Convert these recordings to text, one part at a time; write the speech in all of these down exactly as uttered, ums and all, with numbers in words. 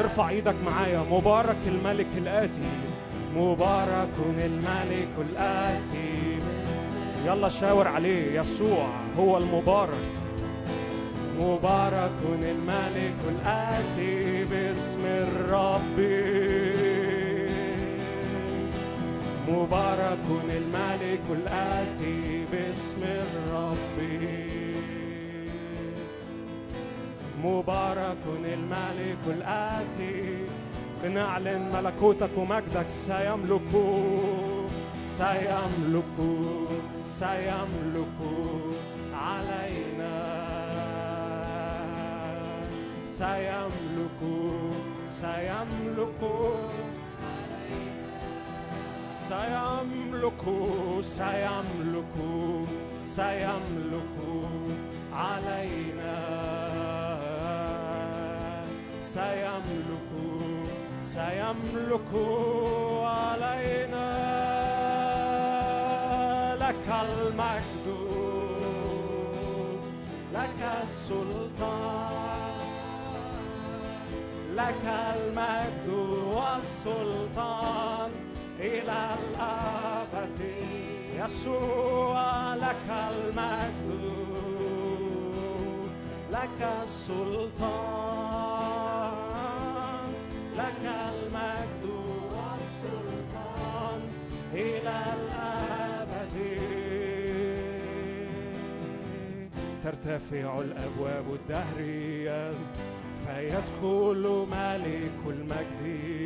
ارفع ايدك معايا. مبارك الملك الآتي، مبارك الملك الآتي. يلا شاور عليه، يسوع هو المبارك. مبارك الملك الآتي باسم الرب. مبارك الملك الآتي باسم الرب. مبارك الملك الآتي. بنعلن ملكوتك ومجدك سيملك سيملك سيملك علينا. سيملك سيملك سيملك سيملك سيملك علينا. سيملك سيملك علينا. لك المجد، لك السلطان، لك المجد والسلطان إلى الأبد. يسوع لك المجد، لك السلطان، لك المجد والسلطان إلى الأبد. ترتفع الأبواب الدهرية فيدخل ملك المجد.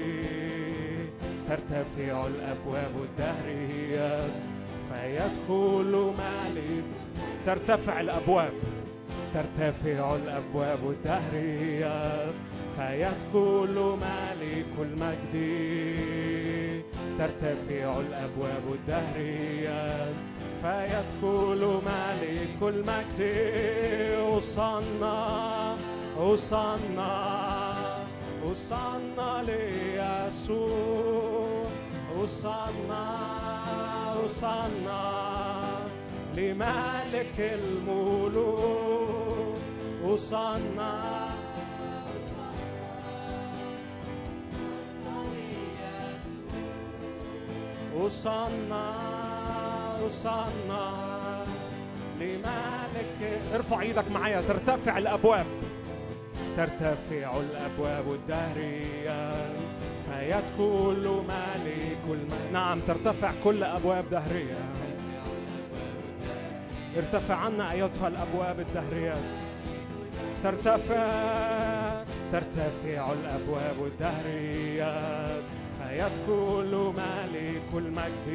ترتفع الأبواب الدهرية فيدخل ملك. ترتفع الأبواب، ترتفع الأبواب الدهرية فيدخل ملك المجد. ترتفع الأبواب الدهرية فيدخل ملك المجد. أصنع أصنع أصنع ليسوع. أصنع أصنع لملك الملوك. أصنع أصنع أصنع لملك. ارفع ايدك معايا. ترتفع الأبواب، ترتفع الأبواب الدهرية فيدخل ملك المجد. نعم ترتفع كل أبواب دهرية. ارتفع عنا أيتها الأبواب الدهريات. ترتفع ترتفع الأبواب الدهريات فيدخل ملك المجد.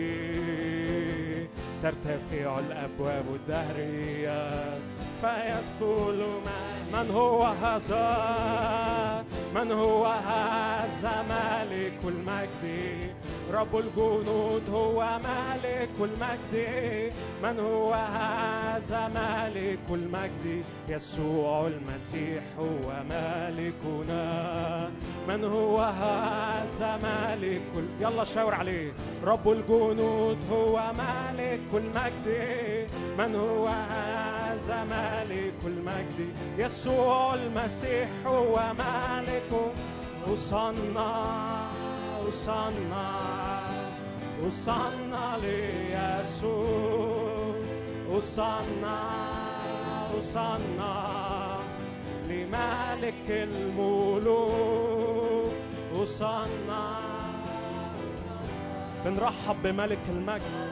ترتفع الأبواب الدهريات فيدخل من هو هذا؟ من هو هذا ملك المجد؟ رب الجنود هو ملك المجد. من هو هذا ملك المجد؟ يسوع المسيح هو ملكنا. من هو هذا ملك ال... يلا شاور عليه. رب الجنود هو ملك المجد. من هو هذا ملك المجد؟ يسوع المسيح هو ملك. أصنع أصنع أصنع ليسوع. أصنع أصنع لملك الملوك. أصنع. بنرحب بملك المجد.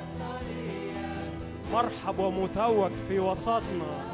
مرحب ومتوج في وسطنا.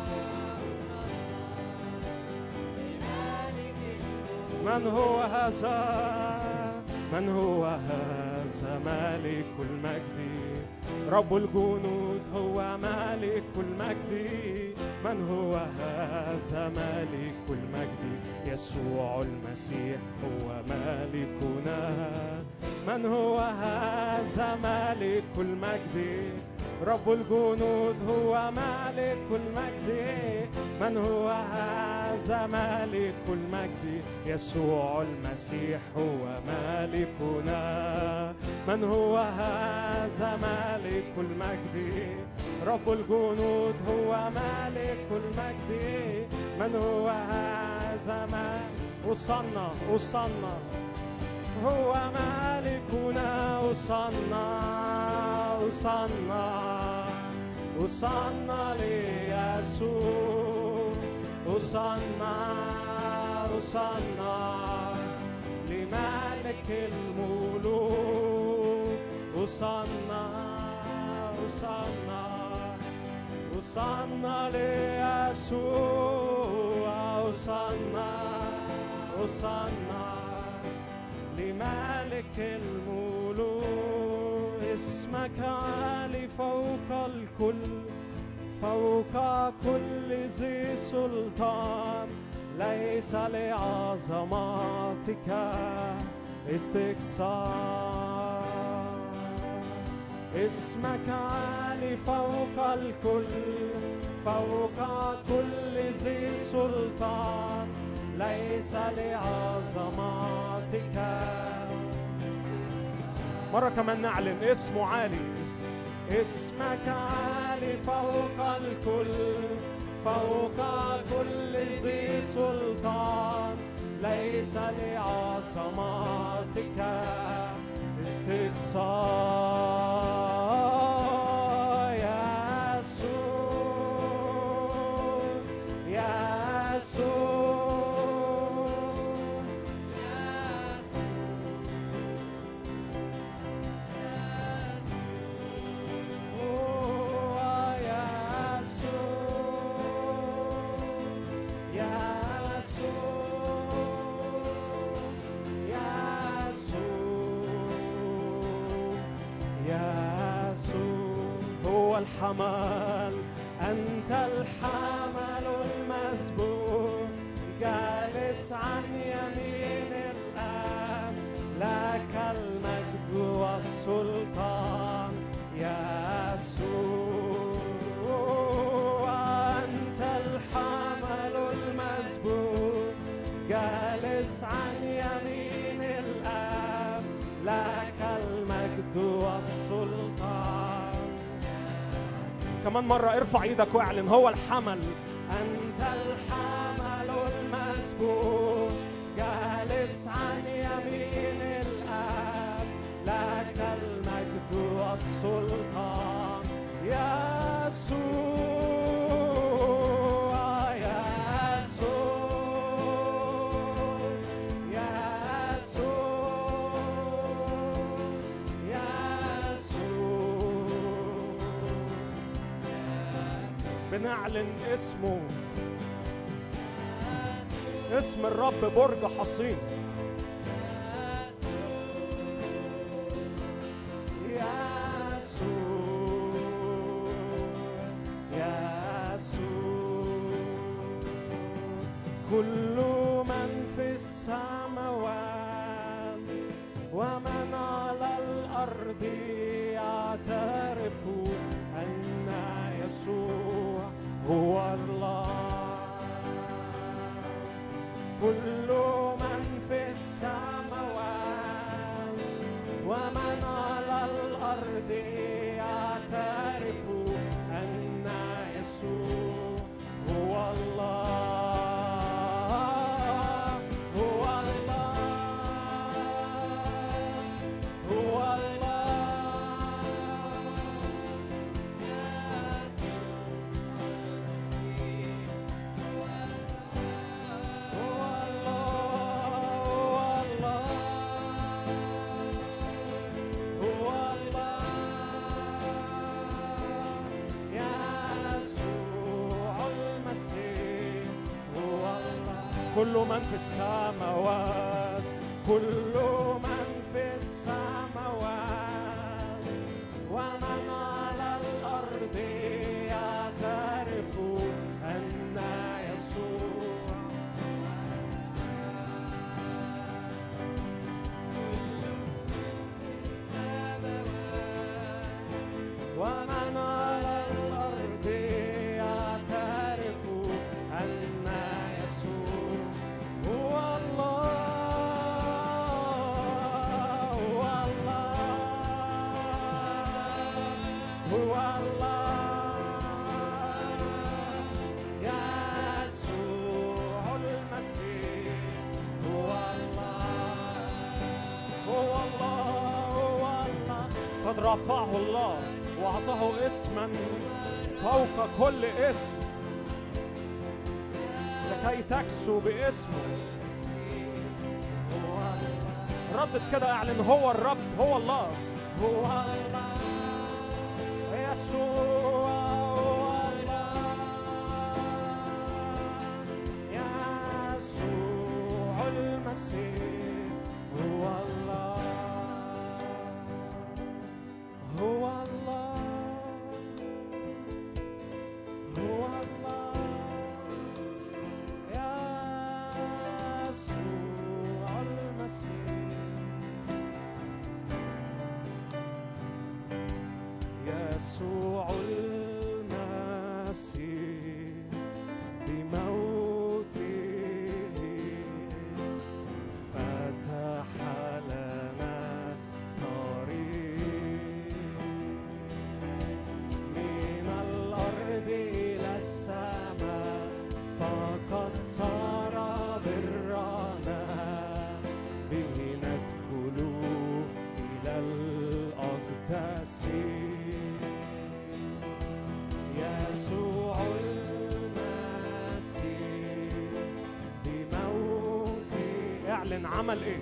من هو هذا؟ من هو هذا ملك المجد؟ رب الجنود هو ملك المجد. من هو هذا ملك المجد؟ يسوع المسيح هو ملكنا. من هو هذا ملك المجد؟ رب الجنود هو ملك المجد. من هو هذا ملك المجد؟ يسوع المسيح هو ملكنا. من هو هذا ملك المجد؟ رب الجنود هو ملك المجد. من هو هذا زمان. أصنع أصنع هو مالكنا. أصنع أصنع أصنع ليسوع. أصنع أصنع لملك الملوك. أصنع أصنع أصنع ليسوع. أصنع أصنع لملك الملوك. اسمك عالي فوق الكل، فوق كل ذي سلطان. ليس لعظمتك استكثار. اسمك عالي فوق الكل، فوق كل ذي سلطان. ليس لعظمتك. مرة كمان نعلن اسمه عالي. اسمك عالي فوق الكل، فوق كل ذي سلطان. ليس لعظمتك استكثار. يسوع يسوع الحمل. أنت الحمل المسبوق جالس عن يمين الآب. لك المجد والسلطان يسوع. أنت الحمل المسبوق جالس عن يمين الآب. لك المجد والسلطان. كمان مرة ارفع ايدك واعلن هو الحمل. أنت الحمل المسبوق جالس عن يمين الآب. لك المجد والسلطان يسوع. بنعلن اسمه. اسم الرب برج حصين. يسوع يسوع. كل من في السماوات ومن على الأرض يعترف أن يسوع هو الله. كل من في السماوات ومن على الأرض يعترف أن يسوع هو الله. هو الله هو كل من في السماوات. كل من في السماوات ومن على الأرض يعترف أن يسوع. ومن على الأرض يعترف أن يسوع هو الله. هو الله قد رفعه الله وأعطاه اسما فوق كل اسم لكي تكسو باسمه. ردد كده، اعلن هو الرب، هو الله، هو الله يسوع، هو الله يسوع المسيح، هو الله هو الله هو الله يسوع المسيح، يسوع المسيح بموته فتح لنا طريق من الأرض إلى السماء، فقد صار برنا به ندخل إلى الأقداس. يسوع المسيح بموته اعلن عمل ايه؟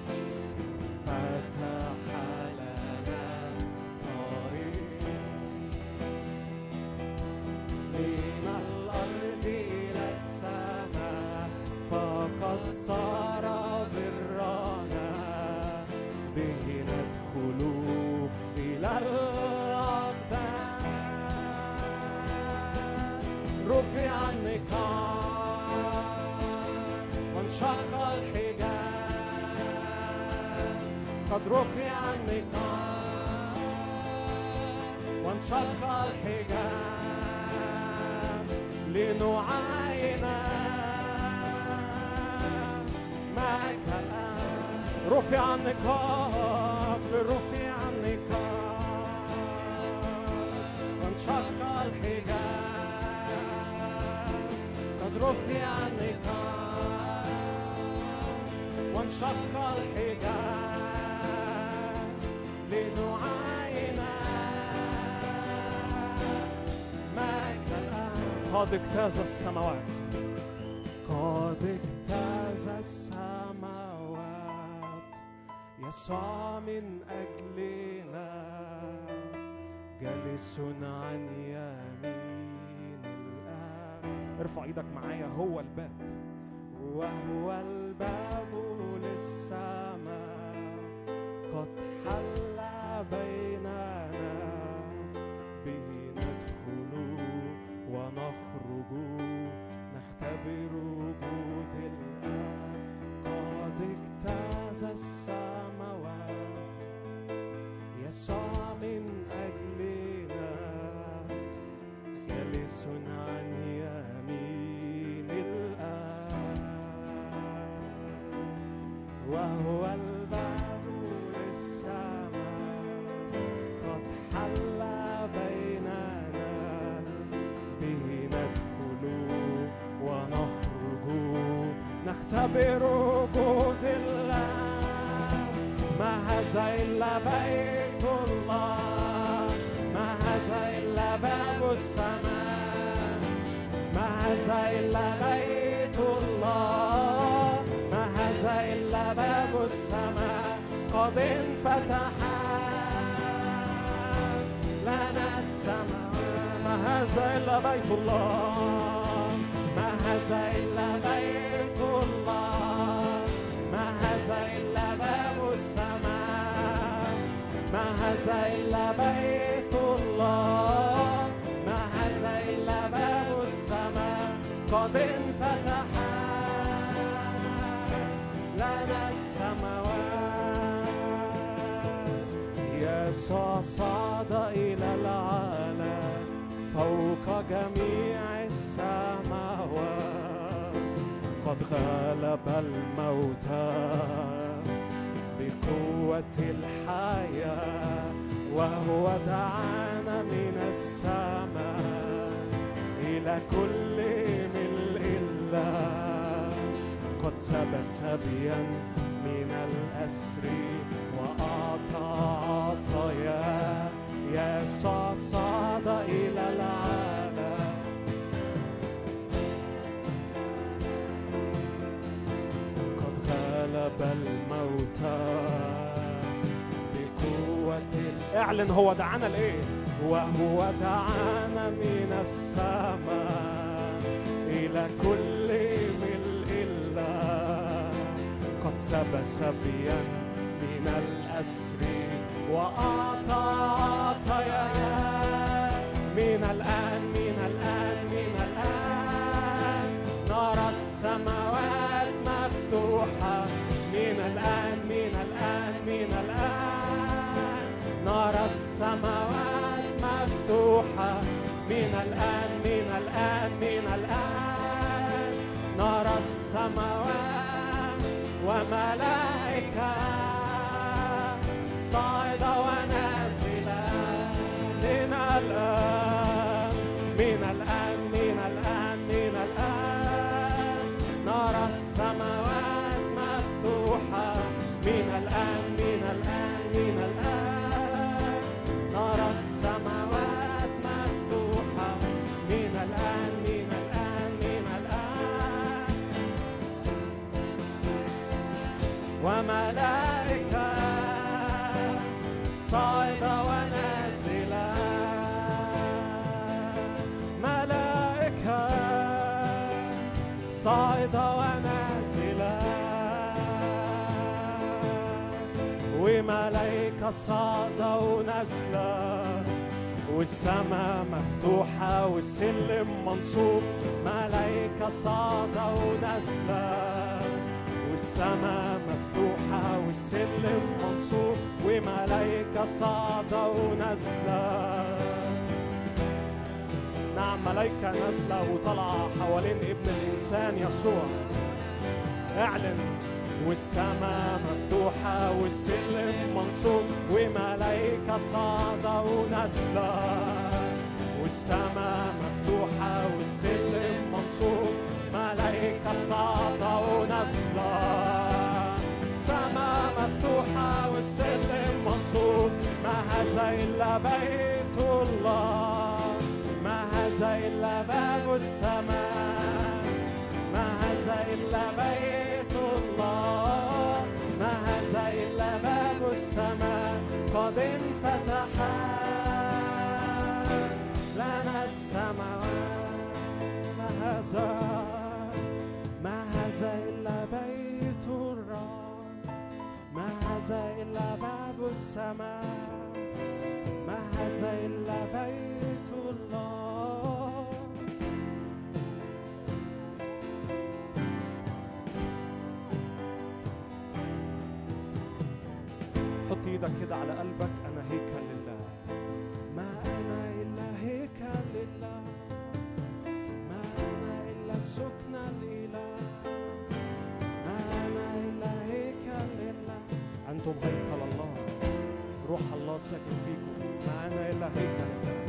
فتح لنا طريق من الأرض إلى السماء، فقد صار برنا به ندخل إلى الأقداس. رفع النقاب وانشق الحجاب، قد رفع النقاب وانشق الحجاب لنعاين معك الآن. رفع النقاب رفع النقاب وانشق الحجاب، قد رفع النقاب وانشق الحجاب لنعاين معك الآن. قد اجتاز السماوات، قد اجتاز السماوات، يسوع من أجلنا جالس عن يمين الآب. ارفع ايدك معايا، هو الباب، وهو الباب للسماء، قد حل بيننا به ندخل ونخرج نختبر وجود الآب. قد اجتاز السماوات، يسوع من أجلنا جالس عن يمين الآب، وهو الباب للسماء، قد حل بيننا به ندخل ونخرج نختبر وجود الله. ما هذا إلا بيت الله، ما هذا إلا باب السماء، ما هذا إلا بيت الله، ما هذا إلا باب السماء، قد انفتح لنا السماء. ما هذا إلا بيت الله، ما هذا إلا بيت الله، ما هذا إلا باب السماء، ما هذا إلا بيت الله، ما هذا إلا باب السماء، قد انفتح لنا السماوات. يسوع صعد إلى العالم فوق جميع السماوات، قد غلب الموت بقوة الحياة، وهو دعانا من السماء إلى كل ملء الله. قد سبى سبيا من الأسر وأعطى عطايا. يسوع صعد إلى العالم قد غلب الموتى بقوة. اعلن هو دعانا لإيه؟ وهو دعانا من السماء إلى كل ملء الله. قد سبى سبيا من الأسر وأعطى عطايا. من الآن من الآن من الآن نرى السماوات مفتوحة. من الآن من الآن من الآن نرى السماوات مفتوحة. من الآن من الآن من الآن نرى السماوات وملائكة صاعدة ونازلة. من الآن من الآن من الآن من الآن نرى السماوات مفتوحة. من الآن من الآن من الآن نرى السماوات مفتوحة. من الآن من الآن من الآن وملائكة صاعدة ونازلة. ملائكة صاعدة ونازلة وملائكة صاعدة ونازلة والسماء مفتوحة والسلم منصوب. ملائكة صاعدة ونازلة والسماء مفتوحة والسلم منصوب وملائكة صاعدة ونازلة. نعم ملائكة نازلة وطلع حوالين ابن الإنسان يسوع. اعلن والسماء مفتوحة والسلم منصوب وملائكة صاعدة ونازلة والسماء مفتوحة والسلم منصوب. ملائكة صاعدة ونازلة السماء مفتوحة والسلم منصوب. ما هذا إلا بيت الله، ما هذا إلا باب السماء، ما هذا إلا بيت الله، ما هذا إلا باب السماء. قد انفتح لنا السماوات. ما هذا ما هذا إلا بيت الرب، ما هذا إلا باب السماء، ما هذا إلا بيت الله. حط ايدك كده على قلبك. أنا هيكل لله، ما أنا إلا هيكل لله، ما أنا إلا سكن الإله، ما أنا إلا هيكل لله. أنتم هيكل الله، روح الله ساكن فيكم. ما أنا إلا هيكل لله،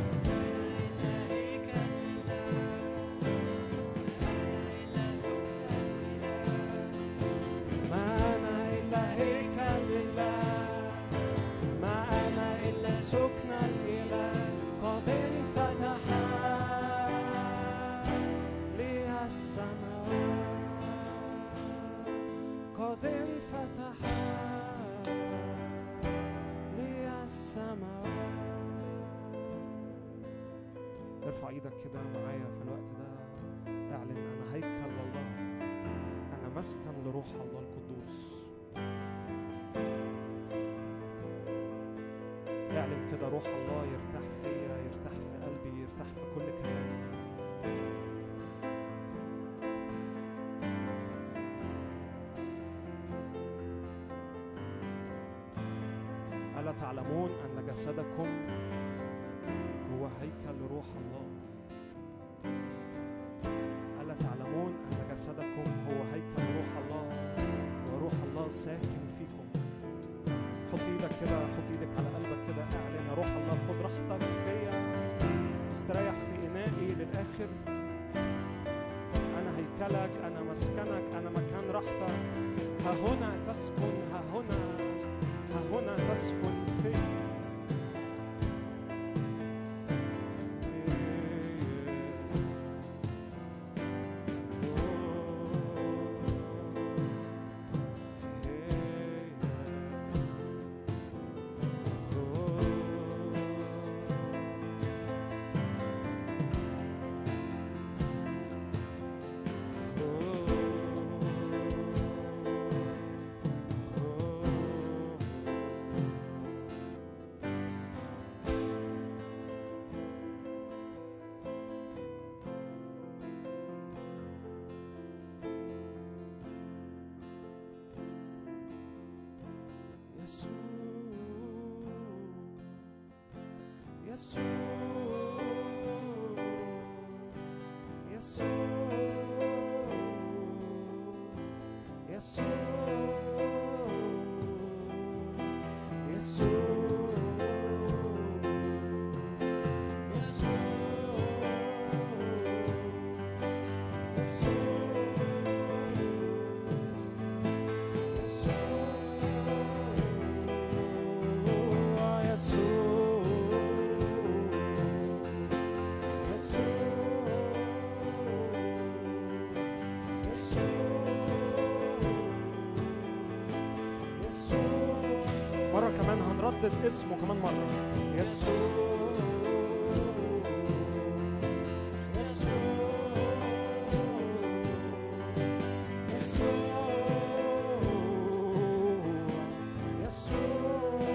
ما أنا إلا هيكل لله، ما أنا إلا سكن الإله. قد انفتح لي السماوات، قد انفتح لي السماوات. ارفع ايدك كده معايا في الوقت ده. اعلن أنا هيكل الله، أنا مسكن لروح الله القدوس. اعلن كده روح الله يرتاح فيا، يرتاح في قلبي، يرتاح في كل كياني. ألا تعلمون أن جسدكم هو هيكل لروح الله؟ ألا تعلمون أن جسدكم هو هيكل لروح الله وروح الله ساكن فيكم؟ حط ايدك كده، حط ايدك على قلبك كده. اعلن يا روح الله خد راحتك فيا، استريح في إنائي للآخر. أنا هيكلك، أنا مسكنك، أنا مكان راحتك. ها هنا تسكن، ها هنا ها هنا تسكن في نردد اسمه كمان مرة. يسوع يسوع يسوع يسوع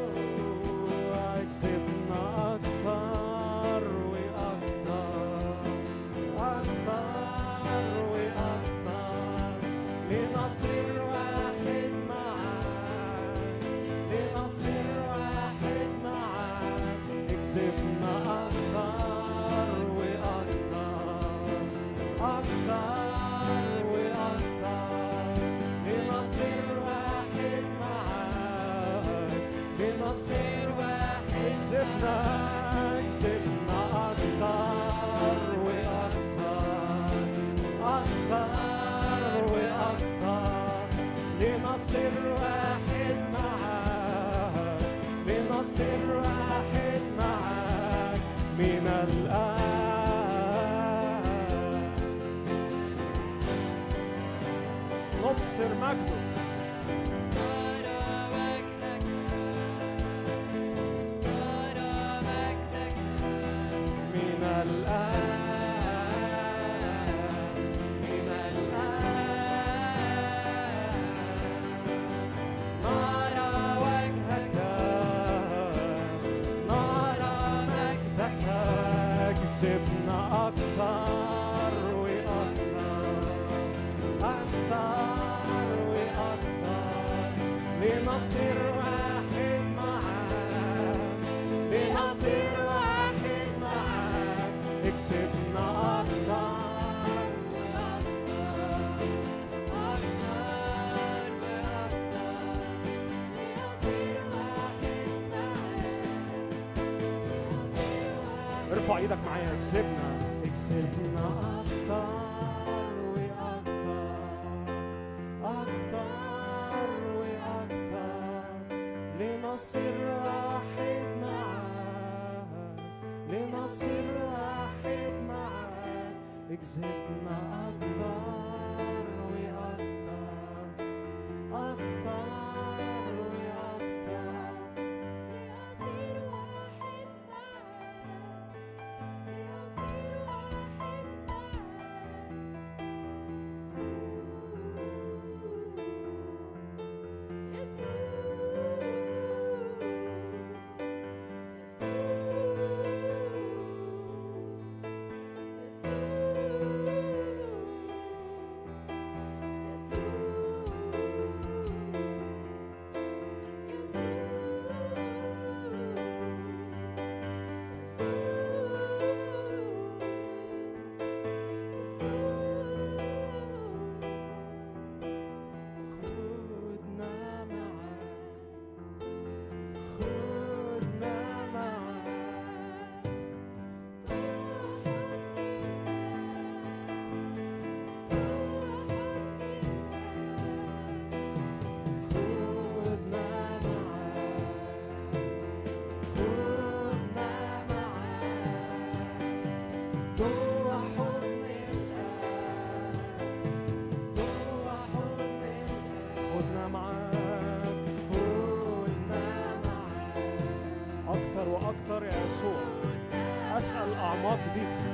اكسبنا أكتر وأكتر أكتر وأكتر لنصير واحد معاك لنصير واحد معاك اكسبنا أكتر وأكتر أكتر وأكتر لنصير واحد معاك لنصير واحد اكسبنا اكسبنا أكتر وأكتر أكتر وأكتر لنصير واحد معاك لنصير واحد معاك من الآن نبصر مجده من الآن من الآن نرى وجهك نرى مجدك كسبنا أكتر وأكتر أكتر وأكتر لنصير واحد معاك لنصير واحد معاك اكسبنا أكتر ارفع ايدك معايا اكسبنا اكسبنا اكتر واكتر اكتر واكتر لنصير واحد معاك لنصير واحد معاك اكسبنا اكتر واكتر اكتر واكتر لنصير واحد أعماق جديدة.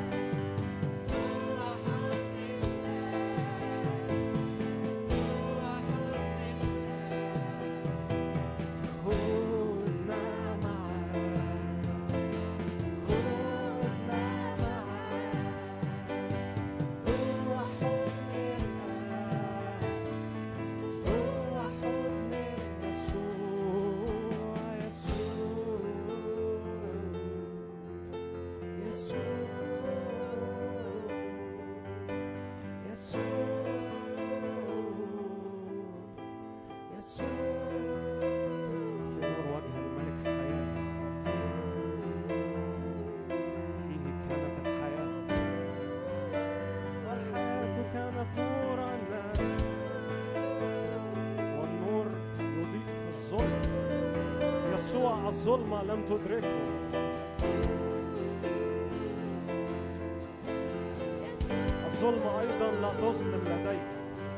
الظلمة لم تدركه. الظلمة أيضا لا تظلم لديك.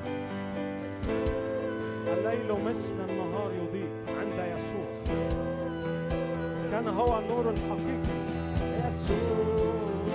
الليل مثل النهار يضيء عند يسوع. كان هو النور الحقيقي. يسوع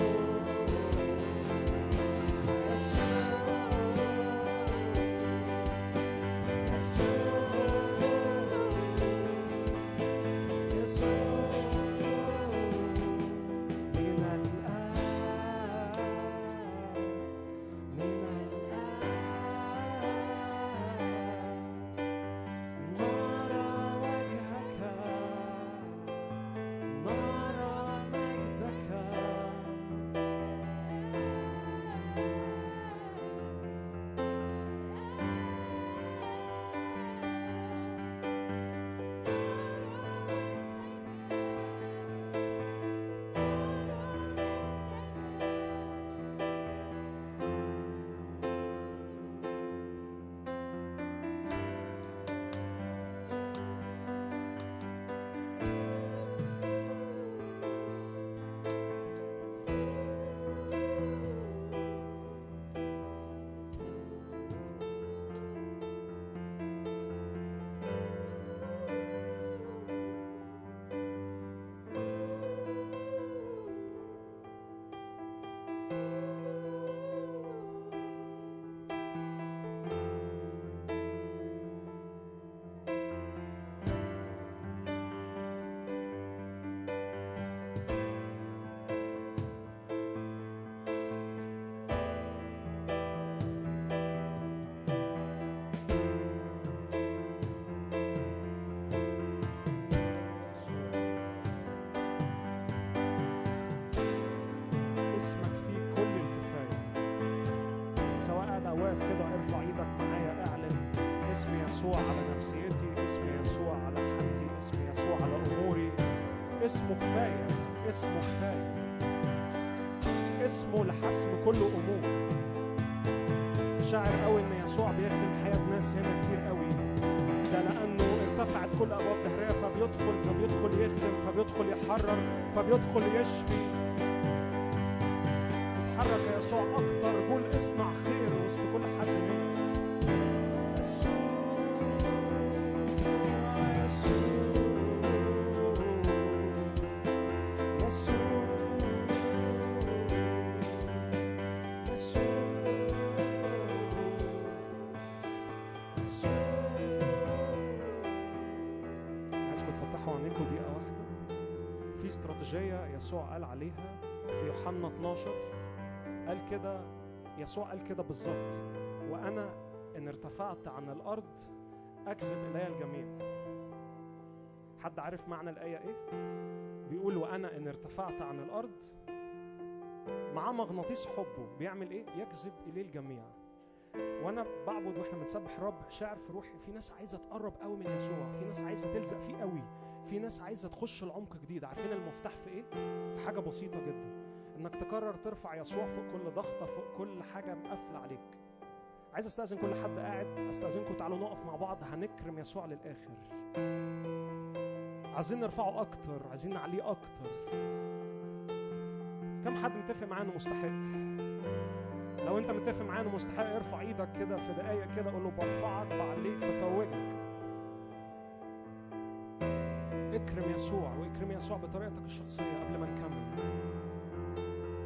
اسمه كفاية. اسمه كفاية. اسمه لحسم كل أمور. شاعر قوي إن يسوع بيخدم حياة ناس هنا كتير قوي، ده لأنه ارتفعت كل أبواب دهرية، فبيدخل فبيدخل يخدم، فبيدخل يحرر، فبيدخل يشفي. اتحرك يسوع أكتر. قول اصنع خير وسط كل حد هنا. يسوع قال عليها في يوحنا اتناشر، قال كده، يسوع قال كده بالظبط: وأنا إن ارتفعت عن الأرض أجذب إلي الجميع. حد عارف معنى الآية إيه؟ بيقول وأنا إن ارتفعت عن الأرض، مع مغناطيس حبه بيعمل إيه؟ يجذب إليه الجميع. وأنا بعبد وإحنا بنسبح الرب شاعر في روحي في ناس عايزة تقرب قوي من يسوع، في ناس عايزة تلزق فيه قوي، في ناس عايزة تخش العمق جديد. عارفين المفتاح في إيه؟ في حاجة بسيطة جدا، إنك تقرر ترفع يسوع فوق كل ضغطة، فوق كل حاجة مقفلة عليك. عايز أستأذن كل حد قاعد، أستأذنكم تعالوا نقف مع بعض، هنكرم يسوع للآخر. عايزين نرفعه أكتر، عايزين نعليه أكتر. كم حد متفق معانا مستحق؟ لو أنت متفق معانا مستحق ارفع إيدك كده في دقايق كده، قول له برفعك، بعليك، بتوجك. اكرم يسوع، واكرم يسوع بطريقتك الشخصية قبل ما نكمل.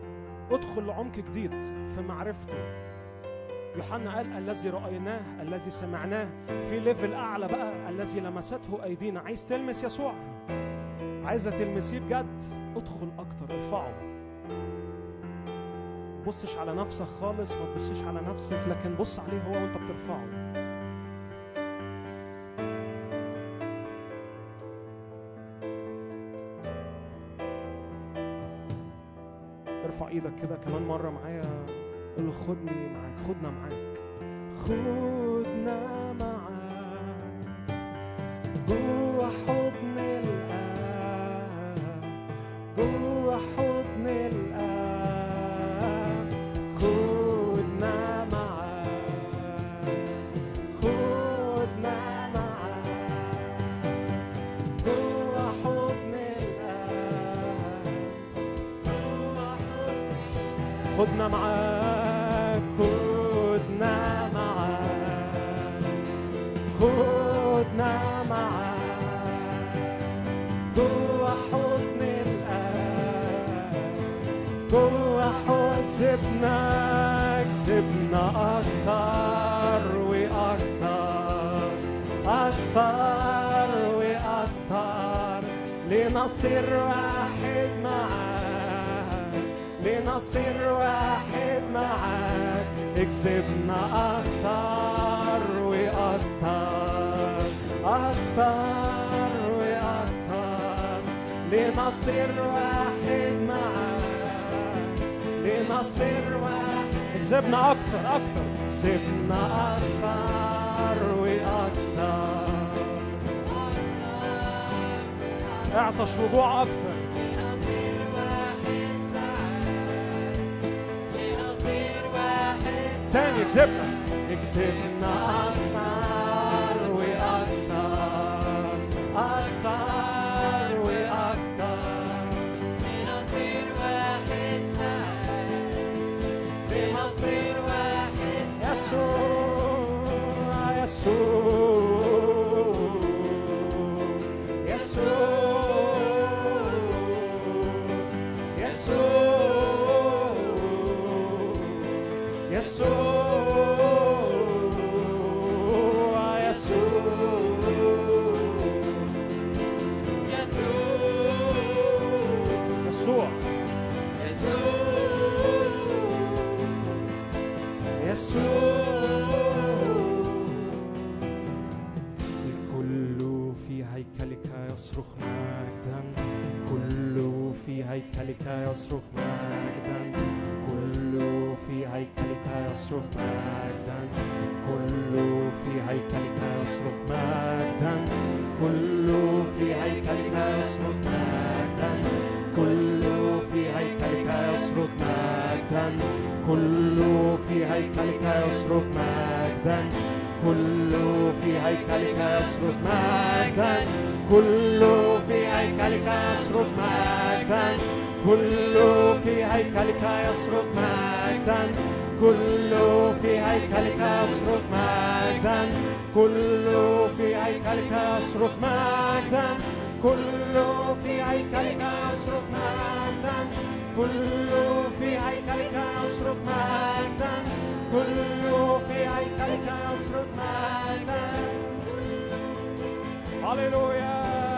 ادخل لعمق جديد في معرفته. يوحنا قال الذي رأيناه الذي سمعناه، في ليفل أعلى بقى الذي لمسته أيدينا. عايز تلمس يسوع؟ عايزة تلمسيه بجد؟ ادخل أكتر، ارفعه. بصش على نفسك خالص، ما تبصش على نفسك، لكن بص عليه هو وانت بترفعه. ارفع ايدك كده كمان مرة معايا، قول له خدني معاك، خدنا معاك، خدنا معاك جوه حضن الآب، جوه حضن الآب، خدنا معاك، خدنا معاك جوه حضن الآب، جوه حضن الآب، خدنا معاك، خدنا معاك، خدنا معاك جوه حضن الآب، جوه حضن. كسبنا كسبنا أكتر وأكتر، أكتر وأكتر، لنصير واحد معاك، لنصير واحد معاك. كسبنا أكتر وأكتر، أكتر وأكتر، لنصير واحد معاك، لنصير واحد. كسبنا أكتر أكتر، كسبنا أكتر وأكتر، اعطش وجوع أكتر، لنصير واحد معاك، لنصير واحد تاني. كسبنا كسبنا أكتر وأكتر، أكتر وأكتر، لنصير واحد معاك، لنصير واحد. يسوع يسوع يسوع يسوع يسوع يسوع يسوع. الكل في هيكلك يصرخ مجدا، كل في هيكلك يصرخ مجدا، كل في هيكلك يصرخ مجدا، كل في هيكلك يصرخ مجدا، كل في هيكلك يصرخ مجدا، كل في هيكلك يصرخ مجدا، كل في هيكلك يصرخ مجدا، كل في هيكلك يصرخ مجدا، كل في هيكلك يصرخ مجدا، كل في هيكلك يصرخ مجدا، كل في هيكلك يصرخ مجدا، كل في هيكلك يصرخ مجدا، كل في هيكلك يصرخ مجدا، كل في هيكلك يصرخ مجدا، كل في هيكلك يصرخ مجدا. هللويا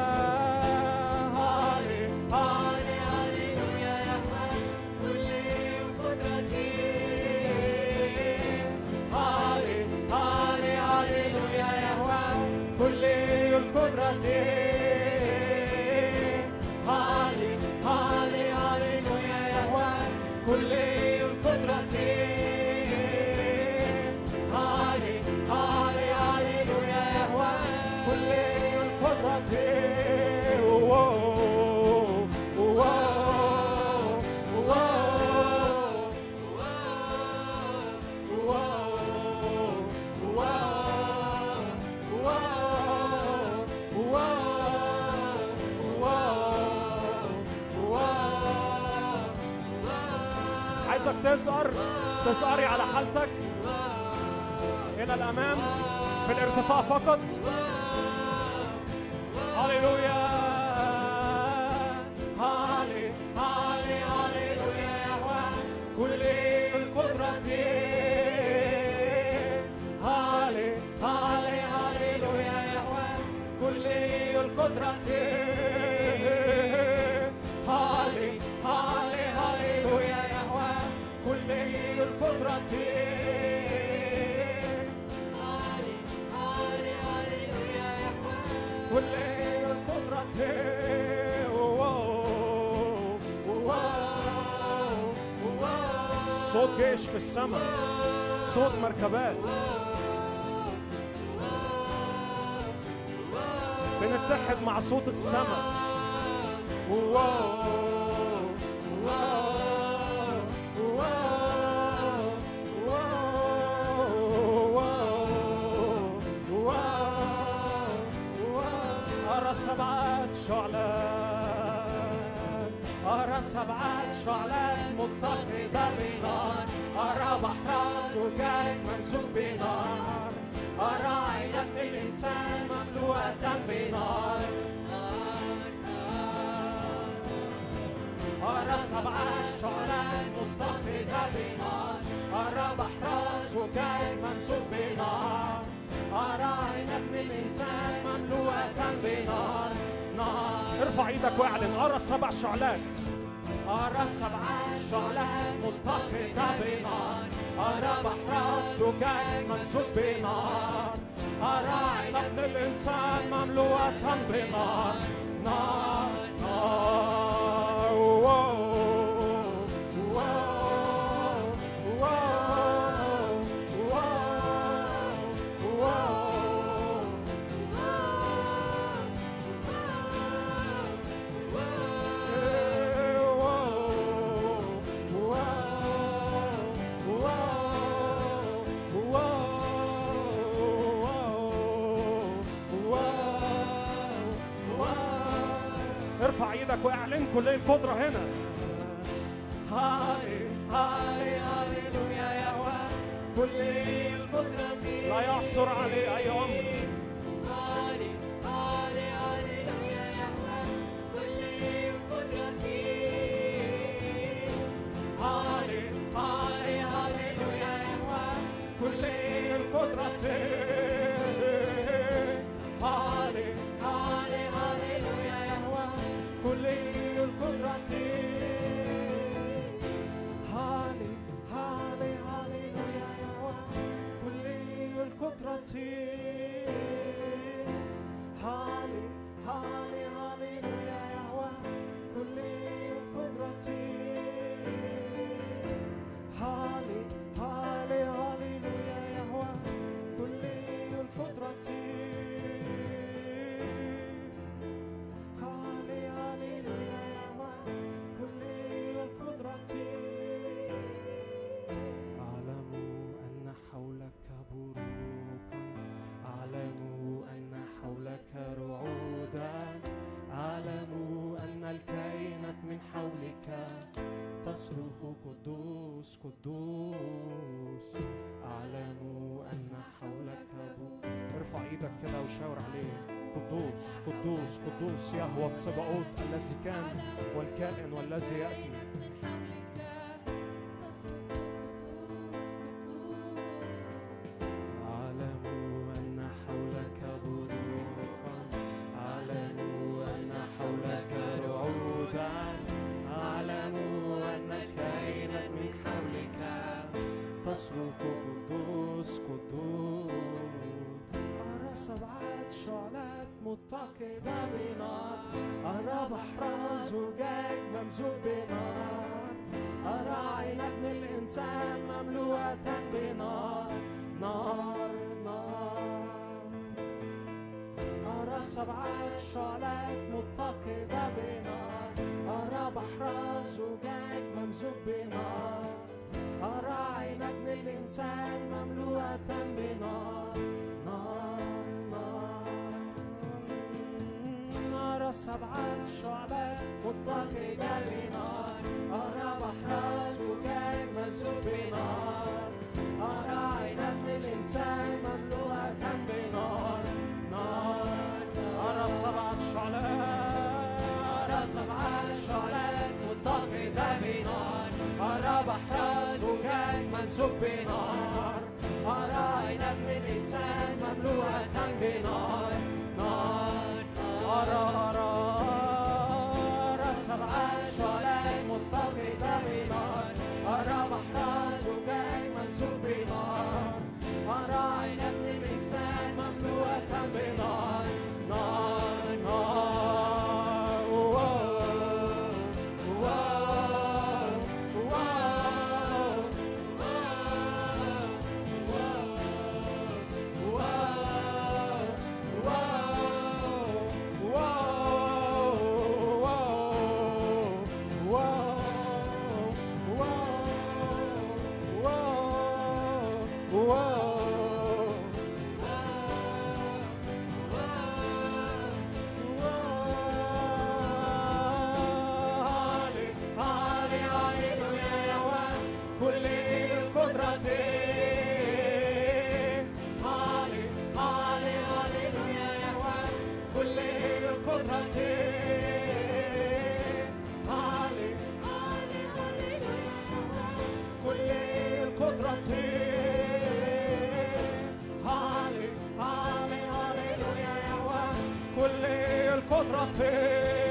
هالي هالي هللويا يا رب كل قدرتي، هالي هالي هللويا يا رب كل قدرتي، هالي هالي هللويا يا رب كل قدرتي، هالي هالي هللويا يا رب كل قدرتي. عايزك تظهر تظهري على حالتك إلى الأمام في الارتفاع فقط. هاليلويا هالي هالي هاليلويا يا رب قدرته. هالي هالي هاليلويا يهوه كلي القدرة. هالي هالي هاليلويا يهوه كلي القدرة. صوت جيش في السماء، صوت مركبات، بنتحد مع صوت السماء. أرى سبعة شعلات، أرى سبعة شعلات متقدة بنار، أرى بحر زجاج ممزوج بنار، أرى عين ابن الإنسان مملوءة بنار. أرى سبعة شعلات متقدة بنار، أرى بحر زجاج ممزوج بنار، أرى عين ابن الإنسان مملوءة بنار. نار. ارفع ايدك واعلن. أرى سبع شعلات، أرى سبعة شعلات متقدة بنار، أرى بحر زجاج ممزوج بنار، أرى عين ابن الإنسان مملوءة بنار. نار نار. واو واو واو واو ارفع ايدك واعلن كل القدرة هنا. هالي هالي هاليلويا يهوه كل القدرة، لا يعثر عليه أي أمر. هالي هالي هاليلويا يهوه كل القدرة. هالي هالي هاليلويا يهوه كل القدرة. هالي هالي هاليلويا يهوه كل القدرة. هالي هالي هاليلويا يهوه كل القدرة. هالي هالي هاليلويا يهوه كل القدرة. هالي هالي هاليلويا يهوه كل القدرة. هالي هاليلويا يهوه كل القدرة. أعلم أن حولك بروقا، أعلم أن حولك رعودا، أعلم أن الكائنات من حولك تصرخ قدوس قدوس. أعلم أن حولك بروقا. ارفع ايدك كده وشاور عليه. قدوس قدوس قدوس يهوه صباؤوت الذي كان والكائن والذي يأتي. أعلم أن حولك بروقا، أعلم أن حولك رعودا، أعلم أن الكائنات من حولك تصرخ قدوس قدوس. أرى سبعة شعلات متقدة بنار، أرى بحر زجاج ممزوج بنار، أرى عين ابن الإنسان مملوءة بنار. نار نار. أرى سبعة شعلات متقدة بنار، أرى بحر زجاج ممزوج بنار، أرى عين ابن الإنسان مملوءة بنار. نار نار. أرى سبعة شعلات متقدة بنار، أرى بحر زجاج ممزوج بنار، أرى عين ابن الإنسان مملوءة بنار. نار. أرى سبعة شعلات، أرى سبعة شعلات متقدة بنار، أرى بحر زجاج ممزوج بنار، أرى عين ابن الإنسان مملوءة بنار. نار. أرى قدرتي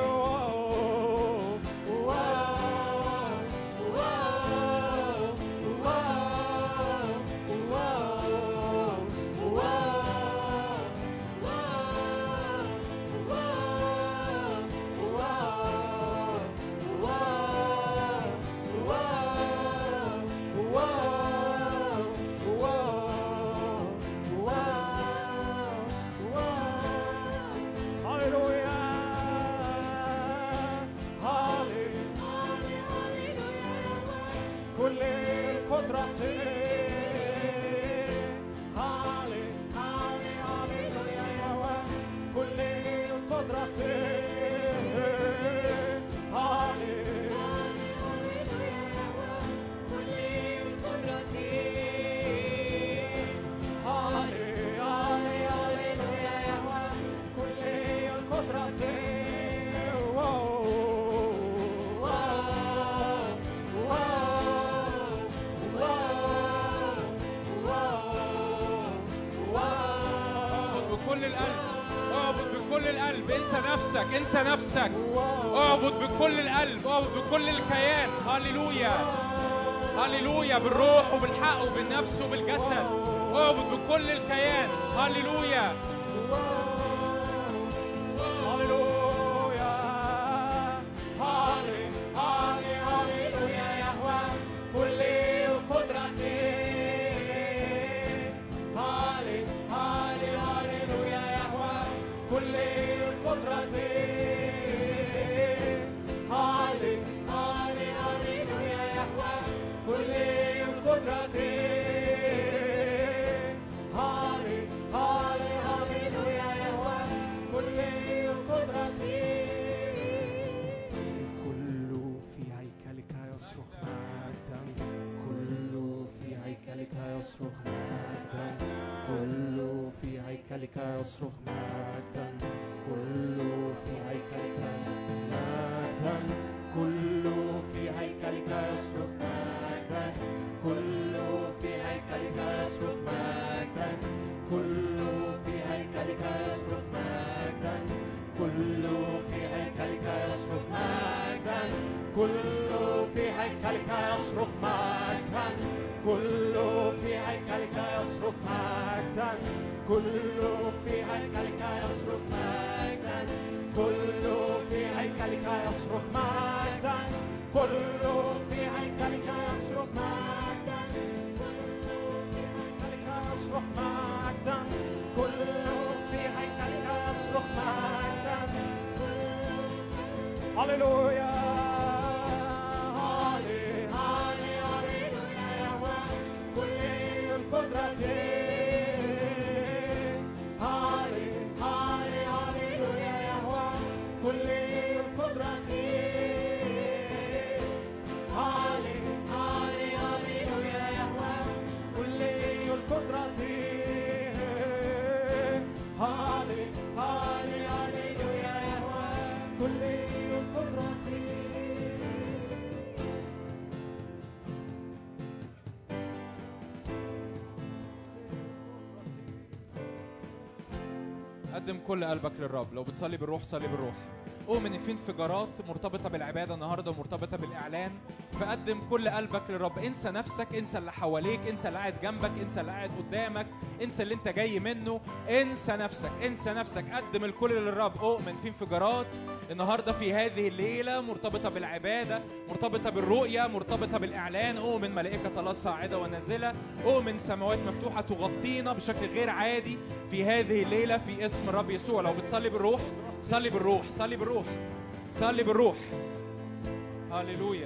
انسى نفسك، اعبد بكل القلب، اعبد بكل الكيان. هللويا هللويا، بالروح وبالحق وبالنفس وبالجسد، اعبد بكل الكيان. هللويا يصرخ مجدا، كله في هيكلك مجدا، كله في هيكلك يصرخ مجدا، كله في هيكلك يصرخ مجدا، كله في هيكلك يصرخ مجدا، كله في هيكلك يصرخ مجدا، كله في هيكلك يصرخ مجدا، كله في هيكلك يصرخ مجدا، كله في هيكلك يصرخ مجدا، كله في هيكلك يصرخ مجدا، كله في هيكلك يصرخ مجدا، كله في هيكلك يصرخ مجدا، هللويا قدم كل قلبك للرب. لو بتصلي بالروح صلي بالروح. أؤمن إن في انفجارات مرتبطة بالعبادة النهاردة ومرتبطة بالإعلان، فقدم كل قلبك للرب. انسى نفسك، انسى اللي حواليك، انسى اللي قاعد جنبك، انسى اللي قاعد قدامك، انسى اللي انت جاي منه، انسى نفسك، انسى نفسك، قدم الكل للرب. أؤمن في انفجارات النهاردة في هذه الليلة مرتبطة بالعبادة، مرتبطة بالرؤية، مرتبطة بالإعلان. أؤمن ملائكة الله صاعدة ونازلة، أؤمن سماوات مفتوحة تغطينا بشكل غير عادي في هذه الليلة في اسم الرب يسوع. لو بتصلي بالروح صلي بالروح، صلي بالروح، صلي بالروح. هاليلويا.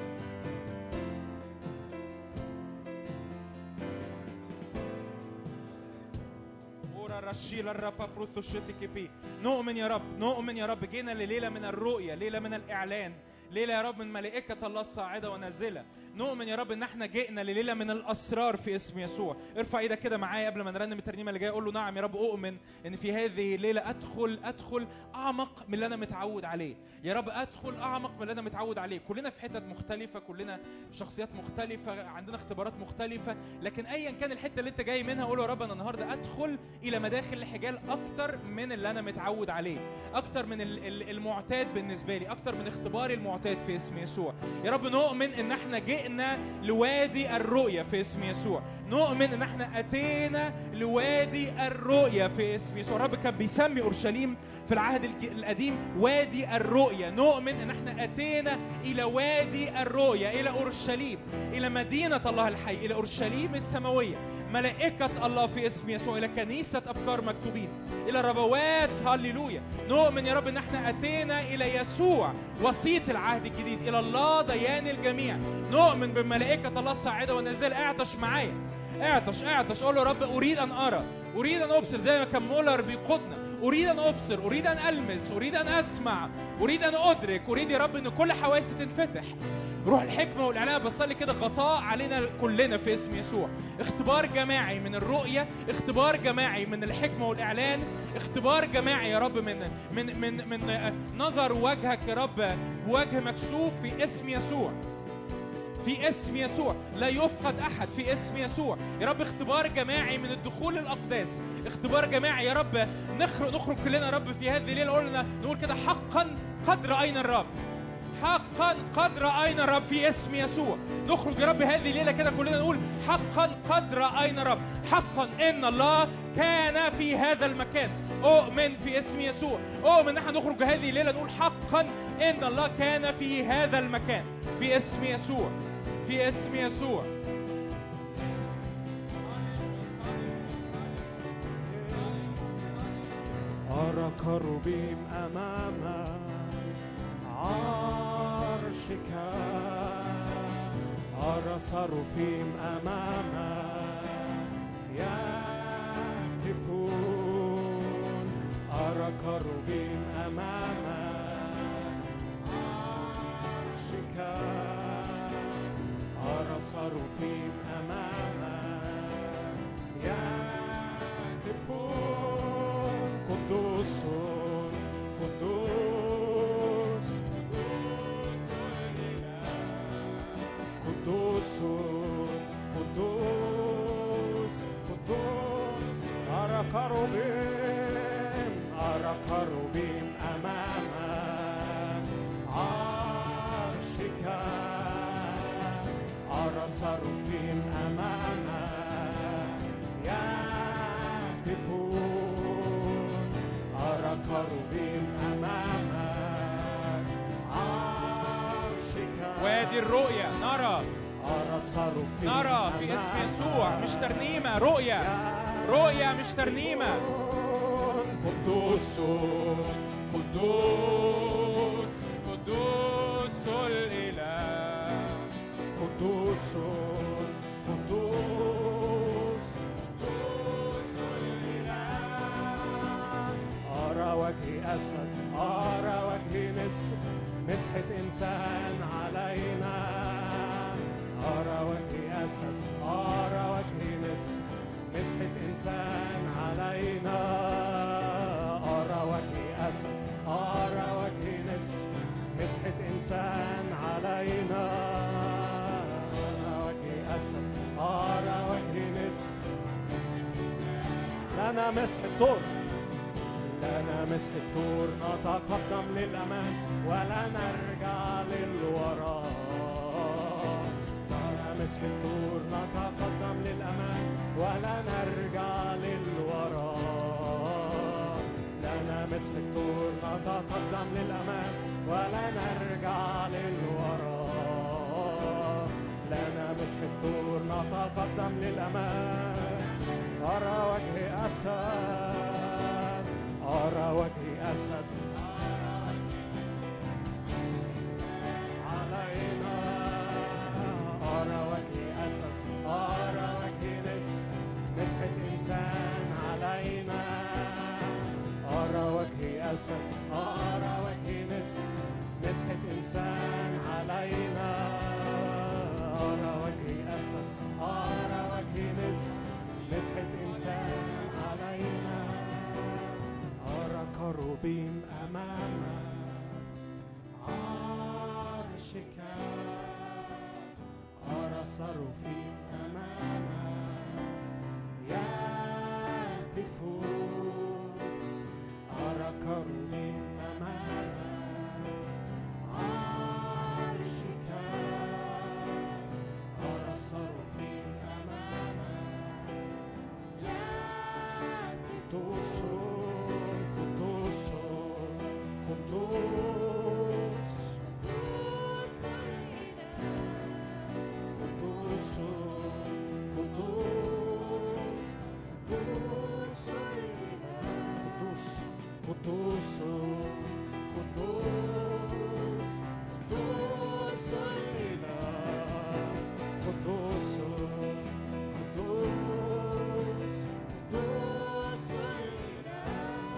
نؤمن يا رب، نؤمن يا رب، جينا لليلة من الرؤية، ليلة من الإعلان، ليلة يا رب من ملائكة الله الصاعدة ونازلة، نؤمن يا رب ان احنا جئنا لليله من الاسرار في اسم يسوع. ارفع ايدك كده معايا قبل ما نرنم الترنيمه اللي جايه، قول له نعم يا رب اؤمن ان في هذه الليله ادخل ادخل اعمق من اللي انا متعود عليه. يا رب ادخل اعمق من اللي انا متعود عليه. كلنا في حتت مختلفه، كلنا شخصيات مختلفه، عندنا اختبارات مختلفه، لكن ايا كان الحته اللي انت جاي منها قول له يا رب انا النهارده ادخل الى مداخل الحجال اكتر من اللي انا متعود عليه، اكتر من المعتاد بالنسبه لي، اكتر من اختباري المعتاد في اسم يسوع. يا رب نؤمن ان احنا جئنا لوادي الرؤية في اسم يسوع. نؤمن ان احنا اتينا لوادي الرؤية في اسم يسوع. الرب كان بيسمي اورشليم في العهد القديم وادي الرؤية. نؤمن ان احنا اتينا الى وادي الرؤية، الى اورشليم، الى مدينة الله الحي، الى اورشليم السماوية، ملائكة الله في اسم يسوع، إلى كنيسة أبكار مكتوبين، إلى ربوات. هاليلويا. نؤمن يا رب إن احنا أتينا إلى يسوع وسيط العهد الجديد، إلى الله ديان الجميع. نؤمن بملائكة الله الصاعدة والنازلة. اعطش معايا، اعطش اعطش قول له يا رب أريد أن أرى، أريد أن أبصر، زي ما كان مولر بيقودنا. أريد أن أبصر، أريد أن ألمس، أريد أن أسمع، أريد أن أدرك، أريد يا رب إن كل حواسي تنفتح. روح الحكمة والإعلان بصلي كده غطاء علينا كلنا في اسم يسوع. اختبار جماعي من الرؤية، اختبار جماعي من الحكمة والإعلان، اختبار جماعي يا رب من من من من نظر وجهك يا رب بوجه مكشوف في اسم يسوع. في اسم يسوع لا يفقد أحد في اسم يسوع. يا رب اختبار جماعي من الدخول الأقداس، اختبار جماعي يا رب نخرج نخرج كلنا يا رب في هذه الليلة قلنا نقول كده حقا قد رأينا الرب، حقا قد رأينا الرب في اسم يسوع. نخرج يا رب هذه الليلة كده كلنا نقول حقا قد رأينا الرب، حقا إن الله كان في هذا المكان. أؤمن في اسم يسوع، أؤمن نحن نخرج هذه الليلة نقول حقا إن الله كان في هذا المكان في اسم يسوع، في اسم يسوع. أرى كروبيم أمامك عرشك، أرى صروفيم أمامك يهتفون، أرى كروبيم أمامك عرشك، أرى صروفيم أمامك يهتفون. قدوس قدوس قدوس قدوس قدوس. أرى كروبيم، أرى كروبيم أمامك عرشك، أرى صروفيم أمامك يهتفون، أرى كروبيم أمامك عرشك. وادي الرؤية نرى، أرى صروفيم نرى في اسم يسوع. مش ترنيمة، رؤية، رؤية مش ترنيمة. قدوس قدوس قدوس الإله، قدوس قدوس قدوس الإله. أرى وجه أسد، أرى وجه نسر، مسحة إنسان علينا. أرى وجه أسد، أرى وجه نسر، مسحة إنسان علينا. أرى وجه أسد، أرى وجه نسر، مسحة إنسان علينا. أرى وجه أسد، أرى وجه نسر، لنا مسحة طور، لنا مسحة طور، نتقدم للأمام ولا نرجع للوراء. لنا مسحة طور، نتقدم للأمام ولا نرجع للوراء. لنا مسحة طور، نتقدم للأمام ولا نرجع للوراء. لنا مسحة طور، نتقدم للأمام. أرى وجه أسد، أرى وجه أسد علينا. أرى وجه أسد، أرى وجه نسر، مسحة إنسان علينا. أرى وجه أسد، أرى وجه نسر، مسحة إنسان علينا. أرى وجه أسد، أرى وجه نسر، مسحة إنسان علينا. أرى كروبيم أمام عرشك، أرى صروفيم أمامك يهتفون. أرى كروبيم أمام عرشك، أرى صروفيم أمامك يهتفون. قدوس قدوس قدوس قدوس قدوس قدوس قدوس قدوس قدوس قدوس الإله. قدوس قدوس قدوس الإله.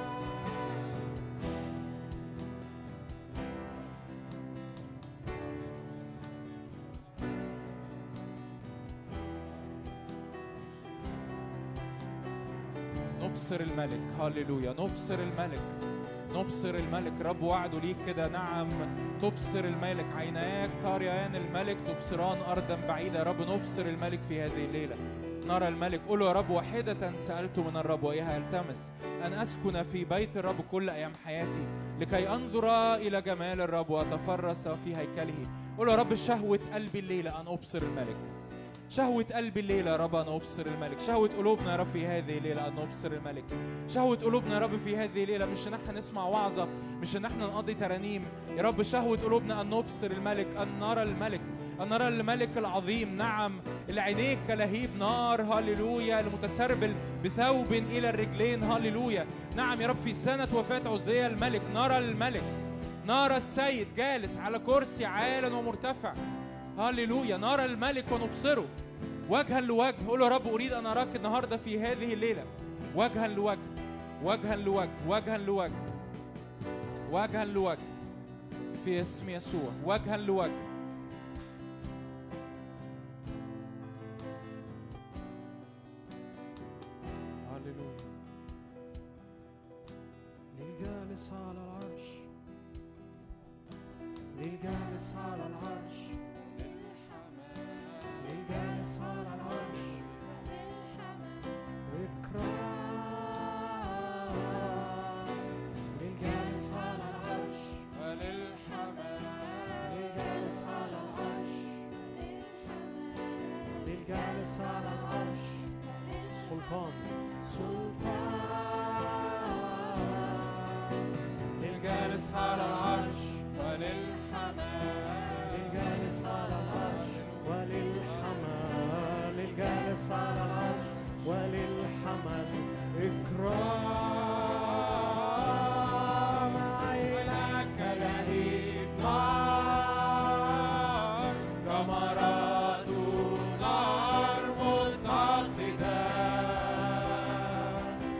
نبصر الملك. هاليلويا. نبصر الملك، نبصر الملك. رب وعده ليك كده. نعم تبصر الملك، عيناك تريان الملك، تبصران أرضا بعيدة. يا رب نبصر الملك في هذه الليلة، نرى الملك. قولوا يا رب واحدة سألت من الرب وإياها التمس، أن أسكن في بيت الرب كل أيام حياتي لكي أنظر إلى جمال الرب وأتفرس في هيكله. قولوا يا رب شهوة قلبي الليلة أن أبصر الملك، شهوة قلبي الليلة يا رب أن أبصر الملك. شهوة قلوبنا يا رب في هذه الليلة أن نبصر الملك. شهوة قلوبنا يا رب في هذه الليلة مش إن احنا نسمع وعظة، مش إن احنا نقضي ترانيم. يا رب شهوة قلوبنا أن نبصر الملك، أن نرى الملك، أن نرى الملك العظيم. نعم اللي عينيك كلهيب نار. هاليلويا. المتسربل بثوب إلى الرجلين. هاليلويا. نعم يا رب في سنة وفاة عزية الملك نرى الملك، نرى السيد جالس على كرسي عال ومرتفع. هاليلويا. نرى الملك ونبصره وجها لوجه. قولوا يا رب أريد أن أراك النهاردة في هذه الليلة وجها لوجه، وجها لوجه، وجها لوجه، وجها لوجه في اسم يسوع. وجها لوجه. هاليلويا. للجالس على العرش، للجالس على العرش، للجالس على العرش إكرام. للجالس على العرش وللحمام، للجالس على العرش، للجالس على العرش سلطان، سلطان. للجالس على العرش وللحمام، للجالس على العرش وللحمل، للجالس على العرش وللحمل إكرام. عينك لهيب نار، جمرات نار متقدة.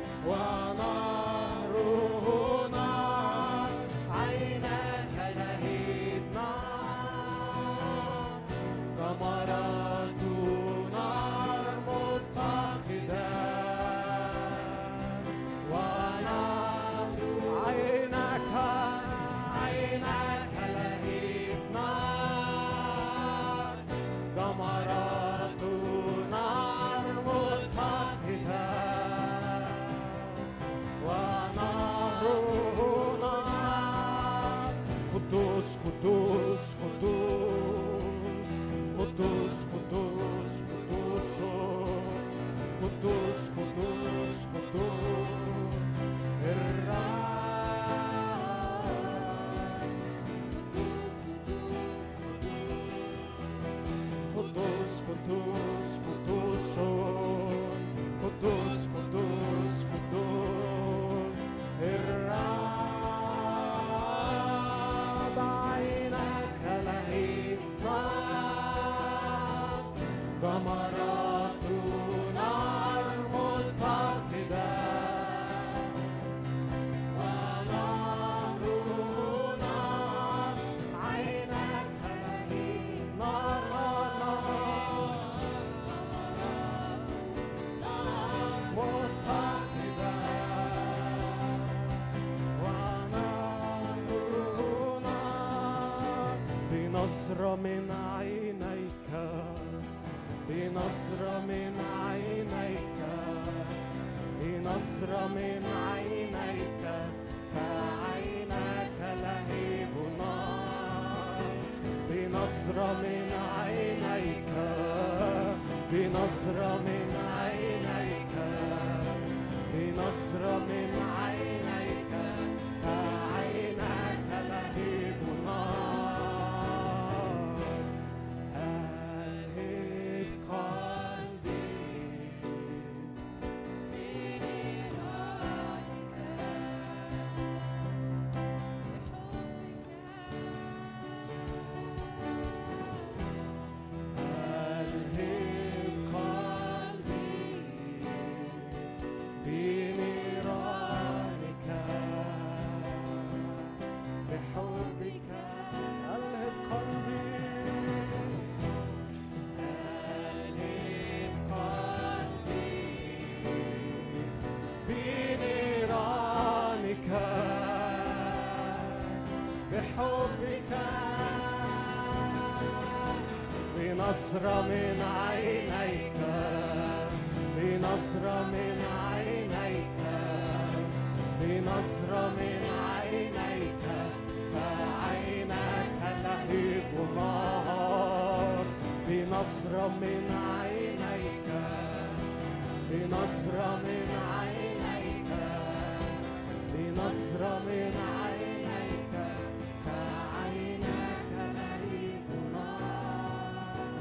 بنظرة من عينيك بنظرة من عينيك بنظرة من عينيك فعينك لهيب نار بنظرة من عينيك بنظرة من عينيك بنظرة من عينيك فعينك لهيب نار ألهب قلبي بنيرانك ألهب قلبي بنيرانك بحبك ألهب قلبي ألهب قلبي بنيرانك بحبك بنظرة من عينيك بنظرة من عينيك بنظرة من عينيك فعينك لهيب نار بنظرة من عينيك بنظرة من عينيك بنظرة من عينيك فعينك لهيب نار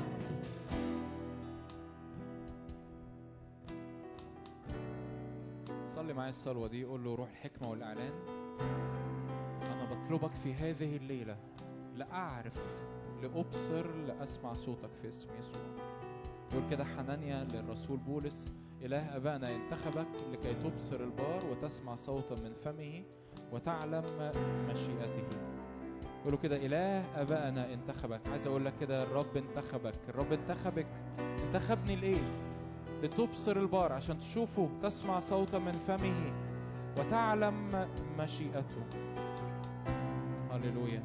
صلي معايا الصلوة دي، قول له روح الحكمة والإعلان، أنا بطلبك في هذه الليلة لأعرف لأبصر لأسمع صوتك في اسم يسوع. يقول كده حنانيا للرسول بولس: إله أبائنا انتخبك لكي تبصر البار وتسمع صوتا من فمه وتعلم مشيئته. يقولوا كده إله أبائنا انتخبك. عايز أقول لك كده الرب انتخبك، الرب انتخبك. انتخبني لإيه؟ لتبصر البار، عشان تشوفه، تسمع صوتا من فمه وتعلم مشيئته. هللويا.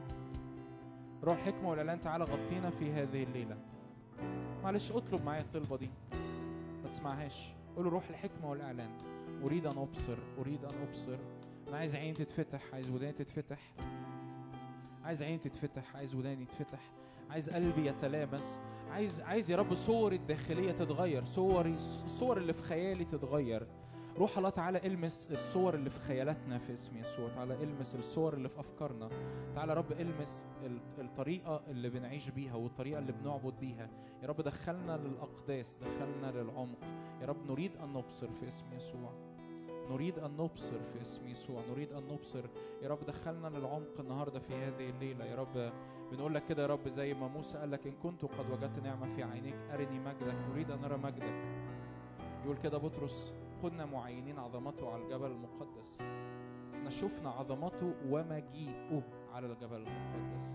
روح الحكمة والإعلان تعالى غطينا في هذه الليلة. معلش اطلب معايا الطلبة دي، ما تسمعهاش. قولوا روح الحكمة والإعلان، أريد أن أبصر، أريد أن أبصر. أنا عايز عيني تتفتح، عايز وداني تتفتح، عايز عيني تتفتح، عايز وداني تتفتح، عايز قلبي يتلامس، عايز عايز يا رب صوري الداخلية تتغير، صوري الصور اللي في خيالي تتغير. روح الله تعالى المس الصور اللي في خيالاتنا في اسم يسوع. تعالى المس الصور اللي في أفكارنا. تعالى رب المس الطريقة اللي بنعيش بيها والطريقة اللي بنعبد بيها. يا رب دخلنا للأقداس، دخلنا للعمق. يا رب نريد أن نبصر في اسم يسوع، نريد أن نبصر في اسم يسوع، نريد أن نبصر. يا رب دخلنا للعمق النهاردة في هذه الليلة. يا رب بنقول لك كده يا رب زي ما موسى قال لك إن كنت قد وجدت نعمة في عينيك أرني مجدك، نريد أن نرى مجدك. يقول كده بطرس: كنا معينين عظمته على الجبل المقدس. احنا شفنا عظمته ومجيئه على الجبل المقدس.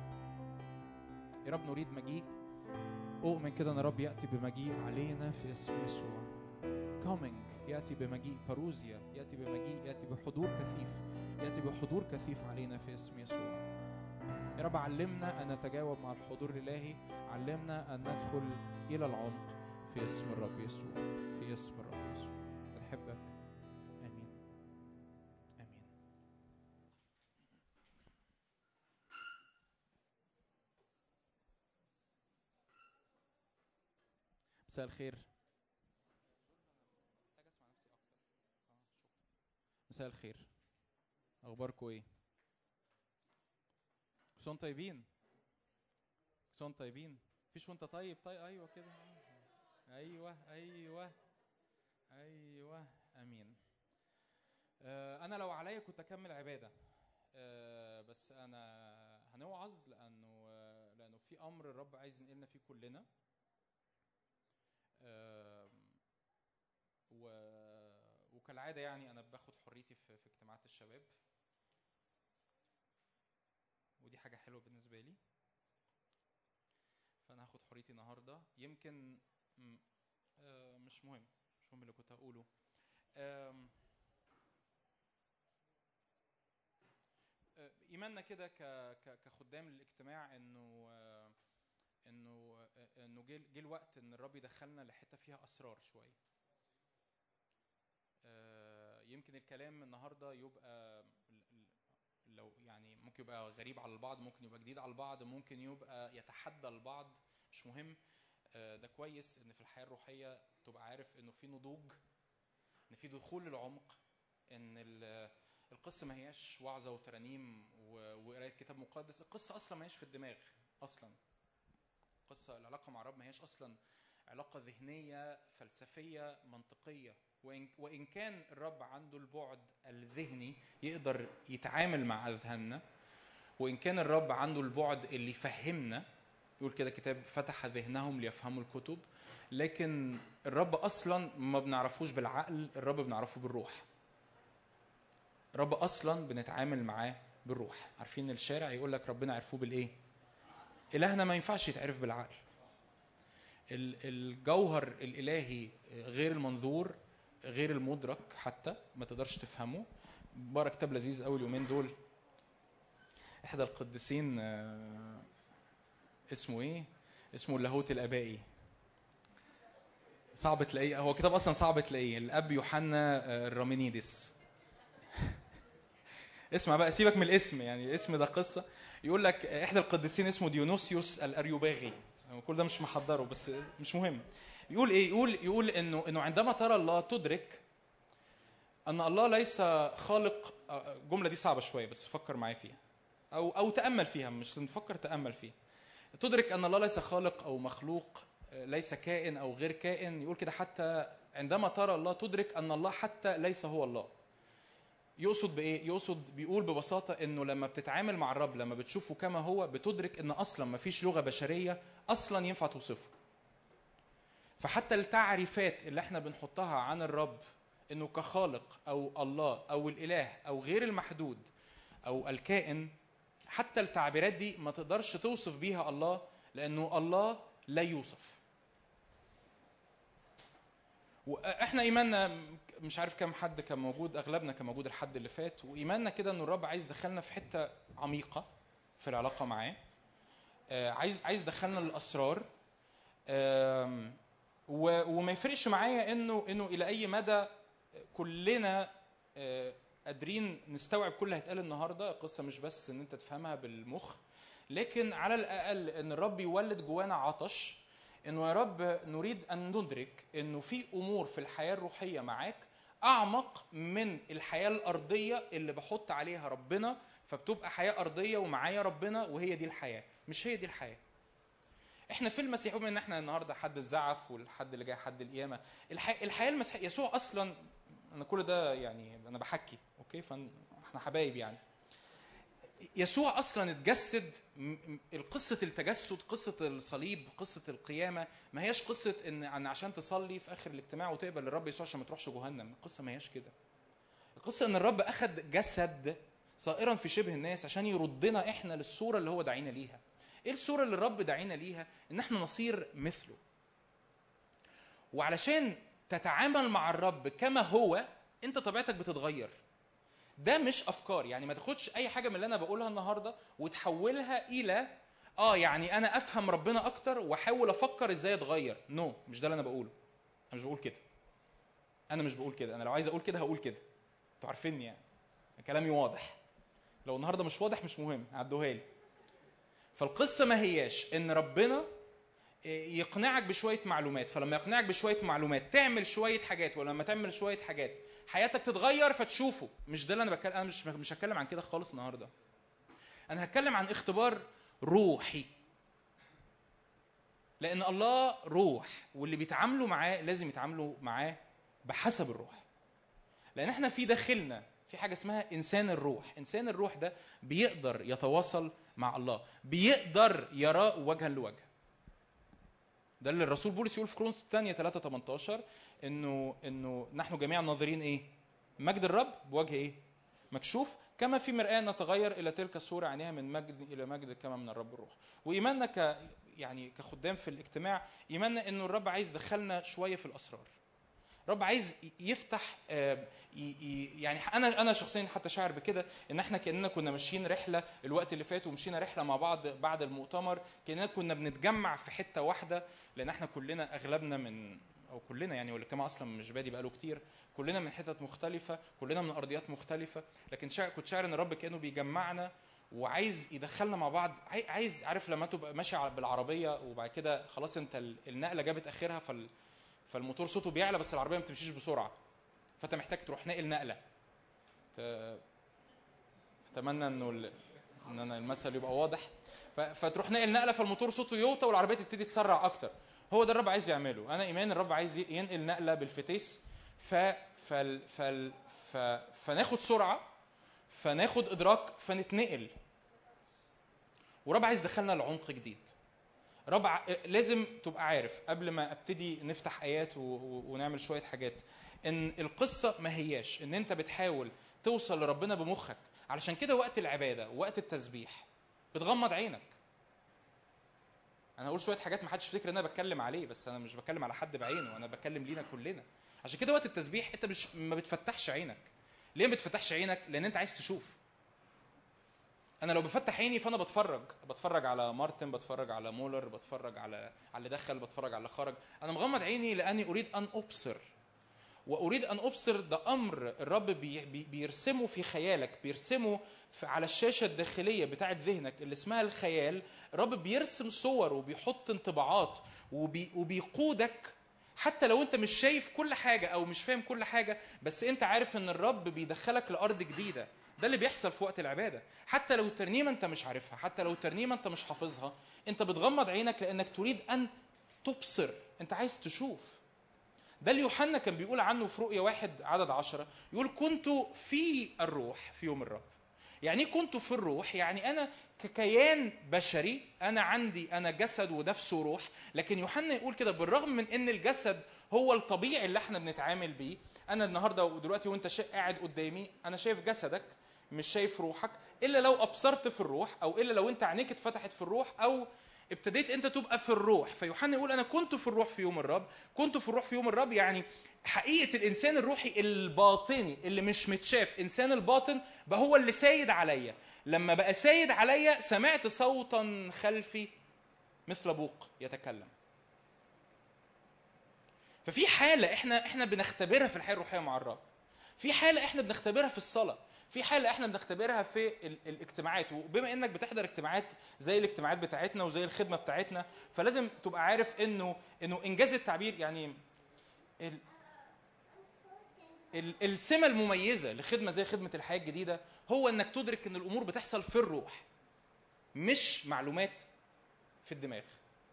يا رب نريد مجيء. أؤمن كده أن رب يأتي بمجيء علينا في اسم يسوع. coming، يأتي بمجيء باروزيا، يأتي بمجيء، يأتي بحضور كثيف، يأتي بحضور كثيف علينا في اسم يسوع. يا رب علمنا أن نتجاوب مع الحضور الإلهي، علمنا أن ندخل إلى العمق في اسم الرب يسوع، في اسم الرب يسوع. بنحبك. آمين آمين. مساء الخير. مساء الخير، أخباركم إيه؟ كنتم طيبين؟ كنتم طيبين؟ فيش وانت طيب؟ طيب أيوة كده، أيوة أيوة أيوة. أمين. آه أنا لو عليا كنت أكمل عبادة، آه بس أنا هنوعظ لأنه آه لأنه في أمر الرب عايز ينقلنا فيه كلنا. آه و وكالعادة يعني أنا باخد حريتي في, في اجتماعات الشباب، ودي حاجة حلوة بالنسبة لي. فأنا هاخد حريتي النهاردة. يمكن آه مش مهم مش مهم اللي كنت هقوله. آه ايماننا كده كخدام الاجتماع انه انه انه جه جه الوقت ان الرب يدخلنا لحته فيها اسرار شويه. يمكن الكلام النهارده يبقى لو يعني ممكن يبقى غريب على البعض، ممكن يبقى جديد على البعض، ممكن يبقى يتحدى البعض، مش مهم. ده كويس ان في الحياه الروحيه تبقى عارف انه في نضوج، ان في دخول للعمق، ان القصه ما هياش وعظه وترانيم وقرايه كتاب مقدس. القصه اصلا ما هياش في الدماغ اصلا. القصه العلاقه مع الرب ما هياش اصلا علاقه ذهنيه فلسفيه منطقيه. وإن, وإن كان الرب عنده البعد الذهني يقدر يتعامل مع أذهاننا، وإن كان الرب عنده البعد اللي يفهمنا، يقول كده كتاب فتح ذهنهم ليفهموا الكتب، لكن الرب أصلا ما بنعرفوش بالعقل، الرب بنعرفه بالروح. الرب أصلا بنتعامل معاه بالروح. عارفين الشارع يقول لك ربنا عرفوه بالإيه؟ إلهنا ما ينفعش يتعرف بالعقل. الجوهر الإلهي غير المنظور، غير المدرك، حتى ما تقدرش تفهمه. بقرا كتاب لذيذ قوي اليومين دول، احدى القديسين اسمه ايه؟ اسمه اللاهوت الابائي. صعب تلاقيه، هو كتاب اصلا صعب تلاقيه، الاب يوحنا الرامينيدس. اسمع بقى، سيبك من الاسم، يعني الاسم ده قصه. يقول لك احدى القديسين اسمه ديونوسيوس الاريوباغي، كل ده مش محضره بس مش مهم. يقول ايه؟ يقول يقول انه انه عندما ترى الله تدرك ان الله ليس خالق. الجمله دي صعبه شويه بس فكر معايا فيها، او او تامل فيها، مش نفكر، تامل فيها. تدرك ان الله ليس خالق او مخلوق، ليس كائن او غير كائن. يقول كده حتى عندما ترى الله تدرك ان الله حتى ليس هو الله. يقصد بايه؟ يقصد بيقول ببساطه انه لما بتتعامل مع الرب، لما بتشوفه كما هو، بتدرك ان اصلا ما فيش لغه بشريه اصلا ينفع توصفه. فحتى التعريفات اللي احنا بنحطها عن الرب انه كخالق او الله او الاله او غير المحدود او الكائن، حتى التعبيرات دي ما تقدرش توصف بيها الله، لانه الله لا يوصف. واحنا ايماننا، مش عارف كم حد كان موجود، اغلبنا كان موجود الحد اللي فات، وايماننا كده انه الرب عايز دخلنا في حته عميقه في العلاقه معاه. عايز عايز دخلنا للاسرار، وما يفرقش معايا انه انه الى اي مدى كلنا قادرين نستوعب كل اللي هيتقال النهارده. القصه مش بس ان انت تفهمها بالمخ، لكن على الاقل ان الرب يولد جوانا عطش، انه يا رب نريد ان ندرك انه في امور في الحياه الروحيه معاك اعمق من الحياه الارضيه اللي بحط عليها ربنا، فبتبقى حياه ارضيه ومعايا ربنا وهي دي الحياه. مش هي دي الحياه. احنا في المسيح، بما ان احنا النهارده حد الزعف والحد اللي جاي حد القيامه، الحياه الحياه المسيحيه يسوع اصلا، انا كل ده يعني انا بحكي اوكي، فاحنا حبايب يعني. يسوع اصلا اتجسد. القصه التجسد، قصه الصليب، قصه القيامه، ما هياش قصه ان ان عشان تصلي في اخر الاجتماع وتقبل الرب يسوع عشان ما تروحش جهنم. القصه ما هياش كده. القصه ان الرب اخذ جسد صائرا في شبه الناس عشان يردنا احنا للصوره اللي هو دعينا ليها. ايه الصوره اللي الرب دعينا ليها؟ ان احنا نصير مثله. وعلشان تتعامل مع الرب كما هو، انت طبيعتك بتتغير. ده مش افكار، يعني ما تاخدش اي حاجه من اللي انا بقولها النهارده وتحولها الى اه يعني انا افهم ربنا اكتر واحاول افكر ازاي اتغير. نو no. مش ده اللي انا بقوله. انا مش بقول كده. انا مش بقول كده. انا لو عايز اقول كده هقول كده. انتوا عارفيني يعني، كلامي واضح. لو النهارده مش واضح مش مهم، عدوها لي. فالقصه ما هياش ان ربنا يقنعك بشويه معلومات، فلما يقنعك بشويه معلومات تعمل شويه حاجات، ولما تعمل شويه حاجات حياتك تتغير فتشوفه. مش ده اللي انا بتكلم. انا مش مش هتكلم عن كده خالص النهارده. انا هتكلم عن اختبار روحي، لان الله روح، واللي بيتعاملوا معاه لازم يتعاملوا معاه بحسب الروح. لان احنا في داخلنا في حاجه اسمها انسان الروح. انسان الروح ده بيقدر يتواصل مع الله، بيقدر يراه وجها لوجه. ده اللي الرسول بولس يقول في كورنثوس الثانية ثلاثة ثمانية عشر، انه انه نحن جميعا ناظرين ايه؟ مجد الرب بوجه ايه؟ مكشوف، كما في مرآة نتغير الى تلك الصورة عينها من مجد الى مجد كما من الرب الروح. وايماننا ك يعني كخدام في الاجتماع، ايماننا انه الرب عايز يدخلنا شوية في الاسرار. رب عايز يفتح يعني انا انا شخصيا حتى شاعر بكده ان احنا كاننا كنا ماشيين رحله الوقت اللي فات ومشينا رحله مع بعض بعد المؤتمر، كاننا كنا بنتجمع في حته واحده، لان احنا كلنا اغلبنا من او كلنا يعني والاجتماع اصلا مش بادي بقاله كتير، كلنا من حتت مختلفه، كلنا من ارضيات مختلفه، لكن شاعر كنت شاعر ان الرب كانه بيجمعنا وعايز يدخلنا مع بعض. عايز عارف لما تبقى ماشي بالعربيه وبعد كده خلاص انت النقله جابت اخرها فال فالموتور صوته بيعلى بس العربيه ما بتمشيش بسرعه، فانت محتاج تروح ناقل نقله. اتمنى انه ان انا المثل يبقى واضح. فتروح ناقل نقله فالموتور صوته يوطى والعربيه تبتدي تسرع اكتر. هو ده الرب عايز يعمله. انا ايمان الرب عايز ينقل نقله بالفتيس ف فال فال ف فناخد سرعه، فناخد ادراك، فنتنقل. ورب عايز يدخلنا لعمق جديد. رب لازم تبقى عارف قبل ما ابتدي نفتح ايات ونعمل شويه حاجات ان القصه ما هياش ان انت بتحاول توصل لربنا بمخك. علشان كده وقت العباده ووقت التسبيح بتغمض عينك. انا هقول شويه حاجات ما حدش يفتكر ان انا بتكلم عليه، بس انا مش بتكلم على حد بعينه، انا بتكلم لينا كلنا. عشان كده وقت التسبيح انت مش ما بتفتحش عينك. ليه ما بتفتحش عينك؟ لان انت عايز تشوف. انا لو بفتح عيني فانا بتفرج بتفرج على مارتن، بتفرج على مولر، بتفرج على على اللي دخل، بتفرج على اللي خرج. انا مغمض عيني لاني اريد ان ابصر. واريد ان ابصر ده امر الرب بي بي بيرسمه في خيالك، بيرسمه على الشاشه الداخليه بتاعه ذهنك اللي اسمها الخيال. الرب بيرسم صور وبيحط انطباعات وبي وبيقودك حتى لو انت مش شايف كل حاجه او مش فاهم كل حاجه، بس انت عارف ان الرب بيدخلك لارض جديده. ده اللي بيحصل في وقت العباده. حتى لو ترنيمه انت مش عارفها، حتى لو ترنيمه انت مش حافظها، انت بتغمض عينك لانك تريد ان تبصر. انت عايز تشوف. ده اللي يوحنا كان بيقول عنه في رؤيا واحد عدد عشرة، يقول كنت في الروح في يوم الرب. يعني كنت في الروح، يعني انا ككيان بشري، انا عندي انا جسد ونفس وروح. لكن يوحنا يقول كده بالرغم من ان الجسد هو الطبيعي اللي احنا بنتعامل بيه، انا النهارده ودلوقتي وانت قاعد قدامي انا شايف جسدك مش شايف روحك، الا لو ابصرت في الروح، او الا لو انت عينيك اتفتحت في الروح، او ابتديت انت تبقى في الروح. فيوحنا يقول انا كنت في الروح في يوم الرب. كنت في الروح في يوم الرب يعني حقيقه الانسان الروحي الباطني اللي مش متشاف، انسان الباطن بقى هو اللي سايد عليا. لما بقى سايد عليا سمعت صوتا خلفي مثل بوق يتكلم. ففي حاله احنا احنا بنختبرها في الحياه الروحيه مع الرب. في حاله احنا بنختبرها في الصلاه. في حاله احنا بنختبرها في الاجتماعات. وبما انك بتحضر اجتماعات زي الاجتماعات بتاعتنا وزي الخدمه بتاعتنا، فلازم تبقى عارف انه انه انجاز التعبير يعني ال ال السمه المميزه لخدمه زي خدمه الحياه الجديده هو انك تدرك ان الامور بتحصل في الروح، مش معلومات في الدماغ.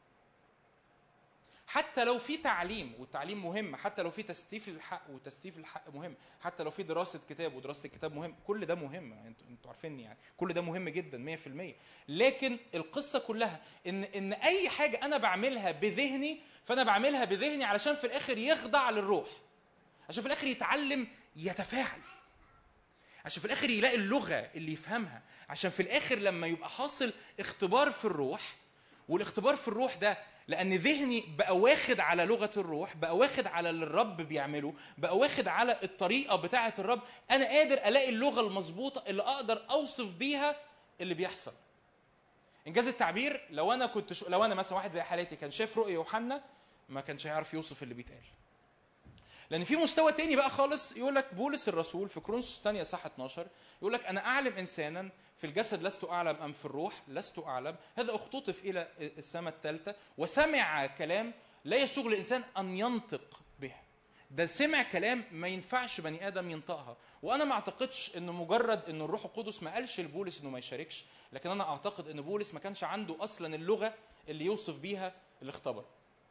حتى لو في تعليم، والتعليم مهم، حتى لو في تستيف للحق وتستيف الحق مهم، حتى لو في دراسة كتاب ودراسة الكتاب مهم، كل ده مهم. انتوا انتوا عارفيني يعني كل ده مهم جدا مية في المية. لكن القصة كلها ان ان اي حاجة انا بعملها بذهني فانا بعملها بذهني علشان في الاخر يخضع للروح، عشان في الاخر يتعلم يتفاعل، عشان في الاخر يلاقي اللغة اللي يفهمها، عشان في الاخر لما يبقى حاصل اختبار في الروح. والاختبار في الروح ده لأن ذهني بقى واخد على لغة الروح، بقى واخد على اللي الرب بيعمله، بقى واخد على الطريقة بتاعة الرب، أنا قادر ألاقي اللغة المظبوطة اللي أقدر أوصف بيها اللي بيحصل. إنجاز التعبير لو أنا كنت ش... لو أنا مثلا واحد زي حالاتي كان شايف رؤية يوحنا ما كانش هيعرف يوصف اللي بيتقال. لأن في مستوى تاني بقى خالص يقول لك بولس الرسول في كورنثوس الثانية صح اتناشر يقول لك أنا أعلم إنسانا في الجسد لست أعلم أم في الروح لست أعلم، هذا اختطف إلى السماء الثالثة وسمع كلام لا يسوغ لإنسان أن ينطق به. ده سمع كلام ما ينفعش بني آدم ينطقها. وأنا ما أعتقدش إنه مجرد إنه الروح القدس ما قالش لبولس إنه ما يشاركش، لكن أنا أعتقد إن بولس ما كانش عنده أصلا اللغة اللي يوصف بيها اللي اختبر.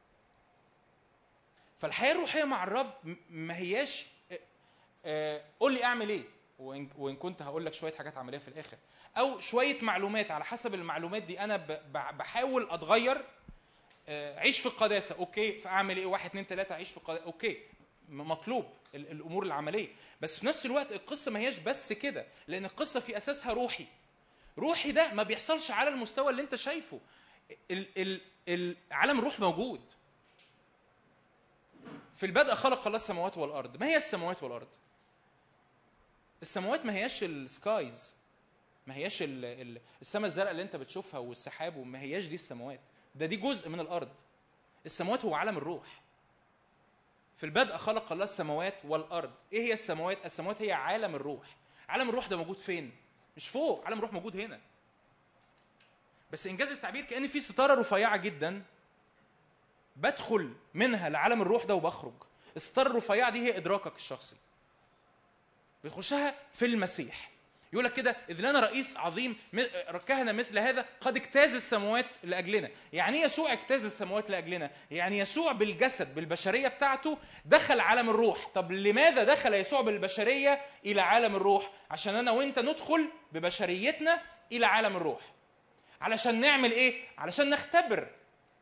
فالحياة الروحية مع الرب ما هياش قول لي أعمل إيه، وإن كنت هقول لك شوية حاجات عملية في الآخر، أو شوية معلومات على حسب المعلومات دي أنا بحاول أتغير. عيش في القداسة، أوكي، فأعمل إيه؟ واحد اتنين تلاتة عيش في القداسة، أوكي، مطلوب الأمور العملية. بس في نفس الوقت القصة ما هياش بس كده، لأن القصة في أساسها روحي. روحي ده ما بيحصلش على المستوى اللي أنت شايفه. عالم الروح موجود. في البدء خلق الله السماوات والارض. ما هي السماوات والارض؟ السماوات ما هياش السكايز، ما هياش السماء الزرقاء اللي انت بتشوفها والسحاب، وما هياش دي السماوات. ده دي جزء من الارض. السماوات هو عالم الروح. في البدء خلق الله السماوات والارض. ايه هي السماوات؟ السماوات هي عالم الروح. عالم الروح ده موجود فين؟ مش فوق، عالم الروح موجود هنا. بس انجاز التعبير كأن في ستاره رفيعه جدا بدخل منها لعالم الروح ده وبخرج. الستاره الرفيعه دي هي ادراكك الشخصي، بيخشها في المسيح. يقول لك كده: اذ لنا رئيس عظيم كهنه مثل هذا قد اجتاز السماوات لاجلنا. يعني يسوع اجتاز السماوات لاجلنا، يعني يسوع بالجسد بالبشريه بتاعته دخل عالم الروح. طب لماذا دخل يسوع بالبشريه الى عالم الروح؟ عشان انا وانت ندخل ببشريتنا الى عالم الروح. علشان نعمل ايه؟ علشان نختبر،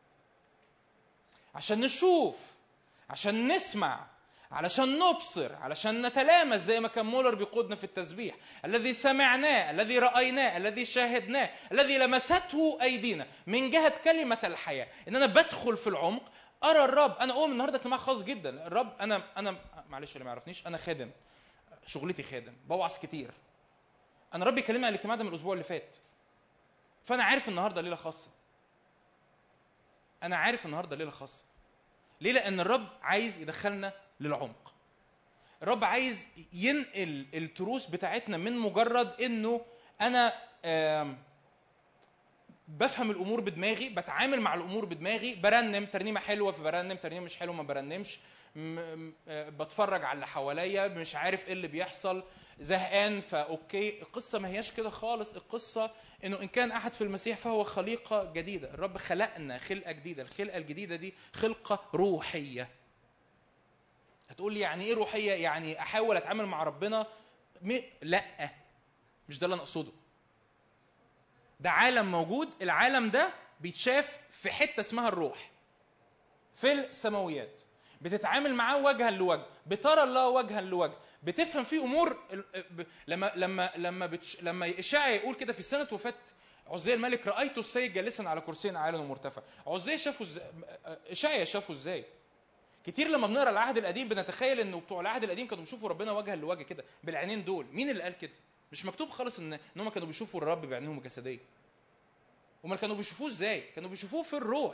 عشان نشوف، عشان نسمع، علشان نبصر، علشان نتلامس، زي ما كان مولر بيقودنا في التسبيح: الذي سمعناه، الذي رأيناه، الذي شاهدناه، الذي لمسته أيدينا، من جهة كلمة الحياة. إن أنا بدخل في العمق أرى الرب. أنا أقوم النهاردة اجتماع خاص جدا. الرب أنا أنا معلش اللي ما يعرفنيش، أنا خادم، شغلتي خادم، بوعظ كتير. أنا ربي كلمني عن الاجتماع ده من الأسبوع اللي فات، فأنا عارف النهاردة ليلة خاصة. أنا عارف النهاردة ليلة خاصة. ليه؟ لأن الرب عايز يدخلنا للعمق. الرب عايز ينقل التروس بتاعتنا من مجرد انه انا بفهم الامور بدماغي، بتعامل مع الامور بدماغي، برنم ترنيمه حلوه فبرنم، ترنيمه مش حلوه ما برنمش، بتفرج على اللي حواليا، مش عارف ايه اللي بيحصل، زهقان فاوكي. القصه ما هياش كده خالص. القصه انه ان كان احد في المسيح فهو خليقه جديده. الرب خلقنا خلقه جديده. الخلقه الجديده دي خلقه روحيه. هتقول لي يعني ايه روحيه؟ يعني احاول اتعامل مع ربنا م... لا، مش ده اللي انا اقصده. ده عالم موجود. العالم ده بيتشاف في حته اسمها الروح في السماويات. بتتعامل معاه وجها لوجه، بترى الله وجها لوجه، بتفهم فيه امور. لما لما لما بتش... لما اشعيا يقول كده في سنه وفاه عزية الملك: رايت السيد جالسا على كرسي عال ومرتفع. عزية شافه ازاي؟ اشعيا شافه ازاي؟ كتير لما بنقرا العهد القديم بنتخيل انه بتوع العهد القديم كانوا بيشوفوا ربنا وجها لوجه كده بالعينين دول. مين اللي قال كده؟ مش مكتوب خالص ان ان هم كانوا بيشوفوا الرب بعينهم الجسديه. امال كانوا بيشوفوه ازاي؟ كانوا بيشوفوه في الروح،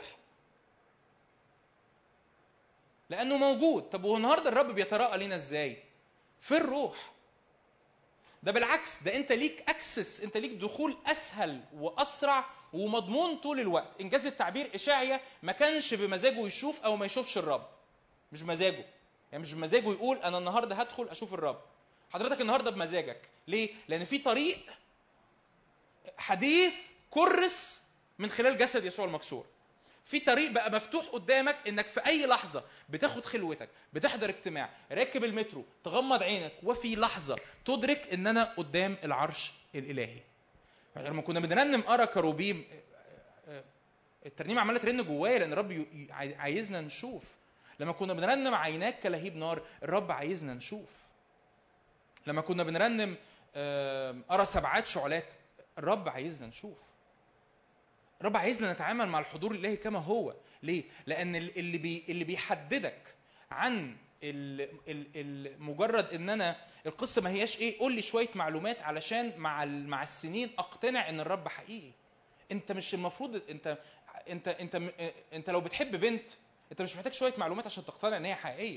لانه موجود. طب والنهارده الرب بيتراءى لينا ازاي؟ في الروح. ده بالعكس، ده انت ليك اكسس، انت ليك دخول اسهل واسرع ومضمون طول الوقت. انجاز التعبير: اشعيا ما كانش بمزاجه يشوف او ما يشوفش الرب. مش بمزاجه، يعني مش بمزاجه يقول انا النهارده هدخل اشوف الرب. حضرتك النهارده بمزاجك. ليه؟ لان في طريق حديث كرس من خلال جسد يسوع المكسور. في طريق بقى مفتوح قدامك انك في اي لحظه بتاخد خلوتك، بتحضر اجتماع، راكب المترو، تغمض عينك وفي لحظه تدرك ان انا قدام العرش الالهي. لما كنا بنرنم ارى كروبيم، الترنيمه عماله ترن جوايا لان الرب عايزنا نشوف. لما كنا بنرنم عيناك كلهيب نار، الرب عايزنا نشوف. لما كنا بنرنم ارى سبعات شعلات، الرب عايزنا نشوف. الرب عايزنا نتعامل مع الحضور الالهي كما هو. ليه؟ لان اللي بي اللي بيحددك عن مجرد ان انا القصه ما هياش ايه، قول لي شويه معلومات علشان مع مع السنين اقتنع ان الرب حقيقي. انت مش المفروض انت انت انت انت لو بتحب بنت انت مش محتاج شويه معلومات عشان تقتنع ان هي حقيقيه.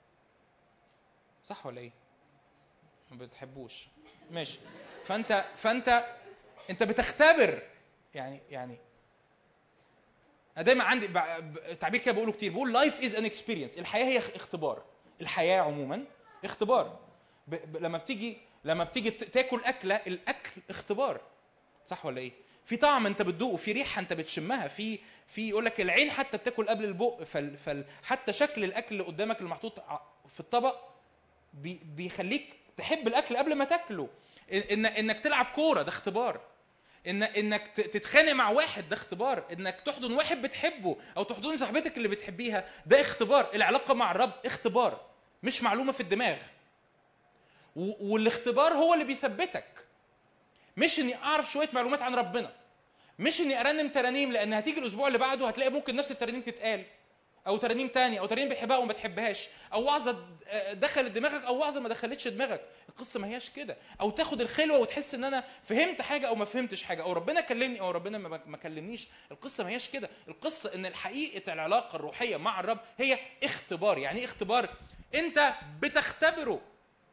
صح ولا ايه؟ ما بتحبوش، ماشي. فانت فانت انت بتختبر. يعني يعني انا دايما عندي تعبير كده بقوله كتير، بقول لايف از ان اكسبيرينس. الحياه هي اختبار. الحياه عموما اختبار. ب... ب... لما بتيجي لما بتيجي تاكل اكله، الاكل اختبار. صح ولا ايه؟ في طعم انت بتدوقه، في ريحه انت بتشمها، في في يقول لك العين حتى بتاكل قبل البق. فال... فال... حتى شكل الاكل اللي قدامك اللي محطوط في الطبق بي... بيخليك تحب الاكل قبل ما تاكله. إن... انك تلعب كوره ده اختبار. إن انك تتخانق مع واحد ده اختبار. انك تحضن واحد بتحبه او تحضن صاحبتك اللي بتحبيها ده اختبار. العلاقه مع الرب اختبار، مش معلومه في الدماغ. والاختبار هو اللي بيثبتك. مش اني اعرف شويه معلومات عن ربنا، مش اني ارنم ترانيم لان هتيجي الاسبوع اللي بعده هتلاقي ممكن نفس الترانيم تتقال، او ترانيم تاني، او ترانيم بتحبها او ما بتحبهاش، او وعظه دخلت دماغك او وعظه ما دخلتش دماغك. القصه ما هياش كده. او تاخد الخلوه وتحس ان انا فهمت حاجه او ما فهمتش حاجه، او ربنا كلمني او ربنا ما كلمنيش. القصه ما هياش كده. القصه ان الحقيقه العلاقه الروحيه مع الرب هي اختبار. يعني ايه اختبار؟ انت بتختبره،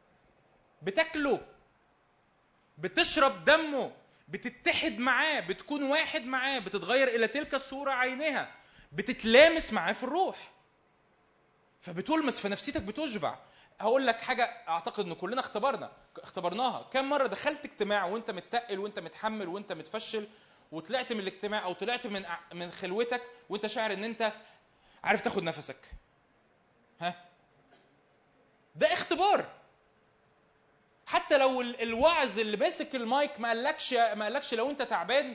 بتاكله، بتشرب دمه، بتتحد معاه، بتكون واحد معاه، بتتغير الى تلك الصوره عينها، بتتلامس معاه في الروح، فبتلمس في نفسيتك، بتشبع. هقول لك حاجه اعتقد ان كلنا اختبرنا اختبرناها. كم مره دخلت اجتماع وانت متقل وانت متحمل وانت متفشل، وطلعت من الاجتماع او طلعت من من خلوتك وانت شاعر ان انت عارف تاخد نفسك؟ ها، ده اختبار. حتى لو الوعظ اللي ماسك المايك ما قالكش ما قالكش لو انت تعبان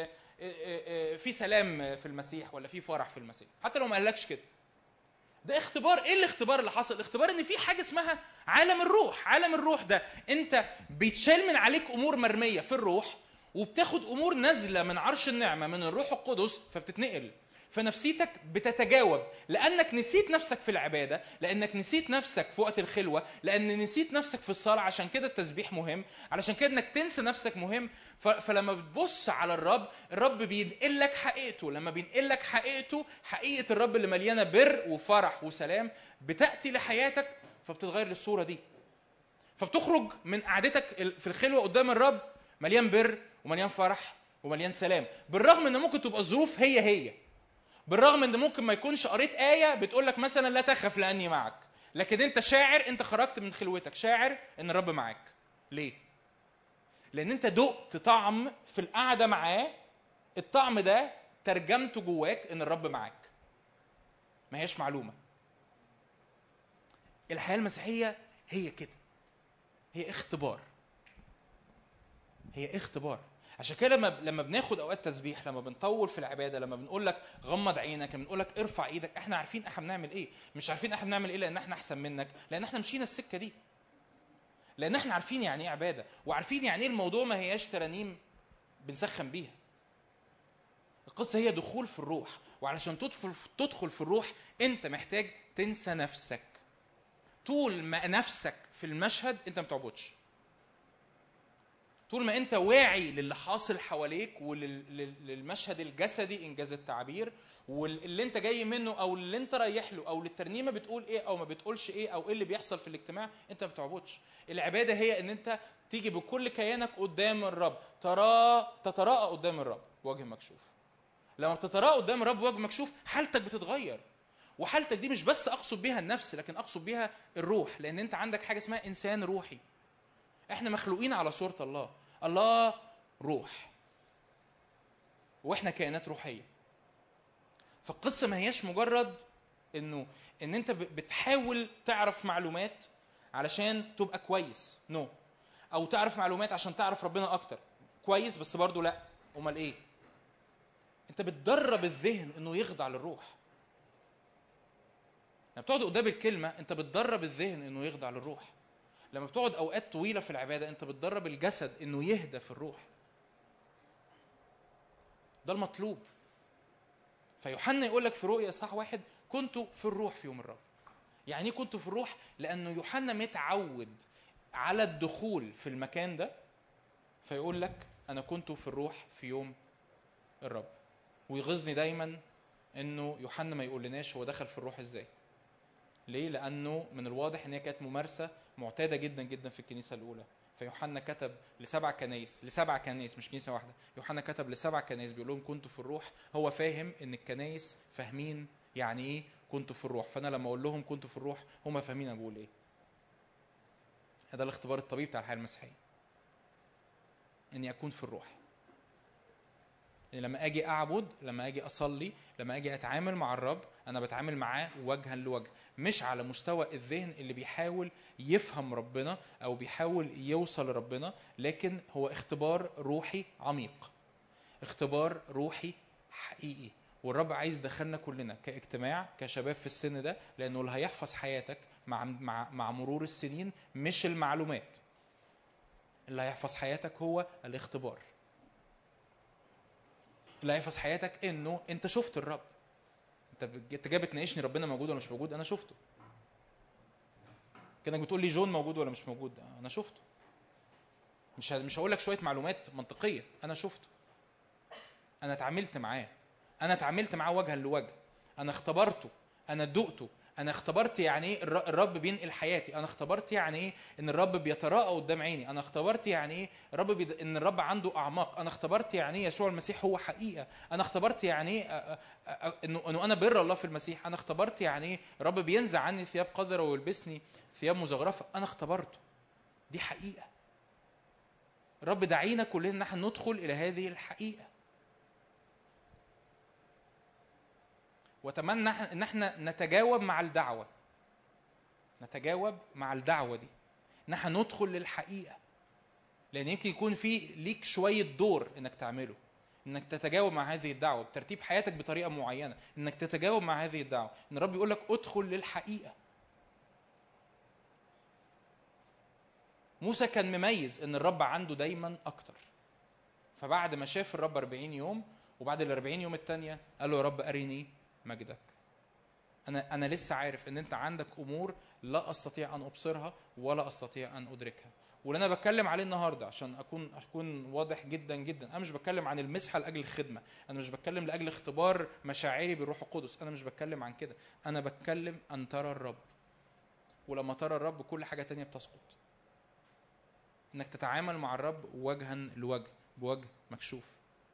في سلام في المسيح ولا في فرح في المسيح، حتى لو ما قالكش كده، ده اختبار. ايه الاختبار اللي حصل؟ الاختبار ان في حاجه اسمها عالم الروح. عالم الروح ده انت بيتشال من عليك امور مرميه في الروح، وبتاخد امور نازله من عرش النعمه من الروح القدس، فبتتنقل. فنفسيتك بتتجاوب لانك نسيت نفسك في العباده، لانك نسيت نفسك في وقت الخلوه، لان نسيت نفسك في الصلاه. عشان كده التسبيح مهم، علشان كده انك تنسى نفسك مهم. فلما بتبص على الرب، الرب بينقل لك حقيقته. لما بينقل لك حقيقته، حقيقه الرب اللي مليانه بر وفرح وسلام، بتاتي لحياتك، فبتتغير للصوره دي. فبتخرج من قعدتك في الخلوه قدام الرب مليان بر ومليان فرح ومليان سلام، بالرغم ان ممكن تبقى الظروف هي هي، بالرغم ان ممكن ما يكونش قريت آية بتقول لك مثلا لا تخف لأني معك، لكن انت شاعر، انت خرجت من خلوتك شاعر ان الرب معاك. ليه؟ لان انت دقت طعم في القعدة معاه، الطعم ده ترجمته جواك ان الرب معاك. ما هيش معلومة. الحياة المسيحية هي كده، هي اختبار، هي اختبار. عشان كده لما لما بناخد اوقات تسبيح، لما بنطول في العباده، لما بنقول لك غمض عينك، لما بنقول لك ارفع ايدك، احنا عارفين احنا بنعمل ايه. مش عارفين احنا بنعمل ايه لان احنا احسن منك، لان احنا مشينا السكه دي، لان احنا عارفين يعني ايه عباده، وعارفين يعني ايه الموضوع ما هياش ترانيم بنسخن بيها. القصه هي دخول في الروح، وعلشان تدخل تدخل في الروح انت محتاج تنسى نفسك. طول ما نفسك في المشهد انت ما بتعبدش. طول ما انت واعي للي حاصل حواليك وللمشهد الجسدي انجاز التعبير، واللي انت جاي منه او اللي انت رايح له، او الترنيمه بتقول ايه او ما بتقولش ايه، او ايه اللي بيحصل في الاجتماع، انت ما بتعبدش. العباده هي ان انت تيجي بكل كيانك قدام الرب، ترى تتراءى قدام الرب بوجه مكشوف. لما بتتراءى قدام الرب بوجه مكشوف حالتك بتتغير. وحالتك دي مش بس اقصد بيها النفس، لكن اقصد بيها الروح، لان انت عندك حاجه اسمها انسان روحي. احنا مخلوقين على صورة الله. الله روح، واحنا كائنات روحية. فالقصة ما هياش مجرد انه ان انت بتحاول تعرف معلومات علشان تبقى كويس، نو no. او تعرف معلومات عشان تعرف ربنا اكتر، كويس بس برضو لا. امال ايه؟ انت بتدرب الذهن انه يخضع للروح. لما بتقعد قدام الكلمة انت بتدرب الذهن انه يخضع للروح. لما بتقعد اوقات طويله في العباده انت بتدرب الجسد انه يهدى في الروح. ده المطلوب. فيوحنا يقول لك في رؤيا صح واحد كنت في الروح في يوم الرب. يعني كنت في الروح لانه يوحنا متعود على الدخول في المكان ده، فيقول لك انا كنت في الروح في يوم الرب. ويغزني دايما انه يوحنا ما يقول لناش هو دخل في الروح ازاي. ليه؟ لانه من الواضح ان هي كانت ممارسه معتاده جدا جدا في الكنيسه الاولى. فيوحنا كتب لسبع كنايس، لسبع كنايس مش كنيسه واحده. يوحنا كتب لسبع كنايس بيقول لهم كنت في الروح. هو فاهم ان الكنايس فاهمين يعني ايه كنت في الروح، فانا لما اقول لهم كنت في الروح هم فاهمين انا بقول ايه. هذا الاختبار الطبيعي بتاع الحياه المسيحيه، اني اكون في الروح. يعني لما اجي اعبد، لما اجي اصلي، لما اجي اتعامل مع الرب، انا بتعامل معاه وجها لوجه، مش على مستوى الذهن اللي بيحاول يفهم ربنا او بيحاول يوصل لربنا، لكن هو اختبار روحي عميق، اختبار روحي حقيقي. والرب عايز دخلنا كلنا كاجتماع كشباب في السن ده، لانه اللي هيحفظ حياتك مع مع مع مرور السنين مش المعلومات، اللي هيحفظ حياتك هو الاختبار. اللي هيحفظ حياتك انه انت شفت الرب، انت انت جاي بتناقشني ربنا موجود ولا مش موجود؟ انا شفته. كانك بتقول لي جون موجود ولا مش موجود؟ انا شفته. مش مش هقول لك شويه معلومات منطقيه، انا شفته. انا اتعاملت معاه، انا اتعاملت معاه وجها لوجه، انا اختبرته، انا دقته، انا اختبرت يعني ايه الرب بينقل حياتي، انا اختبرت يعني ايه ان الرب بيتراءى قدام عيني، انا اختبرت يعني ايه الرب بيد... ان الرب عنده اعماق، انا اختبرت يعني ايه يسوع المسيح هو حقيقه، انا اختبرت يعني ايه انه انه انا بر الله في المسيح، انا اختبرت يعني ايه الرب بينزع عني ثياب قذره ويلبسني ثياب مزخرفه، انا اختبرته. دي حقيقه. الرب دعينا كلنا ان احنا ندخل الى هذه الحقيقه. واتمنى ان احنا نتجاوب مع الدعوه، نتجاوب مع الدعوه دي، ان احنا ندخل للحقيقه. لان يمكن يكون في ليك شويه دور انك تعمله، انك تتجاوب مع هذه الدعوه بترتيب حياتك بطريقه معينه، انك تتجاوب مع هذه الدعوه، ان الرب يقول لك ادخل للحقيقه. موسى كان مميز ان الرب عنده دايما اكتر، فبعد ما شاف الرب أربعين يوم، وبعد ال أربعين يوم الثانيه قال له يا رب ارني مجدك. انا انا لسه عارف ان انت عندك امور لا استطيع ان ابصرها ولا استطيع ان ادركها. واللي انا بتكلم عليه النهارده عشان اكون اكون واضح جدا جدا، انا مش بتكلم عن المسحه لاجل الخدمه، انا مش بتكلم لاجل اختبار مشاعري بالروح القدس، انا مش بتكلم عن كده، انا بتكلم ان ترى الرب. ولما ترى الرب كل حاجه تانية بتسقط. انك تتعامل مع الرب وجها لوجه، بوجه مكشوف.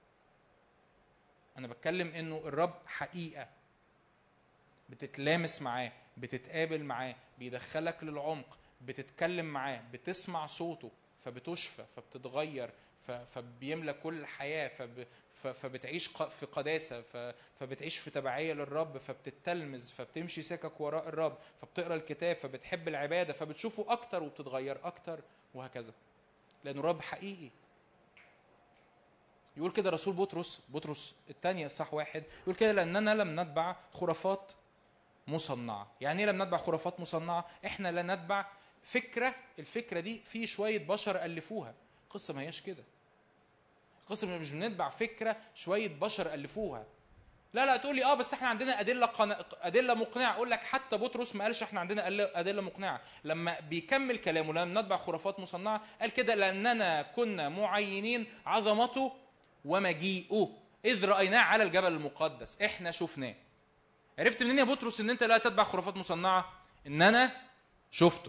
انا بتكلم انه الرب حقيقه، بتتلامس معاه، بتتقابل معاه، بيدخلك للعمق، بتتكلم معاه، بتسمع صوته فبتشفى، فبتتغير، فبيملى كل حياة، فب... فبتعيش في قداسة، فبتعيش في تبعية للرب، فبتتلمذ، فبتمشي سكك وراء الرب، فبتقرأ الكتاب، فبتحب العبادة، فبتشوفه أكتر وبتتغير أكتر، وهكذا. لأنه الرب حقيقي. يقول كده رسول بطرس بطرس الثانية صح واحد، يقول كده لأننا لم نتبع خرافات مصنعة. يعني ايه لم نتبع خرافات مصنعة؟ احنا لا نتبع فكرة، الفكرة دي في شوية بشر ألفوها. قصة ما هياش كده. قصة مش بنتبع فكرة شوية بشر ألفوها. لا لا تقول لي اه بس احنا عندنا أدلة قنا... أدلة مقنعة. أقول لك حتى بطرس ما قالش احنا عندنا أدلة مقنعة. لما بيكمل كلامه لم نتبع خرافات مصنعة قال كده لأننا كنا معينين عظمته ومجيئه إذ رأيناه على الجبل المقدس. احنا شفناه. عرفت منين يا بطرس ان انت لا تتبع خرافات مصنعه؟ ان انا شفته.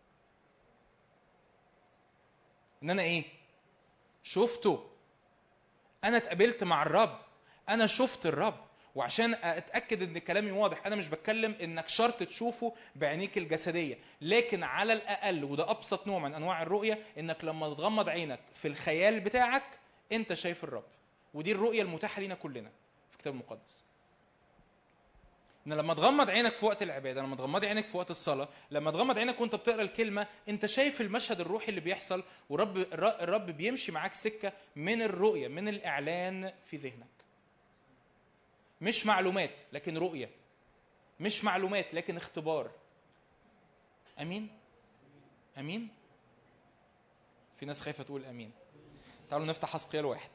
ان انا ايه؟ شفته. انا اتقابلت مع الرب، انا شفت الرب. وعشان اتاكد ان كلامي واضح، انا مش بتكلم انك شرط تشوفه بعينيك الجسديه، لكن على الاقل، وده ابسط نوع من انواع الرؤيه، انك لما تغمض عينك في الخيال بتاعك انت شايف الرب. ودي الرؤيه المتاحه لنا كلنا في الكتاب المقدس. ان لما تغمض عينك في وقت العباده، لما تغمض عينك في وقت الصلاه، لما تغمض عينك وانت بتقرا الكلمه، انت شايف المشهد الروحي اللي بيحصل، ورب الرب بيمشي معاك سكه من الرؤيه، من الاعلان في ذهنك. مش معلومات لكن رؤيه، مش معلومات لكن اختبار. امين امين. في ناس خايفه تقول امين. تعالوا نفتح حسقيال واحد.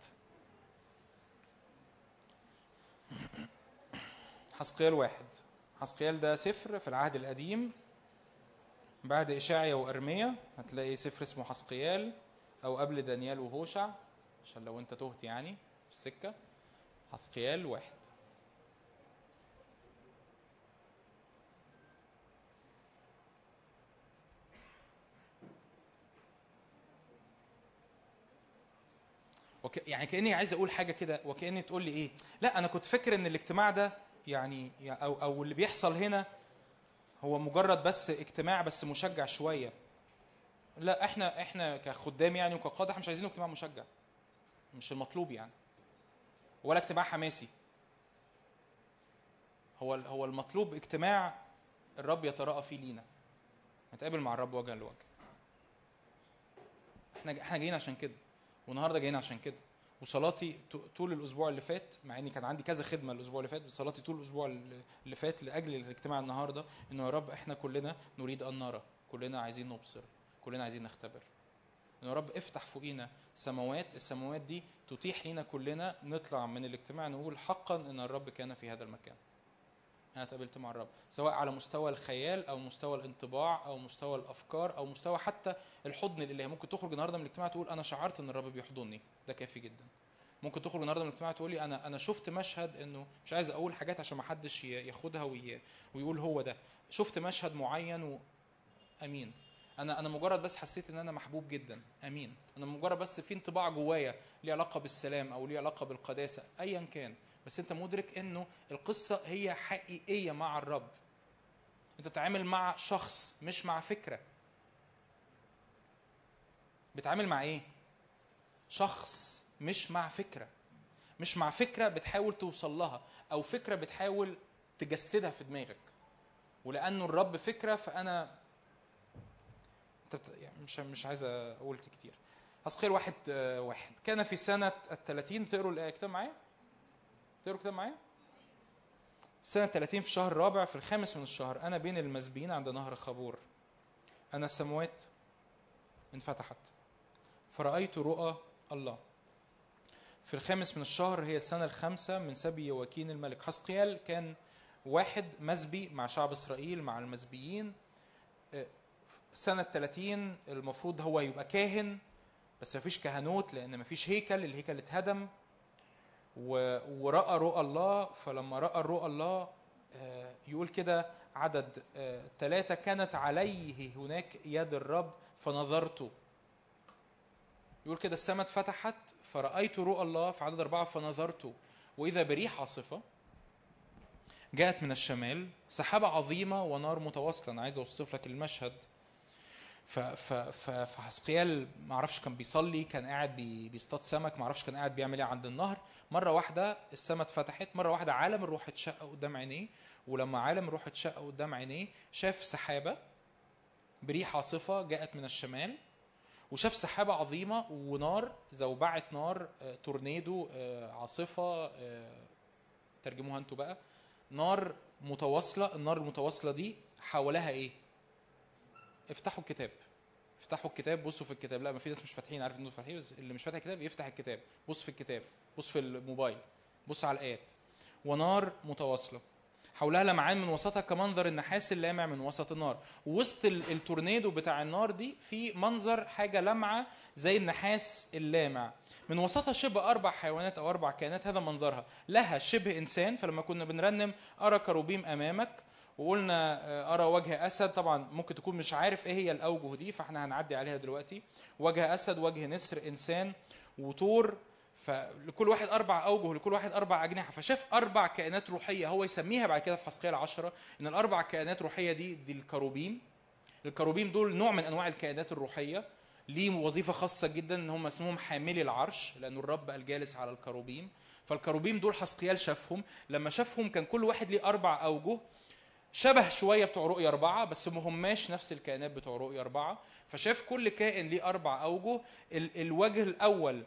حسقيال واحد. حسقيال ده سفر في العهد القديم بعد إشعيا وأرميا. هتلاقي سفر اسمه حسقيال، أو قبل دانيال وهوشع، عشان لو أنت تهت يعني في السكة. حسقيال واحد. وك... يعني كأني عايز أقول حاجة كده، وكأني تقول لي إيه؟ لا أنا كنت فاكر إن الاجتماع ده يعني أو أو اللي بيحصل هنا هو مجرد بس اجتماع بس مشجع شوية. لا، احنا احنا كخدام يعني وكقادة احنا مش عايزينه اجتماع مشجع، مش المطلوب يعني، ولا اجتماع حماسي. هو هو المطلوب اجتماع الرب يتراءى فيه لينا، نتقابل مع الرب وجها لوجه. احنا احنا جايين عشان كده، والنهارده جايين عشان كده. وصلاتي طول الاسبوع اللي فات، مع اني كان عندي كذا خدمه الاسبوع اللي فات، بس صلاتي طول الاسبوع اللي فات لاجل الاجتماع النهارده انه يا رب احنا كلنا نريد ان نرى، كلنا عايزين نبصر، كلنا عايزين نختبر. انه يا رب افتح فوقينا سماوات، السماوات دي تتيح لنا كلنا نطلع من الاجتماع نقول حقا ان الرب كان في هذا المكان. انا اتقابلت مع الرب، سواء على مستوى الخيال او مستوى الانطباع او مستوى الافكار او مستوى حتى الحضن الالهي. ممكن تخرج النهارده من الاجتماع تقول انا شعرت ان الرب بيحضني، ده كافي جدا. ممكن تخرج النهارده من الاجتماع تقولي انا انا شفت مشهد، انه مش عايز اقول حاجات عشان ما حدش ياخدها ويقول هو ده، شفت مشهد معين و... امين. انا انا مجرد بس حسيت ان انا محبوب جدا، امين. انا مجرد بس في انطباع جوايا ليه علاقه بالسلام او ليه علاقه بالقداسه ايا كان، بس انت مدرك انه القصه هي حقيقيه مع الرب. انت بتتعامل مع شخص مش مع فكره. بتعامل مع ايه؟ شخص مش مع فكره. مش مع فكره بتحاول توصل لها او فكره بتحاول تجسدها في دماغك. ولانه الرب فكره فانا يعني مش مش عايز اقول كتير. حسقيال واحد واحد كان في سنه الثلاثين. تقروا الكتاب معايا؟ تقروا الكتاب معايا؟ سنه ثلاثين في الشهر الرابع في الخامس من الشهر، انا بين المسبيين عند نهر خابور، انا السماوات انفتحت فرأيت رؤى الله. في الخامس من الشهر هي السنه الخامسه من سبي يواكين الملك. حسقيال كان واحد مسبي مع شعب اسرائيل مع المسبيين. سنة ثلاثين المفروض هو يبقى كاهن، بس مفيش كهنوت لأن مفيش هيكل، الهيكل اتهدم. ورأى رؤى الله. فلما رأى رؤى الله يقول كده عدد ثلاثة، كانت عليه هناك يد الرب فنظرت. يقول كده السماء اتفتحت فرأيت رؤى الله. في عدد أربعة فنظرت وإذا بريح عاصفة جاءت من الشمال، سحابة عظيمة ونار متواصلة. أنا عايز أوصف لك المشهد. فحسقيال ما اعرفش كان بيصلي، كان قاعد بيصطاد سمك، ما اعرفش كان قاعد بيعمل ايه عند النهر. مره واحده السماء اتفتحت، مره واحده عالم الروح اتشق قدام عينيه. ولما عالم الروح اتشق قدام عينيه شاف سحابه بريح عاصفه جاءت من الشمال، وشاف سحابه عظيمه ونار زوبعه نار، تورنيدو، عاصفه، ترجموها انتوا بقى، نار متواصله. النار المتواصله دي حواليها ايه؟ افتحوا الكتاب، افتحوا الكتاب، بصوا في الكتاب. لا ما في ناس مش فاتحين، عارف انه فاتحين، بس اللي مش فاتح الكتاب يفتح الكتاب. بص في الكتاب، بص في الموبايل، بص على الايات. ونار متواصله حولها لمعان من وسطها كمنظر النحاس اللامع من وسط النار. ووسط التورنيدو بتاع النار دي في منظر حاجه لامعه زي النحاس اللامع، من وسطها شبه اربع حيوانات او اربع كائنات. هذا منظرها، لها شبه انسان. فلما كنا بنرنم ارى كروبيم امامك وقلنا أرى وجه أسد، طبعا ممكن تكون مش عارف إيه هي الأوجه دي، فإحنا هنعدي عليها دلوقتي. وجه أسد، وجه نسر، إنسان، وطور. فلكل واحد أربع أوجه، لكل واحد أربع أجنحة. فشاف أربع كائنات روحية. هو يسميها بعد كده في حسقيال عشرة إن الأربع كائنات روحية دي دي الكروبيم. الكروبيم دول نوع من أنواع الكائنات الروحية، ليه وظيفة خاصة جدا إن هم اسمهم حاملي العرش، لأن الرب الجالس على الكروبيم. فالكروبيم دول حسقيال شافهم. لما شافهم كان كل واحد ليه أربع أوجه، شبه شوية بتوع رؤية أربعة بس ما هماش نفس الكائنات بتوع رؤية أربعة. فشاف كل كائن ليه أربع أوجه. ال- الوجه الأول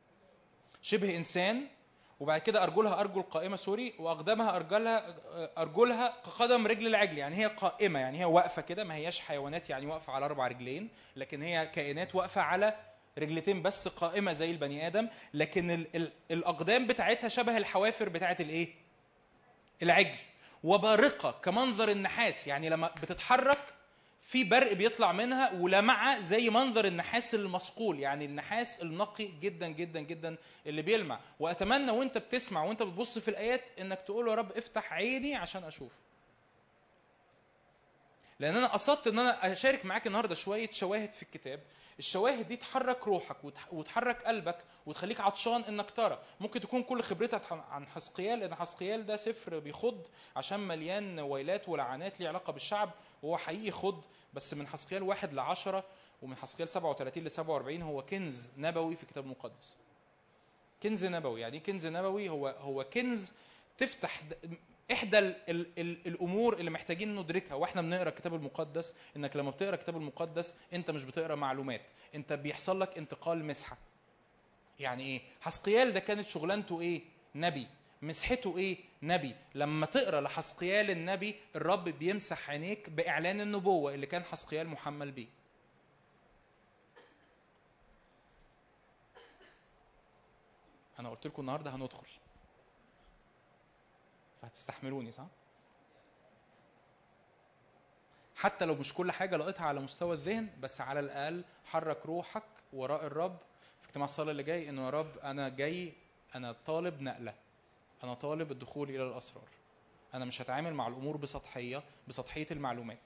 شبه إنسان، وبعد كده أرجلها أرجل قائمة سوري، وأقدامها أرجلها أرجلها قدم رجل العجل. يعني هي قائمة، يعني هي واقفة كده، ما هياش حيوانات يعني واقفة على أربع رجلين، لكن هي كائنات واقفة على رجلتين بس، قائمة زي البني آدم. لكن ال- ال- الأقدام بتاعتها شبه الحوافر بتاعت الإيه؟ العجل. وبارقة كمنظر النحاس، يعني لما بتتحرك في برق بيطلع منها، ولمعة زي منظر النحاس المصقول، يعني النحاس النقي جدا جدا جدا اللي بيلمع. وأتمنى وانت بتسمع وانت بتبص في الآيات انك تقول يا رب افتح عيني عشان أشوف. لأن أنا قصدت أن أنا أشارك معاك النهاردة شوية شواهد في الكتاب. الشواهد دي تحرك روحك وتحرك قلبك وتخليك عطشان انك ترى. ممكن تكون كل خبرتك عن حسقيال، لان حسقيال ده سفر بيخض عشان مليان ويلات ولعنات ليه علاقه بالشعب، وهو حقيقي خض. بس من حسقيال واحد لعشرة ومن حسقيال سبعة وثلاثين لسبعة وأربعين هو كنز نبوي في الكتاب المقدس. كنز نبوي، يعني كنز نبوي هو هو كنز تفتح احدى ال ال ال الامور اللي محتاجين ندركها واحنا بنقرا الكتاب المقدس. انك لما بتقرا الكتاب المقدس انت مش بتقرا معلومات، انت بيحصل لك انتقال مسحه. يعني ايه؟ حسقيال ده كانت شغلانته ايه؟ نبي. مسحته ايه؟ نبي. لما تقرا لحسقيال النبي الرب بيمسح عينيك باعلان النبوه اللي كان حسقيال محمل بيه. انا قلت لكم النهارده هندخل، فهتستحملوني صح؟ حتى لو مش كل حاجه لقيتها على مستوى الذهن، بس على الاقل حرك روحك وراء الرب في اجتماع الصلاه اللي جاي، انه يا رب انا جاي، انا طالب نقله، انا طالب الدخول الى الاسرار، انا مش هتعامل مع الامور بسطحيه بسطحيه المعلومات.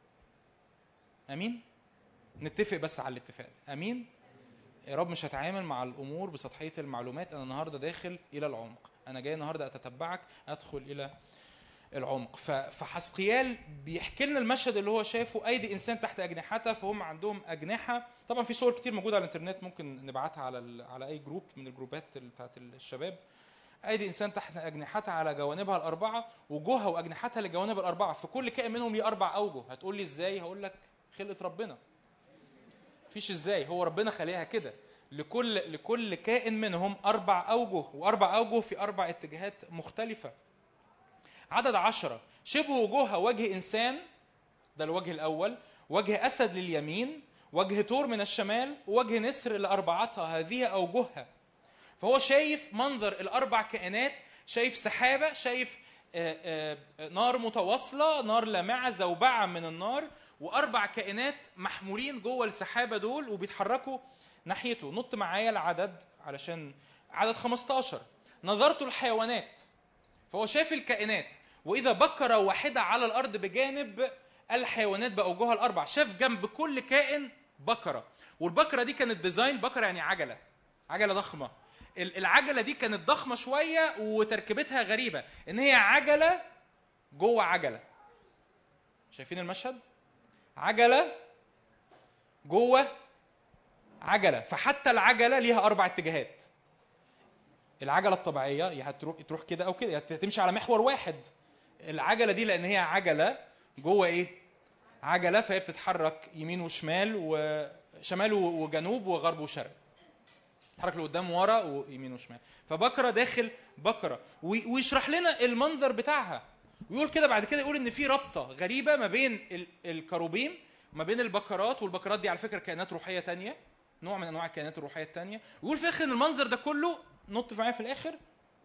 امين. نتفق بس على الاتفاق. امين. يا رب مش هتعامل مع الامور بسطحيه المعلومات، انا النهارده داخل الى العمق، انا جاي النهارده اتتبعك، ادخل الى العمق. فحسقيال بيحكي لنا المشهد اللي هو شافه، ايدي انسان تحت اجنحته، فهم عندهم اجنحه. طبعا في صور كتير موجوده على الانترنت، ممكن نبعتها على على اي جروب من الجروبات بتاعت الشباب. ايدي انسان تحت اجنحتها على جوانبها الاربعه، وجوهها واجنحتها لجوانب الاربعه، في كل كائن منهم ليه اربع اوجه. هتقول لي ازاي؟ هقول لك خلقه ربنا. مفيش ازاي، هو ربنا خليها كده. لكل لكل كائن منهم اربع اوجه، واربع اوجه في اربع اتجاهات مختلفه. عدد عشرة، شبه وجوهها وجه انسان، ده الوجه الاول، وجه اسد لليمين، وجه طور من الشمال، وجه نسر لاربعتها، هذه اوجهها. فهو شايف منظر الاربع كائنات، شايف سحابه، شايف آآ آآ نار متواصله، نار لامعه، زوبعه من النار، واربع كائنات محمولين جوه السحابه دول وبيتحركوا ناحيته. نط معايا العدد علشان عدد خمستاشر، نظرت الحيوانات، فهو شاف الكائنات، واذا بكره واحده على الارض بجانب الحيوانات باوجهها الاربع. شاف جنب كل كائن بكره، والبكره دي كانت ديزاين، بكره يعني عجله، عجله ضخمه. العجله دي كانت ضخمه شويه وتركيبتها غريبه، ان هي عجله جوه عجله. شايفين المشهد؟ عجله جوه عجله، فحتى العجله ليها اربع اتجاهات. العجله الطبيعيه يا هتروح تروح كده او كده، يا تمشي على محور واحد. العجله دي لان هي عجله جوه ايه؟ عجله، فهي بتتحرك يمين وشمال وشمال وجنوب وغرب وشرق، تتحرك لقدام ورا ويمين وشمال. فبكره داخل بكره، ويشرح لنا المنظر بتاعها، ويقول كده بعد كده، يقول ان في رابطه غريبه ما بين الكروبيم، ما بين البكرات. والبكرات دي على فكره كائنات روحيه تانية، نوع من انواع الكائنات الروحيه التانية. ويقول في اخر ان المنظر ده كله، نط معايا في الاخر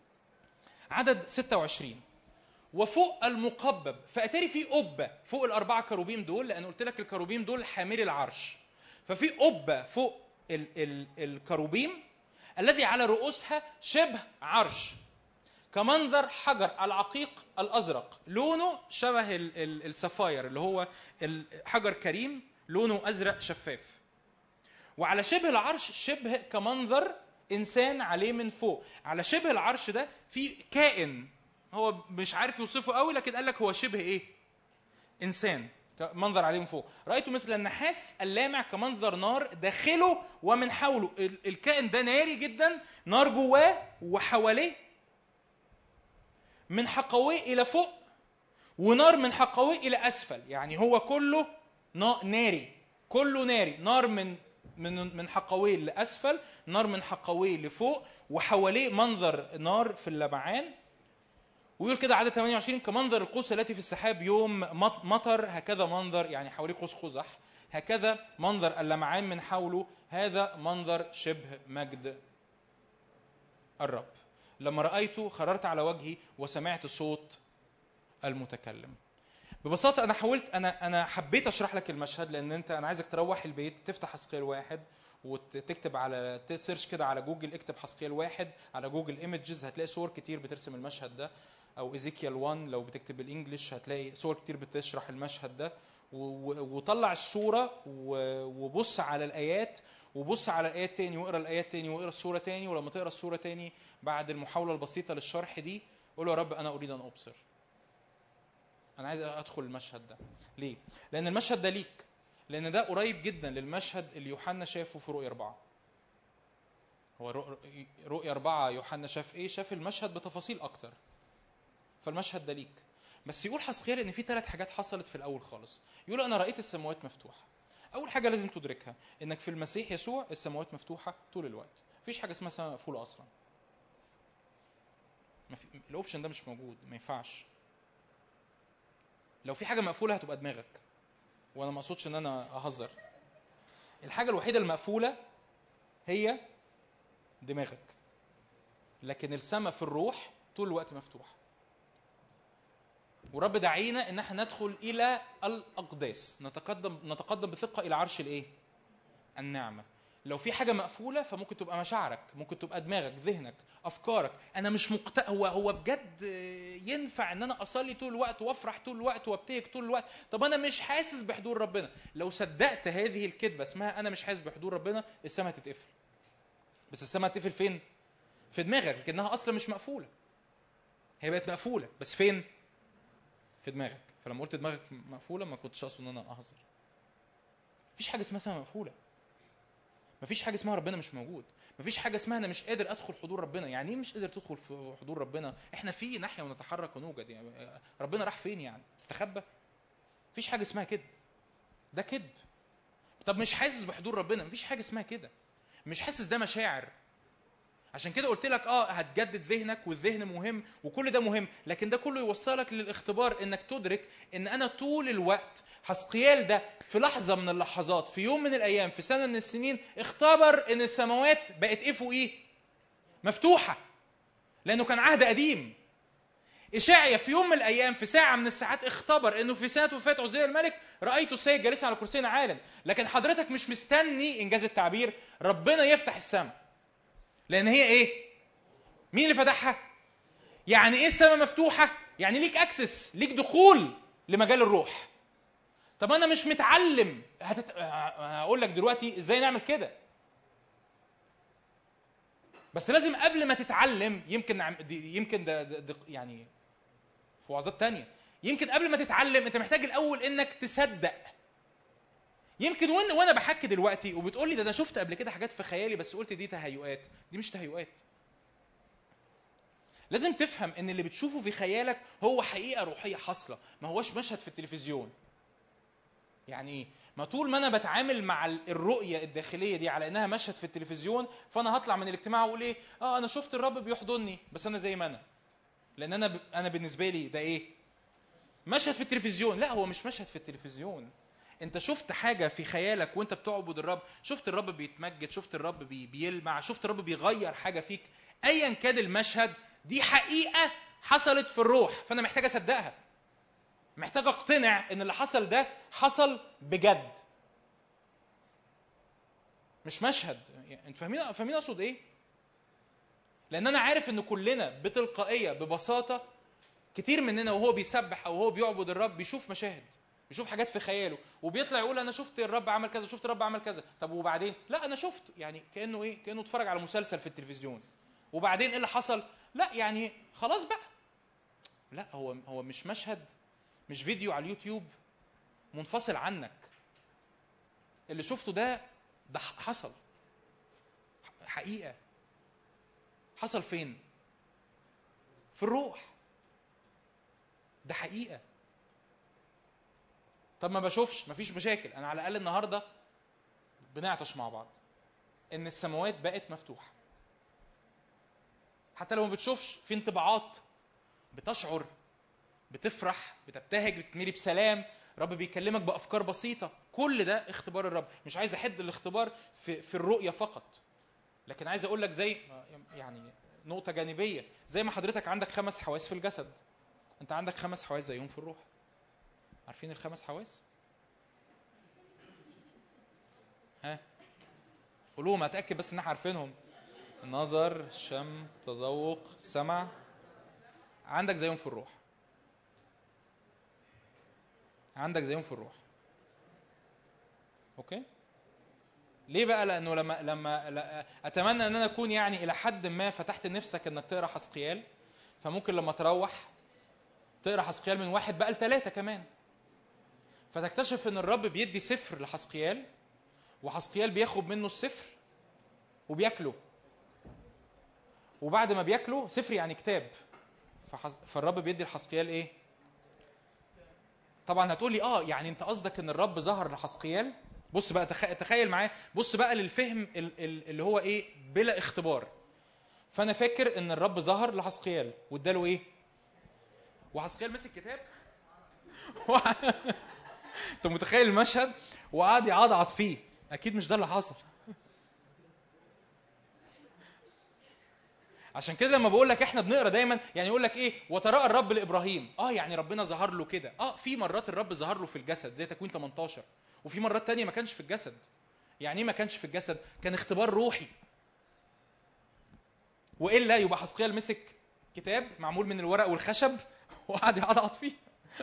عدد ستة وعشرين، وفوق المقبب، فاتاري في قبه فوق الاربعه كروبيم دول، لان قلت لك الكروبيم دول حاملي العرش. ففي قبه فوق ال ال الكروبيم الذي على رؤوسها شبه عرش، كمنظر حجر العقيق الازرق، لونه شبه ال ال السفاير اللي هو حجر كريم، لونه ازرق شفاف. وعلى شبه العرش شبه كمنظر انسان عليه من فوق. على شبه العرش ده في كائن هو مش عارف يوصفه قوي، لكن قال لك هو شبه ايه؟ انسان، منظر عليه من فوق. رايته مثل النحاس اللامع كمنظر نار داخله ومن حوله. الكائن ده ناري جدا، نار جواه وحواليه، من حقويه الى فوق ونار من حقويه الى اسفل. يعني هو كله ناري، كله ناري، نار من من من حقويه لاسفل، نار من حقويه لفوق، وحواليه منظر نار في اللمعان. ويقول كده عدد ثمانية وعشرين، كمنظر القوس التي في السحاب يوم مطر، هكذا منظر، يعني حواليه قوس قزح، هكذا منظر اللمعان من حوله، هذا منظر شبه مجد الرب. لما رأيته خررت على وجهي وسمعت صوت المتكلم. ببساطة أنا حاولت، أنا أنا حبيت أشرح لك المشهد، لأن أنت أنا عايزك تروح البيت تفتح حسقيال واحد وتكتب على تسيرش كده على جوجل، اكتب حسقيال واحد على جوجل ايمجز، هتلاقي صور كتير بترسم المشهد ده، أو إزيكيال واحد لو بتكتب بالإنجليش هتلاقي صور كتير بتشرح المشهد ده. وطلع الصورة وبص على الآيات، وبص على الآيات تاني، واقرأ الآيات تاني، واقرأ الصورة تاني. ولما تقرأ الصورة تاني بعد المحاولة البسيطة للشرح دي، قول يا رب أنا أريد أن أبصر، أنا عايز أدخل المشهد ده. ليه؟ لأن المشهد ده ليك، لأن ده قريب جدا للمشهد اللي يوحنا شافه في رؤيا أربعة. هو رؤيا أربعة يوحنا شاف إيه؟ شاف المشهد بتفاصيل أكتر، فالمشهد ده ليك. بس يقول حسقيال إن في ثلاث حاجات حصلت في الأول خالص. يقول أنا رأيت السماوات مفتوحة. أول حاجة لازم تدركها إنك في المسيح يسوع السماوات مفتوحة طول الوقت، مفيش حاجة اسمها سماء مقفولة أصلا. الأوبشن ده مش موجود، ما ينفعش. لو في حاجة مقفولة هتبقى دماغك، وانا ما اقصدش ان انا اهزر. الحاجة الوحيدة المقفولة هي دماغك، لكن السماء في الروح طول الوقت مفتوح. ورب دعينا ان احنا ندخل الى الاقداس، نتقدم نتقدم بثقه الى عرش الايه؟ النعمه. لو في حاجه مقفوله فممكن تبقى مشاعرك، ممكن تبقى دماغك، ذهنك، افكارك. انا مش مقت... هو هو بجد ينفع ان انا اصلي طول الوقت وافرح طول الوقت وابتهج طول الوقت؟ طب انا مش حاسس بحضور ربنا. لو صدقت هذه الكذبه اسمها انا مش حاسس بحضور ربنا، السماء هتتقفل. بس السماء هتتقفل فين؟ في دماغك، لكنها اصلا مش مقفوله. هي بقت مقفوله بس فين؟ في دماغك. فلما قلت دماغك مقفوله ما كنتش اقصد ان انا اهزر. مفيش حاجه اسمها سماء مقفوله. مفيش حاجه اسمها ربنا مش موجود. مفيش حاجه اسمها انا مش قادر ادخل حضور ربنا. يعني ايه مش قادر تدخل في حضور ربنا؟ احنا في ناحيه ونتحرك ونوجد. يعني ربنا راح فين؟ يعني استخبى؟ مفيش حاجه اسمها كده، ده كذب. طب مش حاسس بحضور ربنا؟ مفيش حاجه اسمها كده. مش حاسس، ده مشاعر. عشان كده قلت لك اه هتجدد ذهنك، والذهن مهم وكل ده مهم، لكن ده كله يوصلك للاختبار انك تدرك ان انا طول الوقت. حسقيال ده في لحظه من اللحظات، في يوم من الايام، في سنه من السنين، اختبر ان السماوات بقت ايه فوقيه؟ مفتوحه، لانه كان عهد قديم. إشعيا في يوم من الايام، في ساعه من الساعات، اختبر انه في سنه وفاه عزية الملك رايت السيد جالسا على كرسي عال. لكن حضرتك مش مستني، انجاز التعبير، ربنا يفتح السماء، لان هي ايه؟ مين اللي فتحها؟ يعني ايه السماء مفتوحه؟ يعني ليك اكسس، ليك دخول لمجال الروح. طب انا مش متعلم. هتت... هقول لك دلوقتي ازاي نعمل كده، بس لازم قبل ما تتعلم. يمكن نعم... يمكن ده, ده, ده يعني في وعظات تانية، يمكن قبل ما تتعلم انت محتاج الاول انك تصدق. يمكن وانا وانا بحكي دلوقتي وبتقول لي ده انا شفت قبل كده حاجات في خيالي بس قلت دي تهيؤات. دي مش تهيؤات. لازم تفهم ان اللي بتشوفه في خيالك هو حقيقه روحيه حاصله، ما هوش مشهد في التلفزيون. يعني ايه؟ ما طول ما انا بتعامل مع الرؤيه الداخليه دي على انها مشهد في التلفزيون، فانا هطلع من الاجتماع واقول ايه؟ اه انا شفت الرب بيحضني بس انا زي ما انا، لان انا ب... انا بالنسبه لي ده ايه؟ مشهد في التلفزيون. لا، هو مش مشهد في التلفزيون. انت شفت حاجه في خيالك وانت بتعبد الرب، شفت الرب بيتمجد، شفت الرب بي... بيلمع، شفت الرب بيغير حاجه فيك. ايا كان المشهد، دي حقيقه حصلت في الروح، فانا محتاج اصدقها، محتاج اقتنع ان اللي حصل ده حصل بجد، مش مشهد. يعني انتوا فاهمين فاهمين اقصد ايه؟ لان انا عارف ان كلنا بتلقائيه ببساطه، كتير مننا وهو بيسبح او هو بيعبد الرب بيشوف مشاهد، بيشوف حاجات في خياله، وبيطلع يقول انا شفت الرب عمل كذا، شفت الرب عمل كذا. طب وبعدين؟ لا انا شفت، يعني كانه ايه؟ كانه اتفرج على مسلسل في التلفزيون. وبعدين ايه اللي حصل؟ لا يعني خلاص بقى. لا، هو هو مش مشهد، مش فيديو على اليوتيوب منفصل عنك. اللي شفته ده ده حصل حقيقة. حصل فين؟ في الروح. ده حقيقة. طب ما بشوفش، مفيش مشاكل. انا على الاقل النهارده بنعطش مع بعض ان السماوات بقت مفتوحة. حتى لو ما بتشوفش، في انطباعات، بتشعر، بتفرح، بتبتهج، بتميلي بسلام، رب بيكلمك بافكار بسيطه. كل ده اختبار الرب. مش عايز احد الاختبار في في الرؤيه فقط، لكن عايز اقول لك زي يعني نقطه جانبيه، زي ما حضرتك عندك خمس حواس في الجسد، انت عندك خمس حواس زيهم في الروح. عارفين الخمس حواس؟ ها قولوهم، اتاكد بس ان احنا عارفينهم. النظر، الشم، التذوق، السمع. عندك زيهم في الروح. عندك زيهم في الروح. اوكي؟ ليه بقى؟ لانه لما لما اتمنى ان انا اكون يعني الى حد ما فتحت نفسك انك تقرا حسقيال، فممكن لما تروح تقرا حسقيال من واحد بقى لثلاثه كمان، فتكتشف ان الرب بيدي سفر لحسقيال، وحسقيال بياخد منه السفر وبياكله، وبعد ما بياكله، سفر يعني كتاب، فالرب بيدي لحسقيال ايه؟ طبعا هتقول لي اه يعني انت قصدك ان الرب ظهر لحسقيال. بص بقى، تخيل معايا، بص بقى للفهم اللي هو ايه بلا اختبار. فانا فاكر ان الرب ظهر لحسقيال واداله ايه؟ وحسقيال مسك كتاب انت متخيل المشهد؟ وقعد يعضعض فيه. اكيد مش ده اللي حصل. عشان كده لما بقول لك احنا بنقرا دايما يعني يقول لك ايه وتراءى الرب لابراهيم، اه يعني ربنا ظهر له كده. اه في مرات الرب ظهر له في الجسد زي تكوين تمنتاشر، وفي مرات تانية ما كانش في الجسد. يعني ايه ما كانش في الجسد؟ كان اختبار روحي. والا يبقى حزقيال مسك كتاب معمول من الورق والخشب وقعد يعضعض فيه.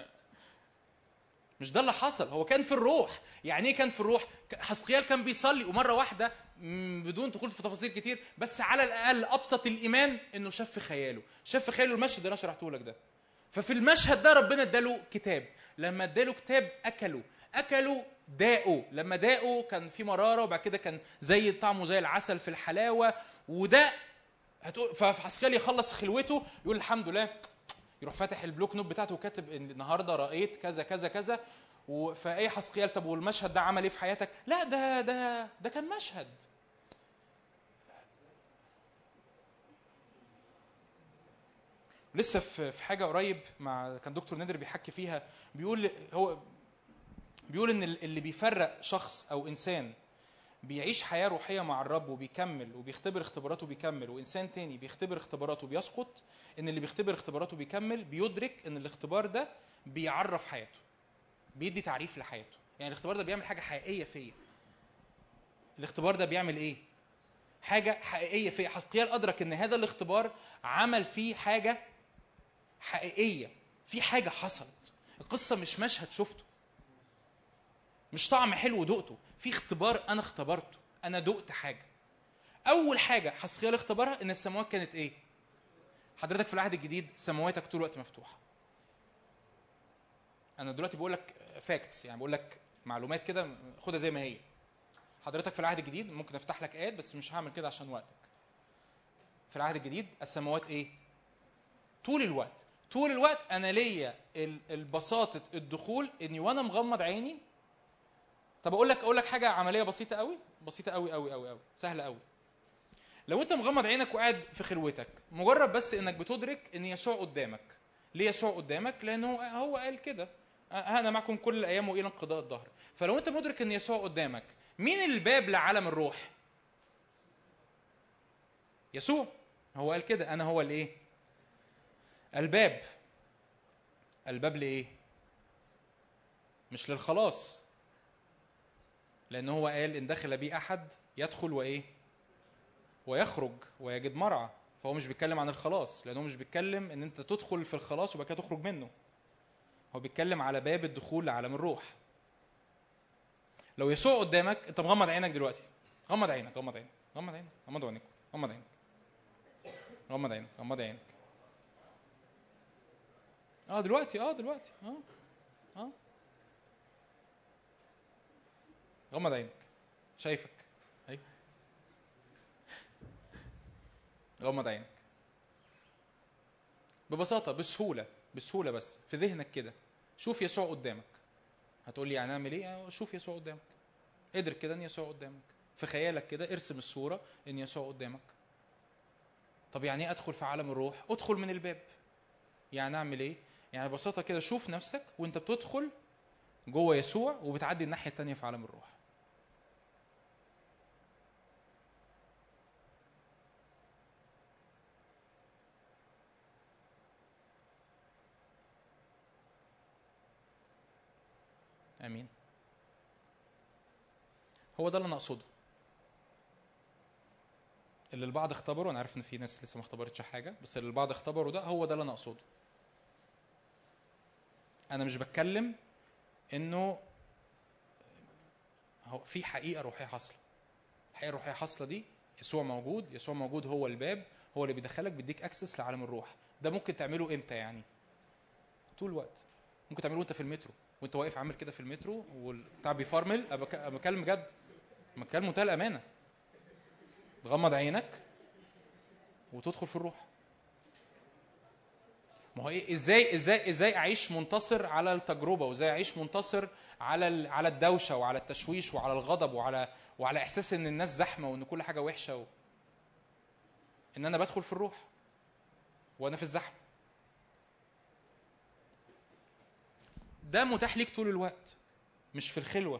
مش ده اللي حصل، هو كان في الروح. يعني ايه كان في الروح؟ حزقيال كان بيصلي ومره واحده بدون دخول في تفاصيل كتير، بس على الاقل ابسط الايمان انه شاف في خياله، شاف في خياله المشهد اللي انا شرحته لك ده. ففي المشهد ده ربنا اداله كتاب، لما اداله كتاب اكله اكله داقه، لما داقه كان في مراره وبعد كده كان زي طعمه زي العسل في الحلاوه. وده فحزقيال يخلص خلوته يقول الحمد لله، يروح فاتح البلوك نوت بتاعته وكاتب ان النهارده رأيت كذا كذا كذا. فايه حزقيال طب والمشهد ده عمل ايه في حياتك؟ لا ده ده ده كان مشهد. لسه في في حاجه قريب مع كان دكتور نادر بيحكي فيها، بيقول هو بيقول ان اللي بيفرق شخص او انسان بيعيش حياه روحيه مع الرب وبيكمل وبيختبر اختباراته وبيكمل، وانسان تاني بيختبر اختباراته وبيسقط، ان اللي بيختبر اختباراته بيكمل بيدرك ان الاختبار ده بيعرف حياته، بيدي تعريف لحياته. يعني الاختبار ده بيعمل حاجه حقيقيه فيا. الاختبار ده بيعمل ايه؟ حاجه حقيقيه فيا. حزقيال ادرك ان هذا الاختبار عمل فيه حاجه حقيقيه، في حاجه حصلت. القصه مش مشهد شفته، مش طعم حلو دقته، في اختبار انا اختبرته، انا دقت حاجه. اول حاجه حزقيال اختبرها ان السماوات كانت ايه؟ حضرتك في العهد الجديد سماواتك طول الوقت مفتوحه. انا دلوقتي بقول لك فاكتس، يعني بقول لك معلومات كده خدها زي ما هي. حضرتك في العهد الجديد ممكن افتح لك ايات بس مش هعمل كده عشان وقتك. في العهد الجديد السماوات ايه؟ طول الوقت. طول الوقت انا ليا البساطه الدخول اني وانا مغمض عيني. طب اقول لك اقول لك حاجه عمليه بسيطه قوي، بسيطه قوي قوي قوي قوي، سهله قوي. لو انت مغمض عينك وقاعد في خلوتك، مجرد بس انك بتدرك ان يسوع قدامك. ليه يسوع قدامك؟ لانه هو قال كده انا معكم كل الايام والى انقضاء الدهر. فلو انت مدرك ان يسوع قدامك، مين الباب لعالم الروح؟ يسوع. هو قال كده انا هو الايه؟ الباب. الباب لايه؟ مش للخلاص، لانه هو قال ان دخل بي احد يدخل وايه؟ ويخرج ويجد مرعى. فهو مش بيتكلم عن الخلاص، لانه مش بيتكلم ان انت تدخل في الخلاص وبعد كده تخرج منه. هو بيتكلم على باب الدخول لعالم الروح. لو يسوع قدامك، انت مغمض عينك دلوقتي، غمض عينك غمض عينك غمض عينك غمض عينك غمض عينك غمض عينك غمض عينك اه دلوقتي اه دلوقتي اه اه غمض عينك. شايفك؟ ايوه. غمض عينك ببساطه، بسهوله بسهوله، بس في ذهنك كده شوف يسوع قدامك. هتقول لي يعني اعمل ايه؟ شوف يسوع قدامك، ادرك كده ان يسوع قدامك. في خيالك كده ارسم الصوره ان يسوع قدامك. طب يعني ايه ادخل في عالم الروح؟ ادخل من الباب. يعني اعمل ايه؟ يعني ببساطه كده شوف نفسك وانت بتدخل جوه يسوع وبتعدي الناحيه الثانيه في عالم الروح. امين. هو ده اللي انا اقصده، اللي البعض اختبره. انا عارف ان في ناس لسه ما اختبرتش حاجه، بس اللي البعض اختبره ده هو ده اللي انا اقصده. انا مش بتكلم انه هو في حقيقه روحيه حاصله. الحقيقه الروحيه حاصله دي يسوع موجود. يسوع موجود، هو الباب، هو اللي بيدخلك، بيديك اكسس لعالم الروح. ده ممكن تعمله امتى؟ يعني طول الوقت. ممكن تعمله وانت في المترو، وانت واقف عامل كده في المترو والبتاع بيفرمل. ابقى بكلم جد، بكلم منتهى الامانه. تغمض عينك وتدخل في الروح. ما هو ايه؟ ازاي ازاي ازاي اعيش منتصر على التجربه، وازاي اعيش منتصر على على الدوشه وعلى التشويش وعلى الغضب وعلى وعلى احساس ان الناس زحمه وان كل حاجه وحشه و... ان انا بدخل في الروح وانا في الزحمه. ده متاح ليك طول الوقت، مش في الخلوه.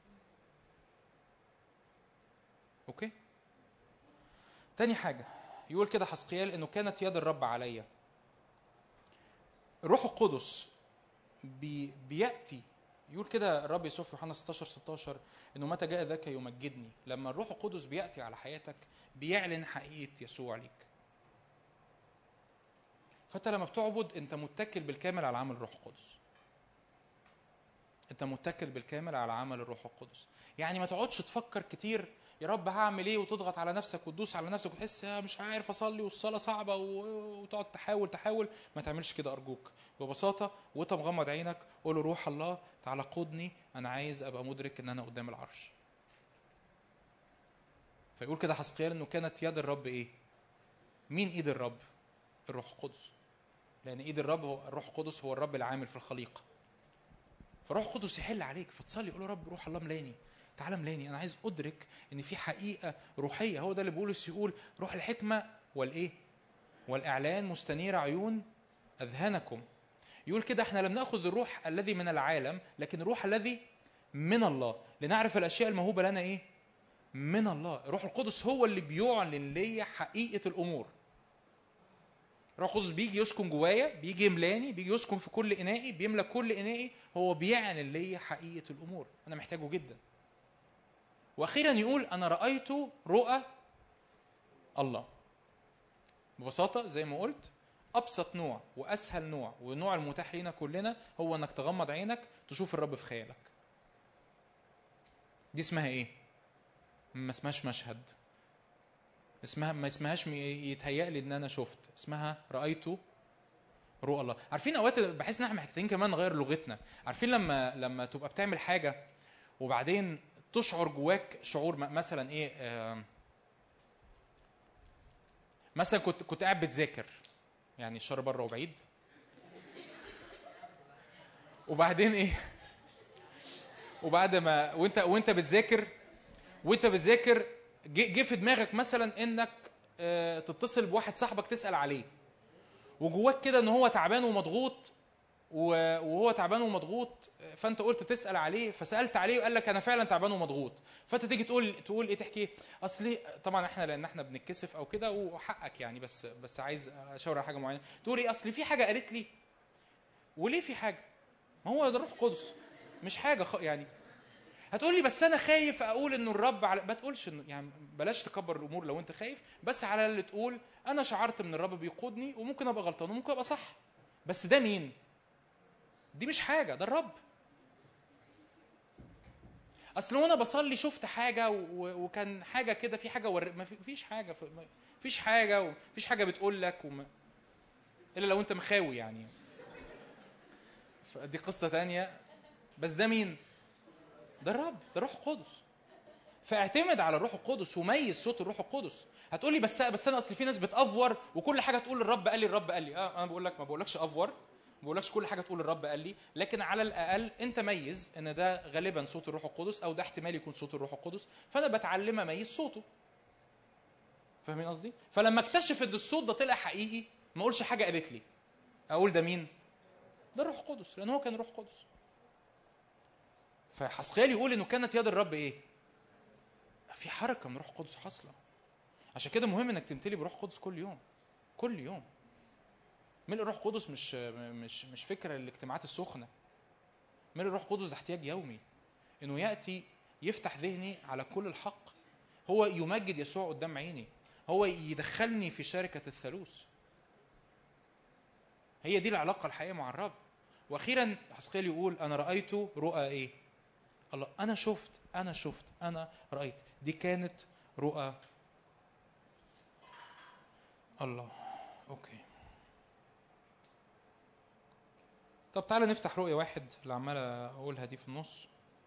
اوكي. تاني حاجه، يقول كده حسقيال انه كانت يد الرب عليا. الروح القدس بي بياتي، يقول كده الرب يسوع في يوحنا ستاشر ستاشر انه متى جاء ذاك يمجدني. لما الروح القدس بياتي على حياتك بيعلن حقيقه يسوع ليك. فانت لما بتعبد انت متكل بالكامل على عمل الروح القدس. انت متكل بالكامل على عمل الروح القدس. يعني ما تقعدش تفكر كتير يا رب هعمل ايه، وتضغط على نفسك وتدوس على نفسك وتحس مش عارف اصلي والصلاه صعبه وتقعد تحاول تحاول. ما تعملش كده ارجوك. ببساطه وانت مغمض عينك قول له روح الله تعالى قودني، انا عايز ابقى مدرك ان انا قدام العرش. فيقول كده حسقيال انه كانت يد الرب ايه؟ مين ايد الرب؟ الروح القدس. لان ايد الرب هو الروح القدس، هو الرب العامل في الخليقه. فروح القدس يحل عليك فتصلي قول له رب روح الله ملاني، تعالى ملاني، انا عايز ادرك ان في حقيقه روحيه. هو ده اللي بولس يقول روح الحكمه والايه؟ والاعلان مستنير عيون اذهانكم. يقول كده احنا لم ناخذ الروح الذي من العالم لكن الروح الذي من الله لنعرف الاشياء الموهوبه لنا ايه؟ من الله. الروح القدس هو اللي بيعلن لي حقيقه الامور. الروح القدس بيجي يسكن جوايا، بيجي يملاني، بيجي يسكن في كل انائي، بيملى كل انائي. هو بيعلن لي حقيقه الامور، انا محتاجه جدا. واخيرا يقول انا رايت رؤى الله. ببساطه زي ما قلت ابسط نوع واسهل نوع والنوع المتاح لنا كلنا هو انك تغمض عينك تشوف الرب في خيالك. دي اسمها ايه؟ ما اسمهاش مشهد، اسمها ما اسمهاش يتهيأ لي ان انا شفت، اسمها رايت رؤى الله. عارفين اوقات بحس ان احنا محتاجين كمان نغير لغتنا. عارفين لما لما تبقى بتعمل حاجه وبعدين تشعر جواك شعور مثلا ايه، آه مثلا كنت كنت قاعد بتذاكر، يعني الشر بره وبعيد، وبعدين ايه وبعد ما وانت وانت بتذاكر وانت بتذاكر جه في دماغك مثلا انك اه تتصل بواحد صاحبك تسأل عليه، وجواك كده ان هو تعبان ومضغوط، وهو تعبان ومضغوط، فانت قلت تسأل عليه، فسألت عليه وقال لك انا فعلا تعبان ومضغوط. فانت تيجي تقول تقول ايه، تحكي اصل طبعا احنا لان احنا بنتكسف او كده وحقك يعني، بس بس عايز اشاور على حاجه معينه. تقول ايه اصل في حاجه قالت لي. وليه في حاجه؟ ما هو ده الروح القدس، مش حاجه خ... يعني هتقول لي بس انا خايف اقول انه الرب على... ما تقولش انه يعني بلاش تكبر الامور لو انت خايف، بس على اللي تقول انا شعرت من الرب بيقودني وممكن ابقى غلطان وممكن ابقى صح. بس ده مين؟ دي مش حاجه، ده الرب. اصل وانا بصلي شفت حاجه و... وكان حاجه كده، في حاجه ور... ما فيش حاجه ف... ما فيش حاجه ومفيش حاجه بتقول لك وما... الا لو انت مخاوي يعني، فدي قصه تانية. بس ده مين؟ ده الرب، ده روح القدس. فاعتمد على الروح القدس وميز صوت الروح القدس. هتقولي بس بس انا اصل في ناس بتافور وكل حاجه تقول الرب قال لي الرب قال لي. اه انا بقول لك ما بقولكش افور، ما بقولكش كل حاجه تقول الرب قال لي، لكن على الاقل انت ميز ان ده غالبا صوت الروح القدس او ده احتمال يكون صوت الروح القدس، فانا بتعلم اميز صوته. فاهمين قصدي؟ فلما اكتشف ان الصوت ده طلع حقيقي ما اقولش حاجه قالت لي، اقول ده مين؟ ده الروح القدس، لان هو كان روح قدس. فحسقيال يقول انه كانت يد الرب ايه؟ في حركه من روح القدس حاصله. عشان كده مهم انك تمتلي بروح القدس كل يوم، كل يوم. ملء الروح القدس مش مش مش فكره الاجتماعات السخنه. ملء الروح القدس ده احتياج يومي، انه ياتي يفتح ذهني على كل الحق، هو يمجد يسوع قدام عيني، هو يدخلني في شركه الثالوث. هي دي العلاقه الحقيقيه مع الرب. واخيرا حسقيال يقول انا رايت رؤى ايه؟ الله. انا شفت انا شفت انا رايت. دي كانت رؤى الله. اوكي، طب تعالى نفتح رؤية واحد اللي عمال اقولها دي في النص.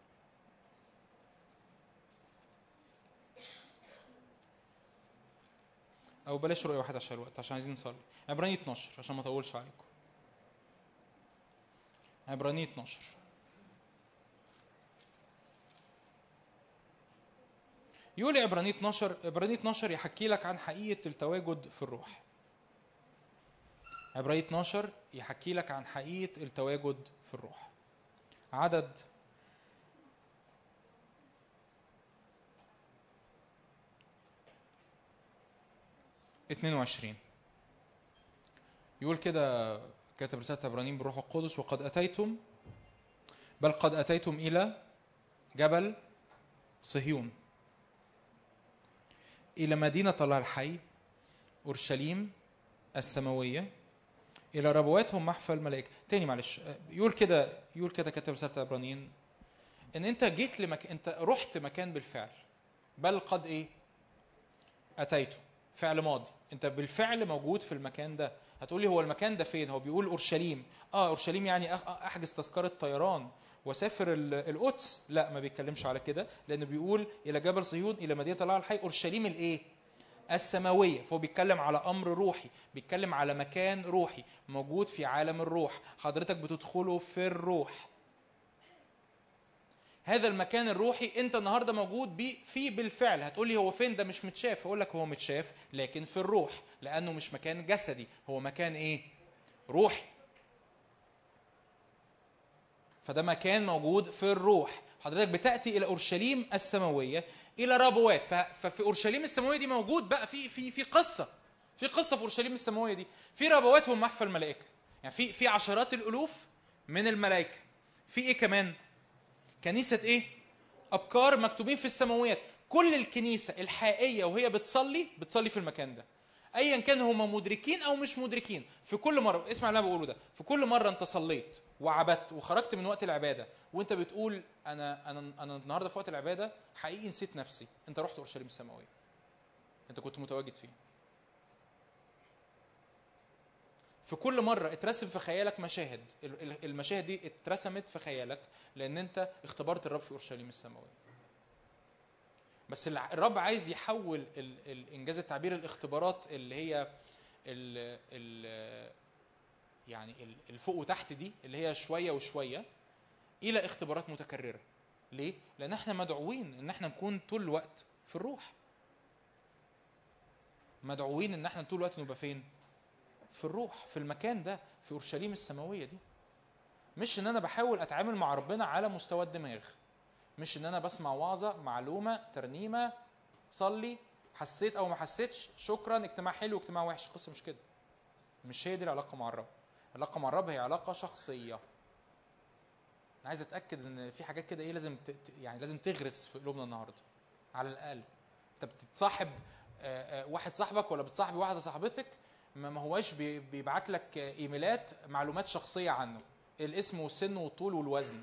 او بلاش رؤية واحد عشان الوقت، عشان عايزين نصلي. عبرانية اتناشر عشان ما اطولش عليكم. عبرانية اتناشر يقول عبرانية اتناشر عبرانية اتناشر يحكي لك عن حقيقة التواجد في الروح. عبرانية اتناشر يحكي لك عن حقيقة التواجد في الروح. عدد اتنين وعشرين يقول كده كاتب رسالة عبرانيين بالروح القدس: وقد أتيتم بل قد أتيتم إلى جبل صهيون، إلى مدينة الله الحي، أورشليم السماوية، إلى ربواتهم محفى الملائكة. تاني معلش، يقول كده يقول كده كاتب رسالة عبرانيين إن أنت جيت لمكان، أنت رحت مكان بالفعل. بل قد إيه؟ أتيتم، فعل ماضي، أنت بالفعل موجود في المكان ده. هتقولي هو المكان ده فين؟ هو بيقول أورشليم. آه أورشليم يعني أحجز تذكرة طيران وسافر القدس؟ لا، ما بيتكلمش على كده، لأنه بيقول إلى جبل صهيون، إلى مدينة الله الحي، أورشليم الإيه؟ السماوية. فهو بيتكلم على أمر روحي، بيتكلم على مكان روحي موجود في عالم الروح، حضرتك بتدخله في الروح. هذا المكان الروحي انت النهارده موجود بيه فيه بالفعل. هتقولي هو فين؟ ده مش متشاف. اقول لك هو متشاف لكن في الروح، لانه مش مكان جسدي، هو مكان ايه؟ روحي. فده مكان موجود في الروح. حضرتك بتاتي الى اورشليم السماويه، الى ربوات. ففي اورشليم السماويه دي موجود بقى في في في قصه في قصه في اورشليم السماويه دي. في ربوات هم محفى الملائكه، يعني في في عشرات الالوف من الملائكه. في ايه كمان؟ كنيسة ايه؟ أبكار مكتوبين في السماويات. كل الكنيسة الحقيقية وهي بتصلي بتصلي في المكان ده، أيا كان هم مدركين أو مش مدركين. في كل مرة، اسمع اللي أنا بقوله ده، في كل مرة أنت صليت وعبدت وخرجت من وقت العبادة وأنت بتقول أنا أنا أنا النهاردة في وقت العبادة حقيقي نسيت نفسي، أنت رحت أورشليم السماوية، أنت كنت متواجد فيه. في كل مرة اترسم في خيالك مشاهد، المشاهد دي اترسمت في خيالك لأن أنت اختبرت الرب في أورشليم السماوية. بس الرب عايز يحول الإنجاز التعبير الاختبارات اللي هي ال ال يعني الفوق وتحت دي، اللي هي شوية وشوية، إلى اختبارات متكررة. ليه؟ لأن احنا مدعوين إن احنا نكون طول الوقت في الروح، مدعوين إن احنا طول الوقت نبقى فين؟ في الروح، في المكان ده، في أورشليم السماوية دي. مش ان انا بحاول اتعامل مع ربنا على مستوى الدماغ، مش ان انا بسمع وعظة، معلومة، ترنيمة، صلي، حسيت او ما حسيتش، شكرا، اجتماع حلو اجتماع وحش. القصة مش كده، مش هي دي العلاقة مع الرب. العلاقة مع الرب هي علاقة شخصية. انا عايز اتأكد ان في حاجات كده ايه لازم ت... يعني لازم تغرس في قلوبنا النهاردة. على الاقل انت بتتصاحب واحد صاحبك ولا بتصاحبي واحدة صاحبتك، ما هواش بيبعت لك ايميلات معلومات شخصيه عنه، الاسم والسن والطول والوزن.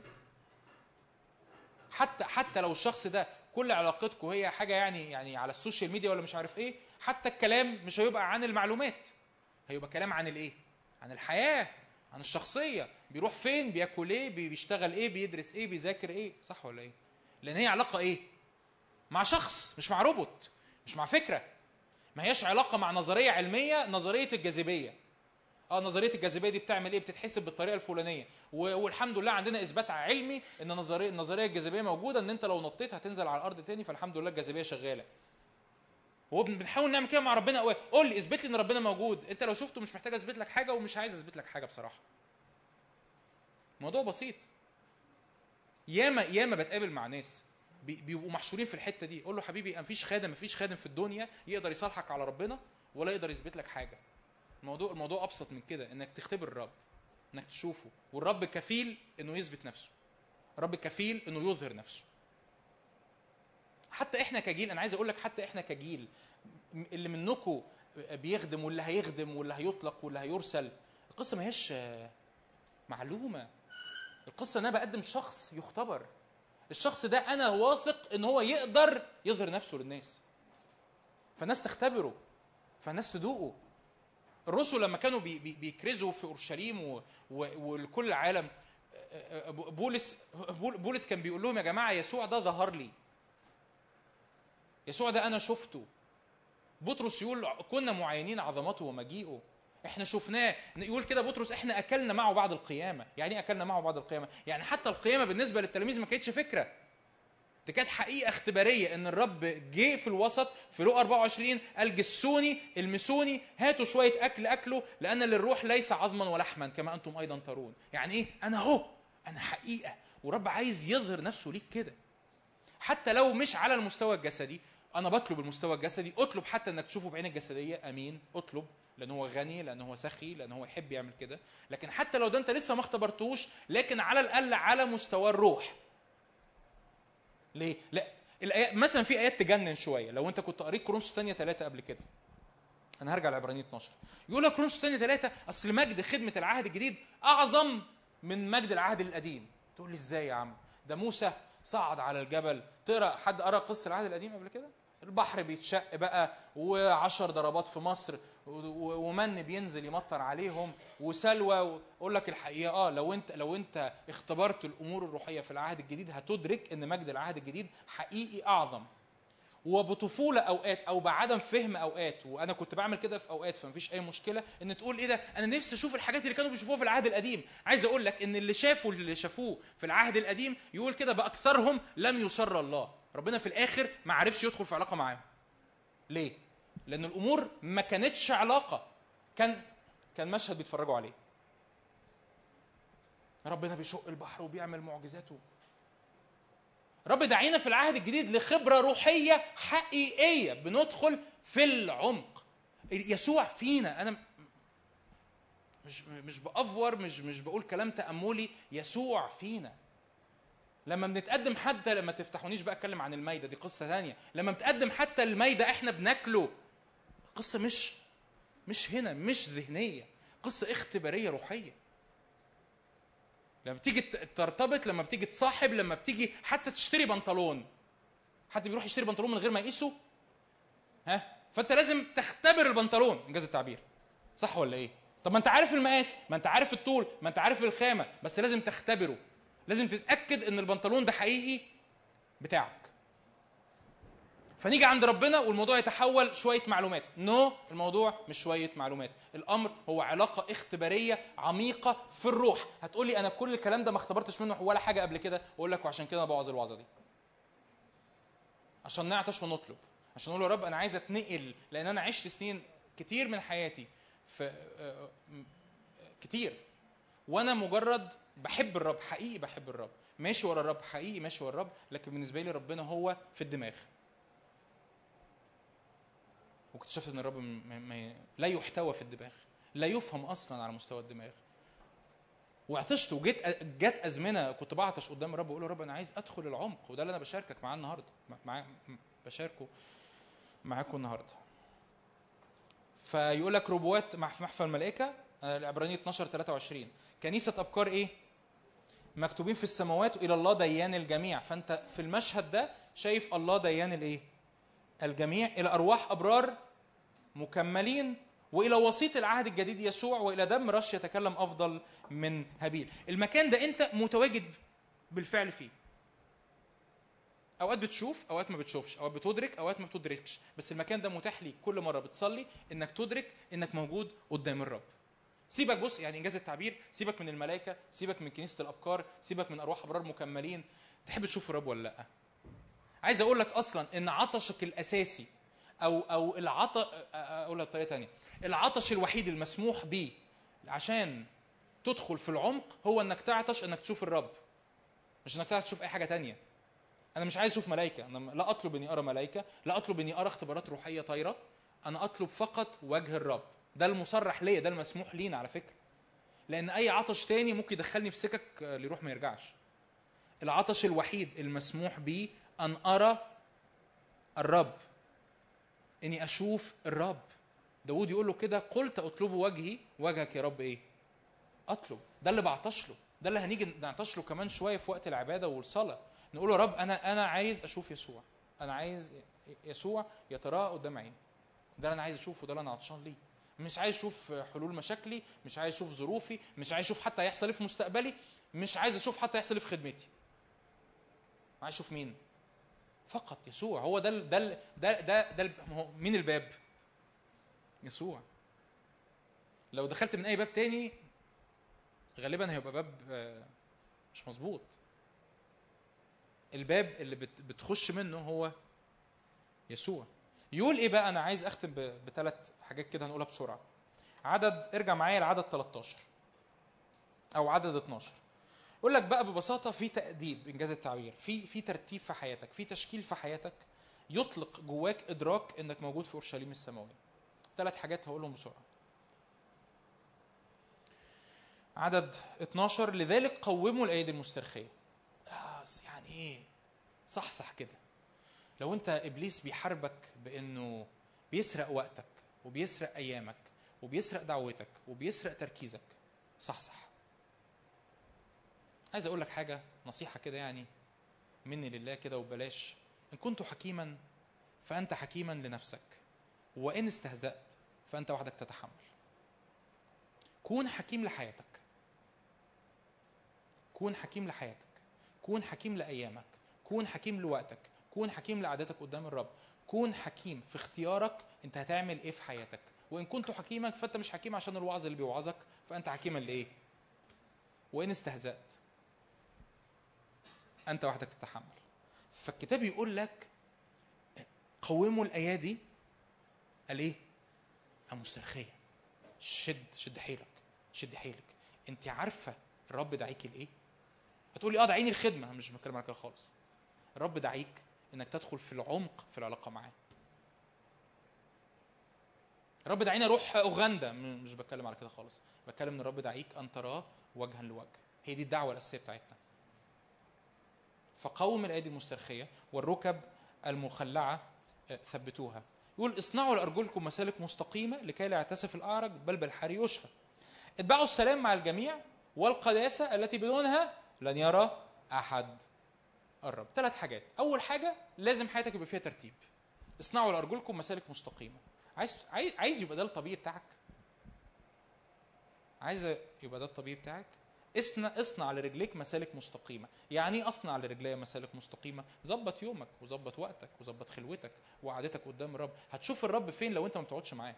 حتى حتى لو الشخص ده كل علاقتكم هي حاجه يعني يعني على السوشيال ميديا ولا مش عارف ايه، حتى الكلام مش هيبقى عن المعلومات، هيبقى كلام عن الايه؟ عن الحياه، عن الشخصيه. بيروح فين، بياكل ايه، بيشتغل ايه، بيدرس ايه، بيذاكر ايه. صح ولا ايه؟ لان هي علاقه ايه؟ مع شخص، مش مع روبوت، مش مع فكره. ما هياش علاقة مع نظرية علمية، نظرية الجاذبية. اه نظرية الجاذبية دي بتعمل ايه؟ بتتحسب بالطريقة الفلانية، والحمد لله عندنا اثبات علمي ان نظرية النظرية الجاذبية موجودة، ان انت لو نطيت هتنزل على الارض تاني، فالحمد لله الجاذبية شغالة. وبنحاول نعمل كده مع ربنا قوي. قول لي اثبت لي ان ربنا موجود. انت لو شفته مش محتاج اثبت لك حاجة، ومش عايز اثبت لك حاجة بصراحة. موضوع بسيط. ياما ياما بتقابل مع ناس بيبقوا محشورين في الحتة دي. قول له حبيبي مفيش خادم مفيش خادم في الدنيا يقدر يصالحك على ربنا ولا يقدر يثبت لك حاجة. الموضوع الموضوع ابسط من كده، انك تختبر الرب، انك تشوفه، والرب كفيل انه يثبت نفسه، الرب كفيل انه يظهر نفسه. حتى احنا كجيل، انا عايز اقول لك حتى احنا كجيل اللي منكم بيخدم واللي هيخدم واللي هيطلق واللي هيرسل، القصه ما هيش معلومه. القصه ان انا بقدم شخص يختبر. الشخص ده انا واثق ان هو يقدر يظهر نفسه للناس، فالناس تختبره، فالناس تدوقه. الرسل لما كانوا بي بي بيكرزوا في اورشليم ولكل العالم، بولس بولس كان بيقول لهم يا جماعه يسوع ده ظهر لي، يسوع ده انا شفته. بطرس يقول كنا معينين عظمته ومجيئه، احنا شفناه. يقول كده بطرس احنا اكلنا معه بعد القيامه. يعني ايه اكلنا معه بعد القيامه؟ يعني حتى القيامه بالنسبه للتلاميذ ما كانتش فكره، دي كانت حقيقه اختباريه، ان الرب جه في الوسط. في لوقا أربعة وعشرين قال جسوني المسوني هاتوا شويه اكل اكله، لان للروح ليس عظما ولحما كما انتم ايضا ترون. يعني ايه؟ انا اهو، انا حقيقه، ورب عايز يظهر نفسه ليك كده، حتى لو مش على المستوى الجسدي. انا بطلب المستوى الجسدي، اطلب حتى انك تشوفه بعين الجسديه، امين، اطلب، لان هو غني، لان هو سخي، لان هو يحب يعمل كده. لكن حتى لو ده انت لسه ما اختبرتوش، لكن على الاقل على مستوى الروح. ليه؟ لا الآيات مثلا في ايات تجنن شويه. لو انت كنت قريت كورنثوس الثانيه ثلاثة قبل كده، انا هرجع لعبرانيين اتناشر، يقول لك كورنثوس الثانيه ثلاثة اصل مجد خدمه العهد الجديد اعظم من مجد العهد القديم. تقول لي ازاي يا عم؟ ده موسى صعد على الجبل. تقرا حد قرا قصه العهد القديم قبل كده؟ البحر بيتشق بقى، وعشر ضربات في مصر، ومن بينزل يمطر عليهم، وسلوى. اقول لك الحقيقه اه لو انت لو انت اختبرت الامور الروحيه في العهد الجديد هتدرك ان مجد العهد الجديد حقيقي اعظم. وبطفوله اوقات او بعدم فهم اوقات، وانا كنت بعمل كده في اوقات، فمفيش اي مشكله ان تقول ايه ده انا نفسي اشوف الحاجات اللي كانوا بيشوفوها في العهد القديم. عايز اقول لك ان اللي شافوا اللي شافوه في العهد القديم يقول كده باكثرهم لم يسر الله. ربنا في الاخر ما عرفش يدخل في علاقه معاهم. ليه؟ لان الامور ما كانتش علاقه، كان كان مشهد بيتفرجوا عليه. ربنا بيشق البحر وبيعمل معجزاته. رب دعينا في العهد الجديد لخبرة روحية حقيقية، بندخل في العمق. يسوع فينا. أنا مش مش بأفور، مش مش بقول كلام تأملي. يسوع فينا. لما بنتقدم حتى، لما تفتحونيش بقى أتكلم عن المايدة، دي قصة ثانية. لما بنتقدم حتى المايدة إحنا بناكله. قصة مش مش هنا، مش ذهنية، قصة اختبارية روحية. لما بتيجي ترتبط، لما بتيجي تصاحب، لما بتيجي حتى تشتري بنطلون. حد بيروح يشتري بنطلون من غير ما يقيسه؟ ها؟ فانت لازم تختبر البنطلون، انجاز التعبير، صح ولا ايه؟ طب ما انت عارف المقاس، ما انت عارف الطول، ما انت عارف الخامه، بس لازم تختبره. لازم تتاكد ان البنطلون ده حقيقي بتاعك. فنيجي عند ربنا والموضوع يتحول شويه معلومات. نو no, الموضوع مش شويه معلومات، الامر هو علاقه اختباريه عميقه في الروح. هتقولي انا كل الكلام ده ما اختبرتش منه ولا حاجه قبل كده. اقول لك وعشان كده انا بوعظ الوعظه دي، عشان نعطش ونطلب، عشان نقول يا رب انا عايز اتنقل. لان انا عشت سنين كتير من حياتي في كتير وانا مجرد بحب الرب حقيقي، بحب الرب، ماشي ورا الرب حقيقي، ماشي ورا الرب، لكن بالنسبه لي ربنا هو في الدماغ. واكتشفت ان الرب م- م- لا يحتوى في الدماغ، لا يفهم اصلا على مستوى الدماغ. وعطشت، وجيت جت ازمنه كنت بعطش قدام الرب واقول له رب انا عايز ادخل العمق. وده اللي انا بشاركك معاه النهارده، مع بشاركه معاكم النهارده. فيقول لك ربوات مع محفل الملائكه، العبرانيين اتناشر تلاتة وعشرين، كنيسه ابكار ايه؟ مكتوبين في السماوات، والى الله ديان الجميع. فانت في المشهد ده شايف الله ديان الايه؟ الجميع. الى ارواح ابرار مكملين، والى وسيط العهد الجديد يسوع، والى دم رش يتكلم افضل من هابيل. المكان ده انت متواجد بالفعل فيه. اوقات بتشوف، اوقات ما بتشوفش، اوقات بتدرك، اوقات ما بتدركش، بس المكان ده متاح ليك كل مره بتصلي انك تدرك انك موجود قدام الرب. سيبك، بص يعني انجاز التعبير، سيبك من الملائكه، سيبك من كنيسه الابكار، سيبك من ارواح ابرار مكملين. تحب تشوف الرب ولا لا؟ عايز اقول لك اصلا ان عطشك الاساسي او او العطش، اقولها بطريقه ثانيه، العطش الوحيد المسموح به عشان تدخل في العمق هو انك تعطش انك تشوف الرب، مش انك تعطش تشوف اي حاجه تانية. انا مش عايز اشوف ملائكه، انا لا اطلب اني ارى ملائكه، لا اطلب اني ارى اختبارات روحيه طايره، انا اطلب فقط وجه الرب. ده المصرح ليا، ده المسموح لينا على فكره. لان اي عطش تاني ممكن يدخلني في سكك ليروح ما يرجعش. العطش الوحيد المسموح به ان ارى الرب، اني اشوف الرب. داود يقول له كده، قلت اطلب وجهي، وجهك يا رب ايه؟ اطلب. ده اللي بعطش له، ده اللي هنيجي نعطش له كمان شويه في وقت العباده والصلاه. نقول له يا رب انا انا عايز اشوف يسوع، انا عايز يسوع يتراءى قدام عيني. ده اللي انا عايز اشوفه، ده اللي انا عطشان ليه. مش عايز اشوف حلول مشاكلي، مش عايز اشوف ظروفي، مش عايز اشوف حتى هيحصل ايه في مستقبلي، مش عايز اشوف حتى هيحصل ايه في خدمتي. عايز اشوف مين؟ فقط يسوع. هو ده ده ده ده, ده مين الباب؟ يسوع. لو دخلت من اي باب تاني غالبا هيبقى باب مش مظبوط. الباب اللي بتخش منه هو يسوع. يقول ايه بقى؟ انا عايز اختم بثلاث حاجات كده هنقولها بسرعه. عدد، ارجع معايا لعدد تلتاشر او عدد اتناشر. يقول لك بقى ببساطه في تأديب، انجاز التعبير، في في ترتيب في حياتك، في تشكيل في حياتك يطلق جواك ادراك انك موجود في اورشليم السماويه. ثلاث حاجات هقولهم بسرعه. عدد اتناشر، لذلك قوموا الايدي المسترخيه. آه يعني ايه؟ صحصح كده. لو انت ابليس بيحاربك بانه بيسرق وقتك وبيسرق ايامك وبيسرق دعوتك وبيسرق تركيزك، صحصح. عايز اقول لك حاجه، نصيحه كده يعني مني لله كده وبلاش. ان كنت حكيما فانت حكيما لنفسك، وان استهزأت فانت وحدك تتحمل. كون حكيم لحياتك، كون حكيم لحياتك، كون حكيم لايامك، كون حكيم لوقتك، كون حكيم لعاداتك قدام الرب، كون حكيم في اختيارك انت هتعمل ايه في حياتك. وان كنت حكيما فانت مش حكيم عشان الوعظ اللي بيوعظك، فانت حكيما لايه؟ وان استهزأت انت وحدك تتحمل. فالكتاب يقول لك قوموا الايادي قال ايه؟ المسترخيه. شد شد حيلك، شد حيلك. انت عارفه الرب دعيك لايه؟ هتقولي اه دعيني الخدمه، مش بتكلم على كده خالص. الرب دعيك انك تدخل في العمق في العلاقه معاه. الرب دعيني اروح اوغندا، مش بتكلم على كده خالص. بتكلم ان الرب دعيك ان تراه وجها لوجه. هي دي الدعوه الاساسيه بتاعتنا. فقوم الايدي المسترخيه والركب المخلعه ثبتوها. يقول اصنعوا لارجلكم مسالك مستقيمه لكي لا يعتسف الاعرج بل بالحري يشفى. اتبعوا السلام مع الجميع والقداسه التي بدونها لن يرى احد الرب. ثلاث حاجات. اول حاجه لازم حياتك يبقى فيها ترتيب. اصنعوا لارجلكم مسالك مستقيمه. عايز عايز يبقى ده الطبيعي بتاعك؟ عايز يبقى ده الطبيعي بتاعك؟ اصنع اصنع لرجليك مسالك مستقيمه. يعني ايه اصنع لرجلي مسالك مستقيمه؟ ظبط يومك وظبط وقتك وظبط خلوتك وقعدتك قدام الرب. هتشوف الرب فين لو انت ما بتقعدش معاه.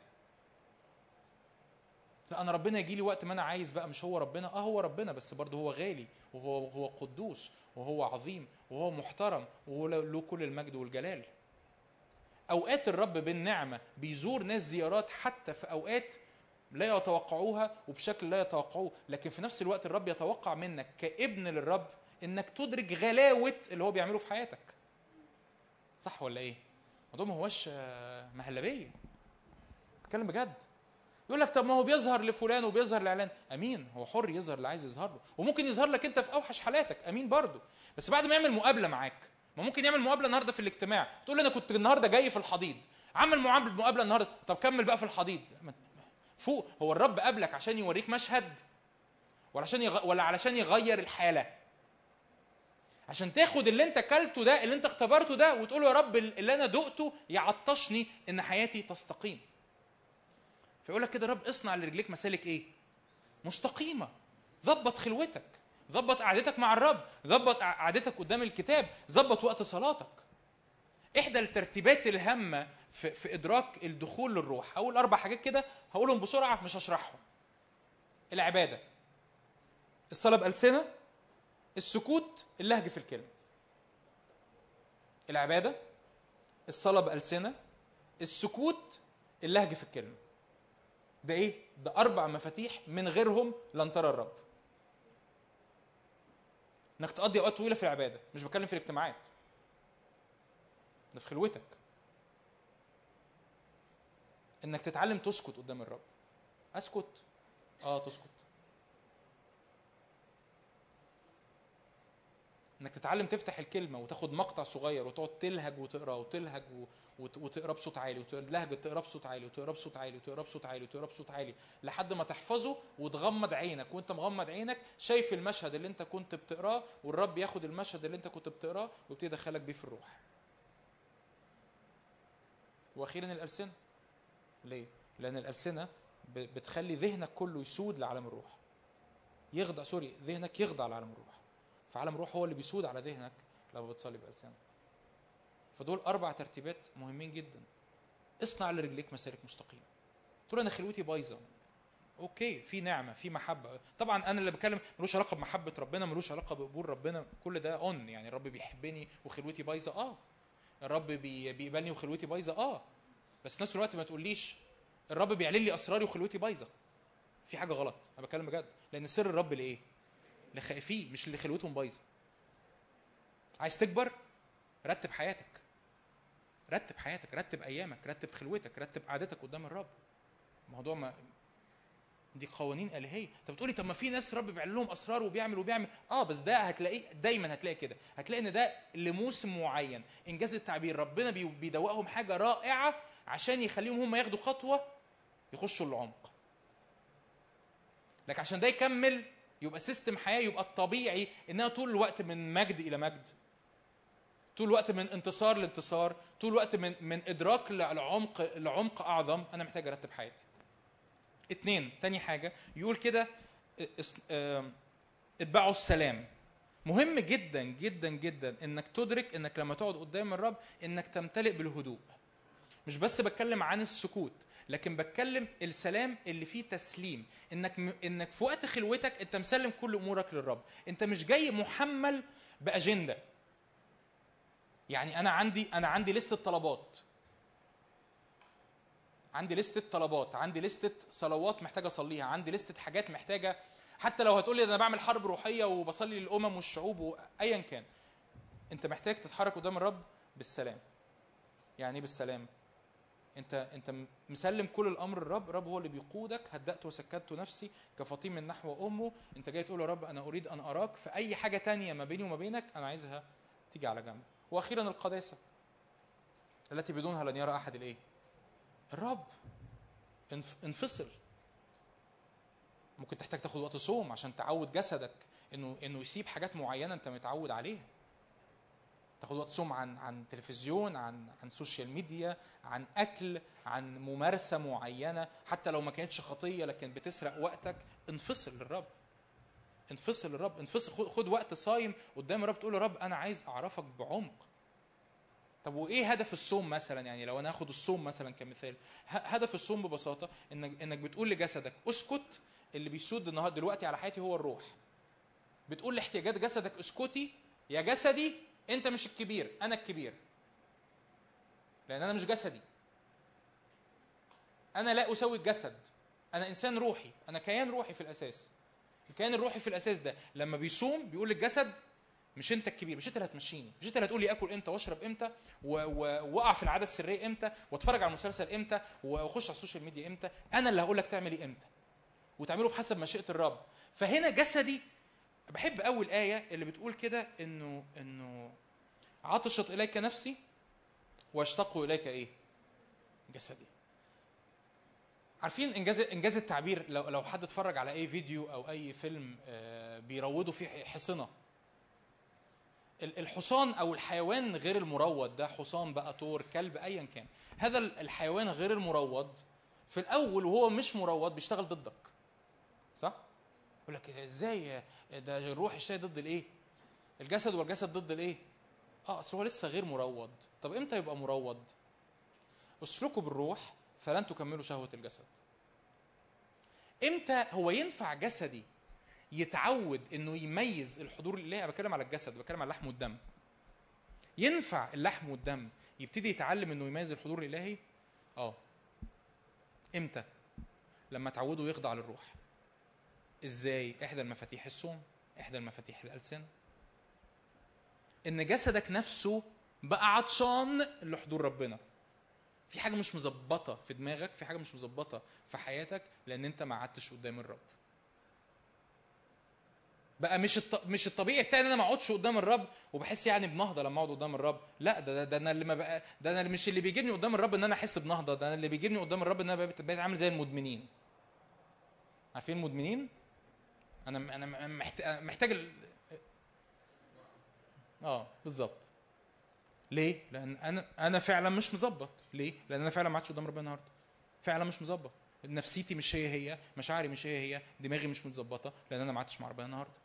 لا انا ربنا يجي لي وقت ما انا عايز بقى. مش هو ربنا؟ اه هو ربنا، بس برضه هو غالي وهو هو قدوس وهو عظيم وهو محترم وهو له كل المجد والجلال. اوقات الرب بالنعمه بيزور ناس زيارات حتى في اوقات لا يتوقعوها وبشكل لا يتوقعوه، لكن في نفس الوقت الرب يتوقع منك كابن للرب انك تدرك غلاوه اللي هو بيعمله في حياتك. صح ولا ايه؟ الموضوع ما هوش مهلبيه، اتكلم بجد. يقول لك طب ما هو بيظهر لفلان وبيظهر لاعلان. امين، هو حر يظهر اللي عايز يظهر له، وممكن يظهر لك انت في اوحش حالاتك. امين برضه، بس بعد ما يعمل مقابله معاك. ما ممكن يعمل مقابله النهارده في الاجتماع تقول لي انا كنت النهارده جاي في الحضيض، عمل مقابله النهارده، طب كمل بقى في الحضيض فوق. هو الرب قابلك عشان يوريك مشهد ولا عشان يغ... ولا علشان يغير الحاله؟ عشان تاخد اللي انت كلته ده، اللي انت اختبرته ده، وتقول يا رب اللي انا دقته يعطشني ان حياتي تستقيم. فيقول لك كده رب اصنع لرجليك مسالك ايه؟ مستقيمه. ظبط خلوتك، ظبط قعدتك مع الرب، ظبط قعدتك قدام الكتاب، ظبط وقت صلاتك. احدى الترتيبات الهامه في, في ادراك الدخول للروح. اول اربع حاجات كده هقولهم بسرعه مش هشرحهم. العباده، الصلاه بألسنة، السكوت، اللهج في الكلمه. العباده، الصلاه بألسنة، السكوت، اللهج في الكلمه. ده ايه؟ ده اربع مفاتيح من غيرهم لن ترى الرب. انك تقضي اوقات طويله في العباده، مش بتكلم في الاجتماعات، ده في خلوتك. انك تتعلم تسكت قدام الرب. اسكت؟ اه تسكت. انك تتعلم تفتح الكلمه وتاخد مقطع صغير وتقعد تلهج وتقرا وتلهج وتقرا بصوت عالي وتلهج تقرا بصوت عالي وتقرا بصوت عالي وتقرا بصوت عالي وتقرا بصوت عالي لحد ما تحفظه وتغمض عينك. وانت مغمض عينك شايف المشهد اللي انت كنت بتقراه، والرب ياخد المشهد اللي انت كنت بتقراه ويبتدي يدخلك بيه في الروح. واخيرا الألسنة. ليه؟ لان الألسنة بتخلي ذهنك كله يسود لعالم الروح. يخضع سوري ذهنك يخضع لعالم الروح. فعالم الروح هو اللي بيسود على ذهنك لما بتصلي بألسنة. فدول أربع ترتيبات مهمين جدا. اصنع لرجليك مسالك مستقيمة. تقول أنا خلوتي بايظة. أوكي، في نعمة، في محبة. طبعا أنا اللي بكلم ملوش علاقة بمحبة ربنا، ملوش علاقة بقبول ربنا، كل ده أون. يعني الرب بيحبني وخلوتي بايظة، آه. الرب بيقبلني وخلوتي بايظة، آه. بس نفس الوقت ما تقوليش الرب بيعلن لي أسراري وخلوتي بايظة. في حاجة غلط. أنا بكلم بجد، لأن سر الرب لإيه؟ لخائفين، مش اللي خلوتهم بايظة. عايز تكبر؟ رتب حياتك. رتب حياتك، رتب ايامك، رتب خلوتك، رتب قعدتك قدام الرب. الموضوع ما دي قوانين الهيه. انت بتقولي طب ما في ناس رب بيعمل لهم اسرار وبيعمل وبيعمل اه بس ده هتلاقيه دايما، هتلاقي كده، هتلاقي ان ده لموسم معين. انجاز التعبير ربنا بيدوقهم حاجه رائعه عشان يخليهم هم ياخدوا خطوه يخشوا العمق. لكن عشان ده يكمل يبقى سيستم حياه، يبقى الطبيعي انها طول الوقت من مجد الى مجد، طول الوقت من انتصار لانتصار، طول الوقت من من ادراك لعمق لعمق اعظم. انا محتاج ارتب حياتي. اتنين، تاني حاجه يقول كده اتبعوا السلام. مهم جدا جدا جدا انك تدرك انك لما تقعد قدام الرب انك تمتلئ بالهدوء. مش بس بتكلم عن السكوت، لكن بتكلم السلام اللي فيه تسليم. انك م... انك في وقت خلوتك انت مسلم كل امورك للرب. انت مش جاي محمل باجنده. يعني انا عندي انا عندي لستة طلبات، عندي لستة طلبات، عندي لستة صلوات محتاجه اصليها، عندي لستة حاجات محتاجه. حتى لو هتقول لي انا بعمل حرب روحيه وبصلي للامم والشعوب وايا كان، انت محتاج تتحرك قدام الرب بالسلام. يعني ايه بالسلام؟ انت انت مسلم كل الامر للرب. الرب هو اللي بيقودك. هدأت وسكت نفسي كفطيم من نحو امه. انت جاي تقول يا رب انا اريد ان اراك في اي حاجه تانية ما بيني وما بينك، انا عايزها تيجي على جنب. واخيرا القداسه التي بدونها لن يرى احد الايه؟ الرب. انفصل. ممكن تحتاج تاخد وقت صوم عشان تعود جسدك انه انه يسيب حاجات معينه انت متعود عليها. تاخد وقت صوم عن عن تلفزيون، عن عن سوشيال ميديا، عن اكل، عن ممارسه معينه حتى لو ما كانتش خطيه لكن بتسرق وقتك. انفصل للرب. انفصل للرب. انفصل. خد وقت صايم قدام الرب تقول له رب انا عايز اعرفك بعمق. طب وايه هدف الصوم مثلا؟ يعني لو انا اخد الصوم مثلا كمثال، هدف الصوم ببساطه انك انك بتقول لجسدك اسكت. اللي بيسود النهارده دلوقتي على حياتي هو الروح. بتقول لاحتياجات جسدك اسكتي يا جسدي، انت مش الكبير، انا الكبير. لان انا مش جسدي، انا لا اسوي الجسد، انا انسان روحي، انا كيان روحي في الاساس. الكيان الروحي في الاساس ده لما بيصوم بيقول للجسد مش انت الكبير، مش انت اللي هتمشيني، مش انت اللي هتقول لي اكل امتى واشرب امتى واقع في العاده السريه امتى واتفرج على المسلسل امتى واخش على السوشيال ميديا امتى. انا اللي هقول لك تعمل ايه امتى وتعمله بحسب مشيئه الرب. فهنا جسدي. بحب اول ايه اللي بتقول كده انه انه عطشت اليك نفسي واشتاق اليك ايه؟ جسدي. عارفين انجاز انجاز التعبير؟ لو لو حد اتفرج على اي فيديو او اي فيلم بيروضوا فيه حصنه، الحصان او الحيوان غير المروض ده، حصان بقى، طور، كلب، ايا كان، هذا الحيوان غير المروض في الاول وهو مش مروض بيشتغل ضدك، صح؟ يقول لك ازاي ده الروح يشتغل ضد الايه؟ الجسد، والجسد ضد الايه؟ اه اصل هو لسه غير مروض. طب امتى يبقى مروض؟ اسلكوا بالروح فلن تكملوا شهوه الجسد. امتى هو ينفع جسدي يتعود انه يميز الحضور الالهي؟ بتكلم على الجسد، بتكلم على اللحم والدم. ينفع اللحم والدم يبتدي يتعلم انه يميز الحضور الالهي؟ اه. امتى؟ لما تعودوا يخضع للروح. ازاي؟ احدى المفاتيح الصوم، احدى المفاتيح الالسنه. ان جسدك نفسه بقى عطشان لحضور ربنا. في حاجه مش مظبطه في دماغك، في حاجه مش مظبطه في حياتك لان انت ما قعدتش قدام الرب. بقى مش الط... مش الطبيعي بتاعي ان انا ما اقعدش قدام الرب وبحس يعني بنهضه لما اقعد قدام الرب. لا، ده ده, ده انا اللي ما بقى ده انا مش اللي بيجيبني قدام الرب ان انا احس بنهضه، ده انا اللي بيجيبني قدام الرب ان انا بقيت عامل زي المدمنين. عارفين المدمنين؟ انا انا محتاج محتاج ال... اه بالظبط. ليه؟ لان انا انا فعلا مش مظبط. ليه؟ لان انا فعلا ما عادش قدام ربنا النهارده. فعلا مش مظبط. نفسيتي مش هي هي، مشاعري مش هي هي، دماغي مش متظبطه لان انا ما عادش مع ربنا النهارده.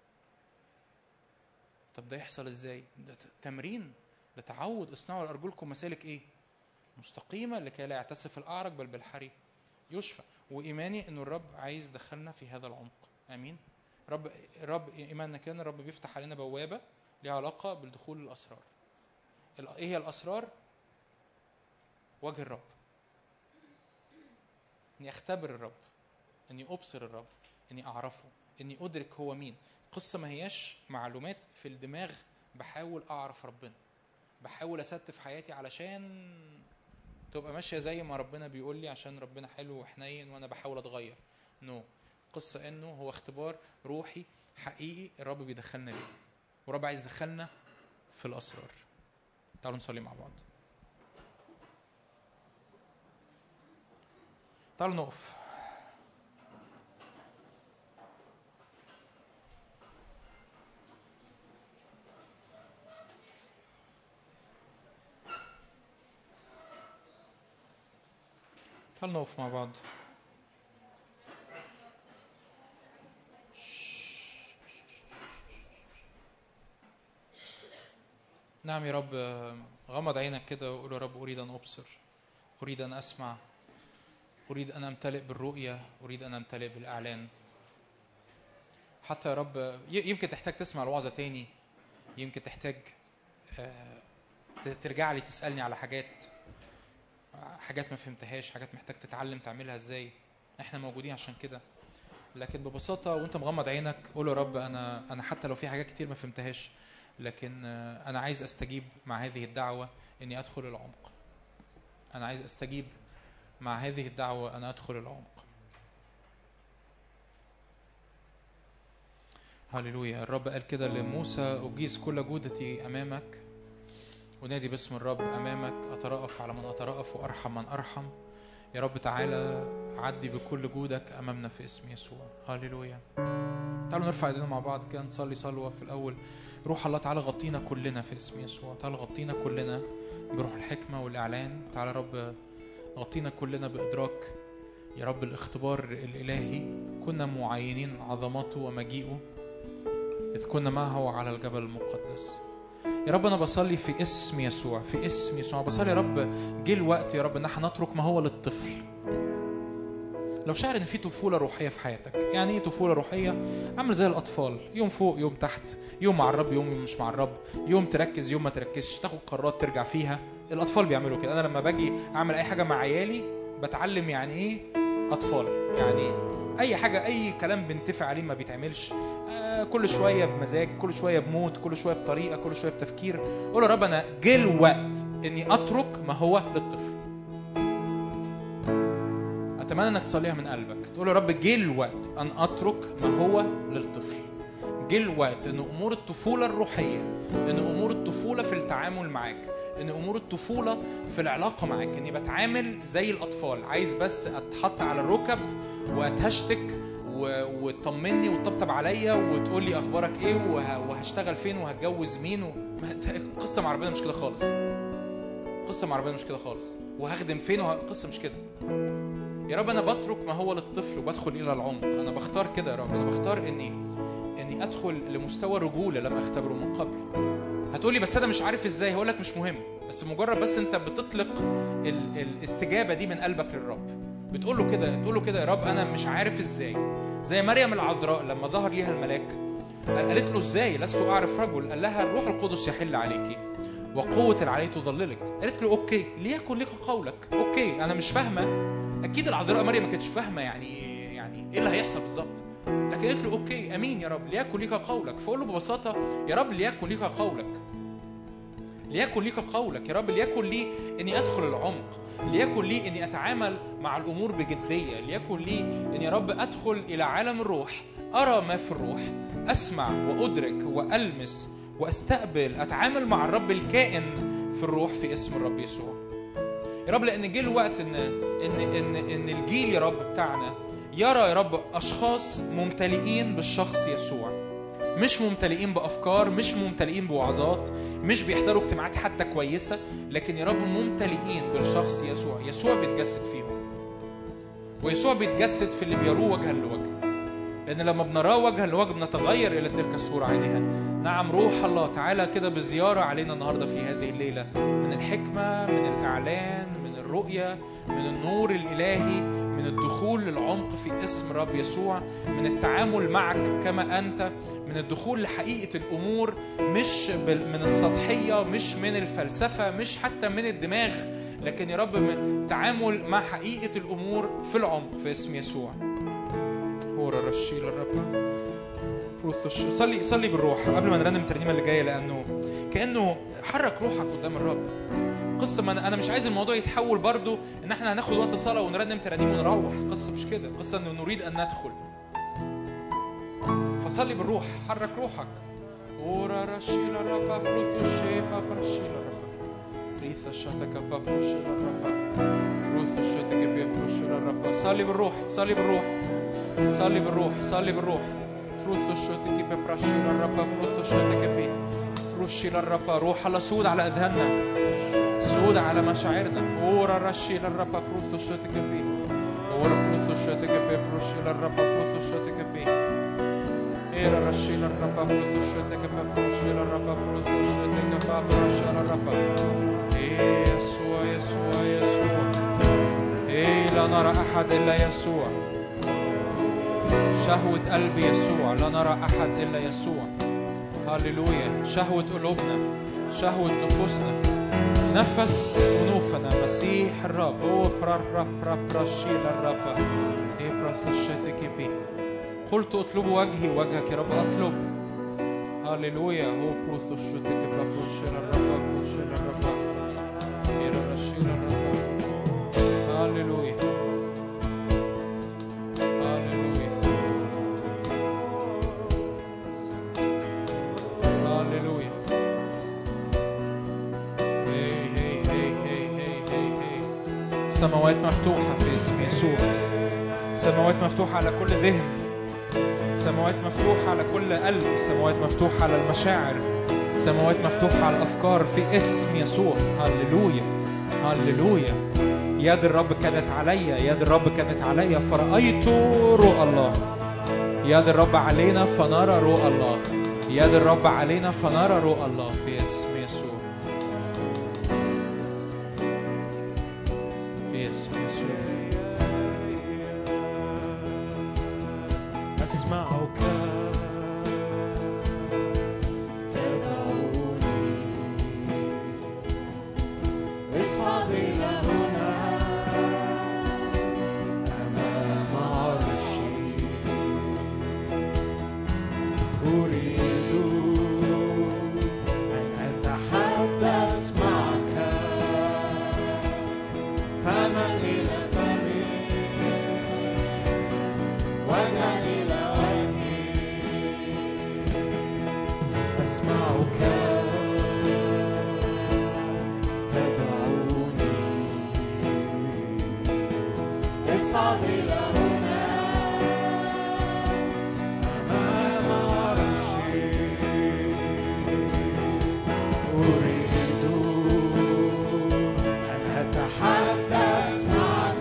طب ده يحصل ازاي؟ ده تمرين، ده تعود. اصنعوا لارجلكم مسالك ايه؟ مستقيمه لكي لا يعتسف الاعرج بل بالحري يشفى. وايماني انه الرب عايز يدخلنا في هذا العمق. امين. رب رب ايماننا كان الرب بيفتح علينا بوابه ليها علاقه بالدخول للاسرار. ايه هي الاسرار؟ وجه الرب، اني اختبر الرب، اني ابصر الرب، اني اعرفه، اني ادرك هو مين. قصه ما هياش معلومات في الدماغ بحاول اعرف ربنا. بحاول أستف حياتي علشان تبقى ماشية زي ما ربنا بيقول لي، عشان ربنا حلو وحنين وأنا بحاول أتغير. نو no. قصة إنه هو اختبار روحي حقيقي الرب بيدخلنا ليه، ورب عايز يدخلنا في الأسرار. تعالوا نصلي مع بعض. تعالوا نقف. تعالوا نقف مع بعض. نعم يا رب، غمض عينك كده وقول يا رب أريد أن أبصر، أريد أن أسمع، أريد أن أمتلئ بالرؤية، أريد أن أمتلئ بالإعلان. حتى يا رب يمكن تحتاج تسمع الوعظة تاني، يمكن تحتاج ترجع لي تسألني على حاجات حاجات ما فهمتهاش، حاجات محتاج تتعلم تعملها ازاي. احنا موجودين عشان كده. لكن ببساطة وانت مغمض عينك قول يا رب أنا أنا حتى لو في حاجات كتير ما فهمتهاش، لكن أنا عايز أستجيب مع هذه الدعوة إني أدخل العمق. أنا عايز أستجيب مع هذه الدعوة أنا أدخل العمق. هاليلويا. الرب قال كده لموسى: أجيز كل جودتي أمامك، ونادي باسم الرب أمامك، أترأف على من أترأف وأرحم من أرحم. يا رب تعالى عدي بكل جودك أمامنا في اسم يسوع. هاليلويا. تعالوا نرفع ايدينا مع بعض كده نصلي صلوة في الأول. روح الله تعالى غطينا كلنا في اسم يسوع. تعالى غطينا كلنا بروح الحكمة والإعلان. تعالى رب غطينا كلنا بإدراك يا رب الاختبار الإلهي. كنا معينين عظمته ومجيئه إذ كنا معه على الجبل المقدس. يا رب أنا بصلي في اسم يسوع، في اسم يسوع بصلي يا رب جه الوقت يا رب إن احنا نترك ما هو للطفل. لو شعر إن في طفولة روحية في حياتك، يعني إيه طفولة روحية؟ عامل زي الأطفال، يوم فوق يوم تحت، يوم مع الرب يوم مش مع الرب، يوم تركز يوم ما تركزش، تاخد قرارات ترجع فيها. الأطفال بيعملوا كده. أنا لما باجي أعمل أي حاجة مع عيالي بتعلم يعني إيه أطفال، يعني أي حاجة أي كلام بنتفق عليه ما بيتعملش. آه كل شوية بمزاج، كل شوية بموت، كل شوية بطريقة، كل شوية بتفكير. قول يا رب أنا جه الوقت إني أترك ما هو للطفل. أتمنى أنك تصليها من قلبك، تقول يا رب جه الوقت أن أترك ما هو للطفل. جه الوقت إن أمور الطفولة الروحية، إن أمور الطفولة في التعامل معاك، إن أمور الطفولة في العلاقة معاك، إني بتعامل زي الأطفال، عايز بس أتحط على الركب وأتهشتك وتطمني وتطبطب عليا وتقول لي أخبارك إيه وهشتغل فين وهتجوز مين و... قصة مع ربنا مش كده خالص. قصة مع ربنا مش كده خالص. وهخدم فين وه... قصة مش كده. يا رب أنا بترك ما هو للطفل وبدخل إلى العمق. أنا بختار كده يا رب. أنا بختار إني إني أدخل لمستوى رجولة لم أختبره من قبل. هتقولي بس أنا مش عارف إزاي. هقولك مش مهم، بس مجرد بس أنت بتطلق ال... الاستجابة دي من قلبك للرب. بتقول له كده، تقول له كده يا رب أنا مش عارف إزاي. زي مريم العذراء لما ظهر ليها الملاك قالت له إزاي لست أعرف رجل. قال لها الروح القدس يحل عليكي وقوة العلي تظللك. قالت له أوكي ليكن لك قولك. أوكي أنا مش فاهمة. أكيد العذراء مريم ما كانتش فاهمة يعني يعني إيه اللي هيحصل بالظبط، لكن قالت له أوكي أمين يا رب ليكن لك قولك. فقول له ببساطة يا رب ليكن لك قولك، ليكن لك قولك يا رب. ليكن لي إني أدخل العمق، ليكن لي إني أتعامل مع الأمور بجدية، ليكن لي إني يا رب أدخل إلى عالم الروح، أرى ما في الروح، أسمع وأدرك وألمس وأستقبل، أتعامل مع الرب الكائن في الروح في اسم الرب يسوع. يا رب لأن جه الوقت إن إن إن إن الجيل يا رب بتاعنا يرى يا رب أشخاص ممتلئين بالشخص يسوع، مش ممتلئين بأفكار، مش ممتلئين بوعظات، مش بيحضروا اجتماعات حتى كويسة، لكن يا رب ممتلئين بالشخص يسوع. يسوع بيتجسد فيهم، ويسوع بيتجسد في اللي بيروه وجها لوجه، لأن لما بنراه وجها لوجه بنتغير إلى تلك الصورة عينها. نعم روح الله تعالى كده بزيارة علينا النهاردة في هذه الليلة، من الحكمة، من الإعلان، من الرؤية، من النور الإلهي، من الدخول للعمق في اسم رب يسوع، من التعامل معك كما أنت، من الدخول لحقيقة الأمور، مش من السطحية، مش من الفلسفة، مش حتى من الدماغ، لكن يا رب من التعامل مع حقيقة الأمور في العمق في اسم يسوع. هورا رشيل الرب. صلي صلي بالروح قبل ما نرنم الترنيمة اللي جاية، لأنه كأنه حرك روحك قدام الرب. قصة ما أنا مش عايز الموضوع يتحول برضو إن إحنا هناخد وقت صلاة ونرنم ترانيم ونروح. قصة مش كده، قصة إنه نريد أن ندخل. فصلي بالروح، حرك روحك. أورا رشيلا ربا بروتو شيبا برشيلا ربا تريثا شاتك بابروشيلا ربا بروتو شاتك بابروشيلا ربا. صلي بالروح، صلي بالروح، صلي بالروح، صلي بالروح. بروتو شاتك بابروشيلا ربا بروتو شاتك بي بروشيلا ربا. روح الله سود على أذهاننا، سود على مشاعرنا. أورا رشيلا ربا بروتو شاتك بي أورا بروتو شاتك بابروشيلا ربا بروتو شاتك بي إيرا رشيلا الربا بروتو شاتك بابروشيلا ربا بروتو شاتك بابروشيلا ربا. إيه يسوع يسوع يسوع. إيه لا نرى أحد إلا يسوع. شهوة قلب يسوع، لا نرى أحد إلا يسوع. هاليلويا. شهوة قلوبنا، شهوة نفوسنا، نفس أنوفنا مسيح الرب. أو برا برا برشيلا الربا إيه بروتو شاتك بي. قلت اطلبوا وجهي وجهك يا رب اطلب. هاليلويا. هو بروثو شوتك بابروشيلا الرب بروشيلا الرب إيرا رشيلا الرب. هاليلويا هاليلويا هاليلويا. هي هي هي هي هي هي هي. سماوات مفتوحة في اسم يسوع. سماوات مفتوحة على كل ذهن، سماوات مفتوحة على كل قلب، سماوات مفتوحة على المشاعر، سماوات مفتوحة على الأفكار في اسم يسوع. هاليلويا هاليلويا. يد الرب كانت عليا، يد الرب كانت عليا فرأيت رؤى الله. يد الرب علينا فنرى رؤى الله. يد الرب علينا فنرى رؤى الله في اسم يسوع. في اسم يسوع. أسمعك تدعوني اصعد إلى هنا أمام عرشي. أريد أن أتحدث معك فما إلى فمي وجها إلى أسمعك تدعوني اصعد إلى هنا أمام عرشي. أريد أن أتحدث معك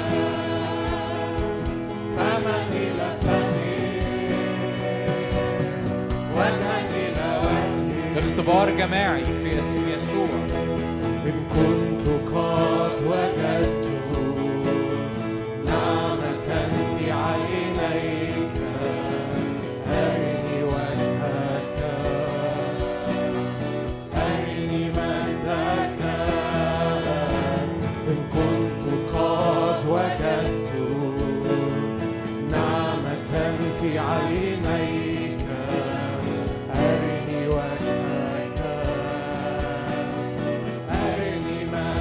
فما إلى فمي وجها إلى اختبار جماعي في اسم يسوع. إن كنت قد وجدت نعمة في عينيك أرني وجهك أرني مجدك. إن كنت قد وجدت نعمة في عينيك أرني وجهك أرني مجدك.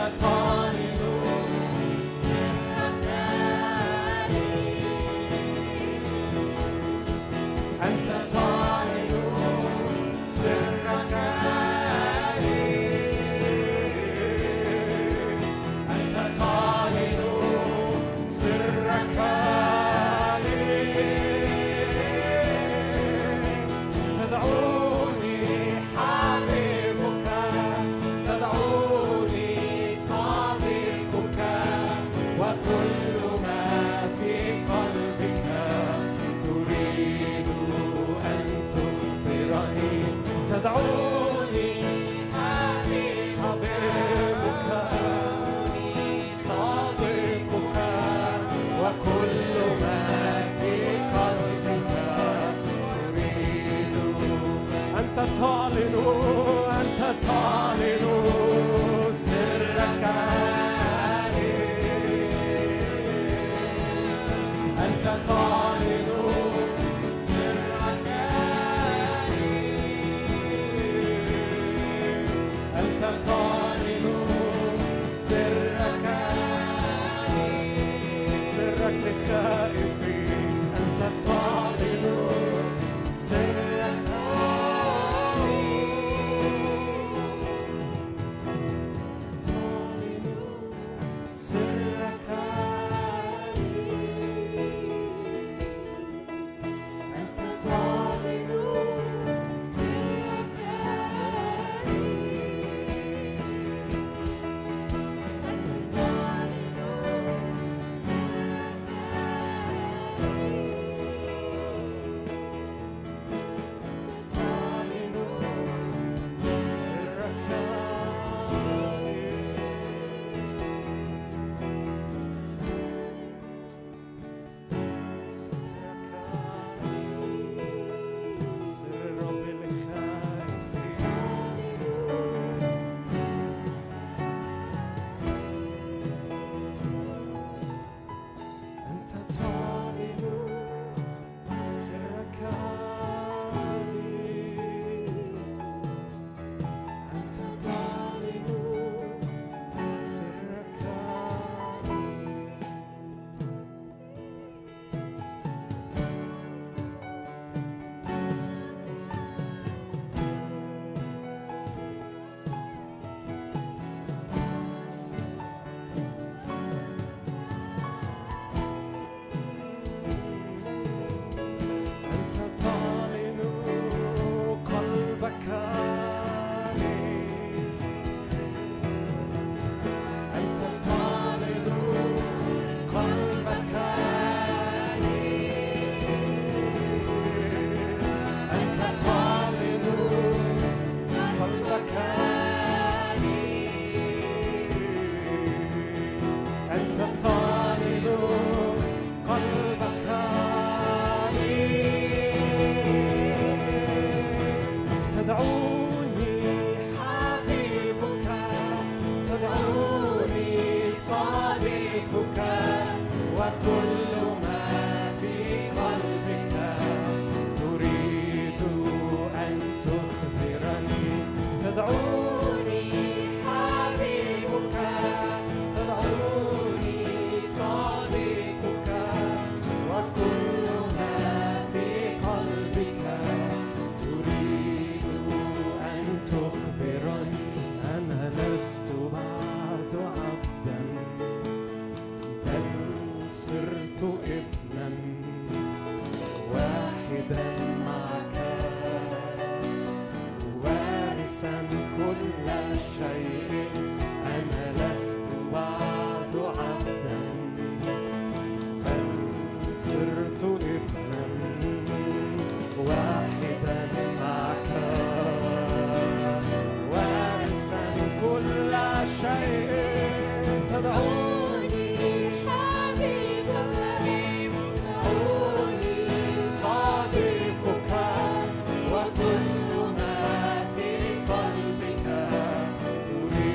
وكل ما في قلبك تريد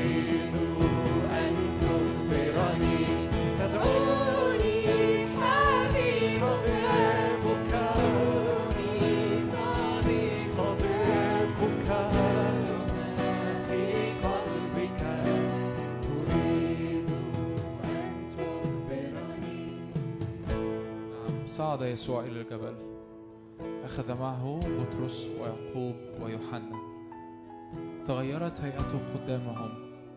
صعد يسوع إلى الجبل، أخذ معه بطرس ويعقوب ويوحنا، تغيرت هيئته قدامهم،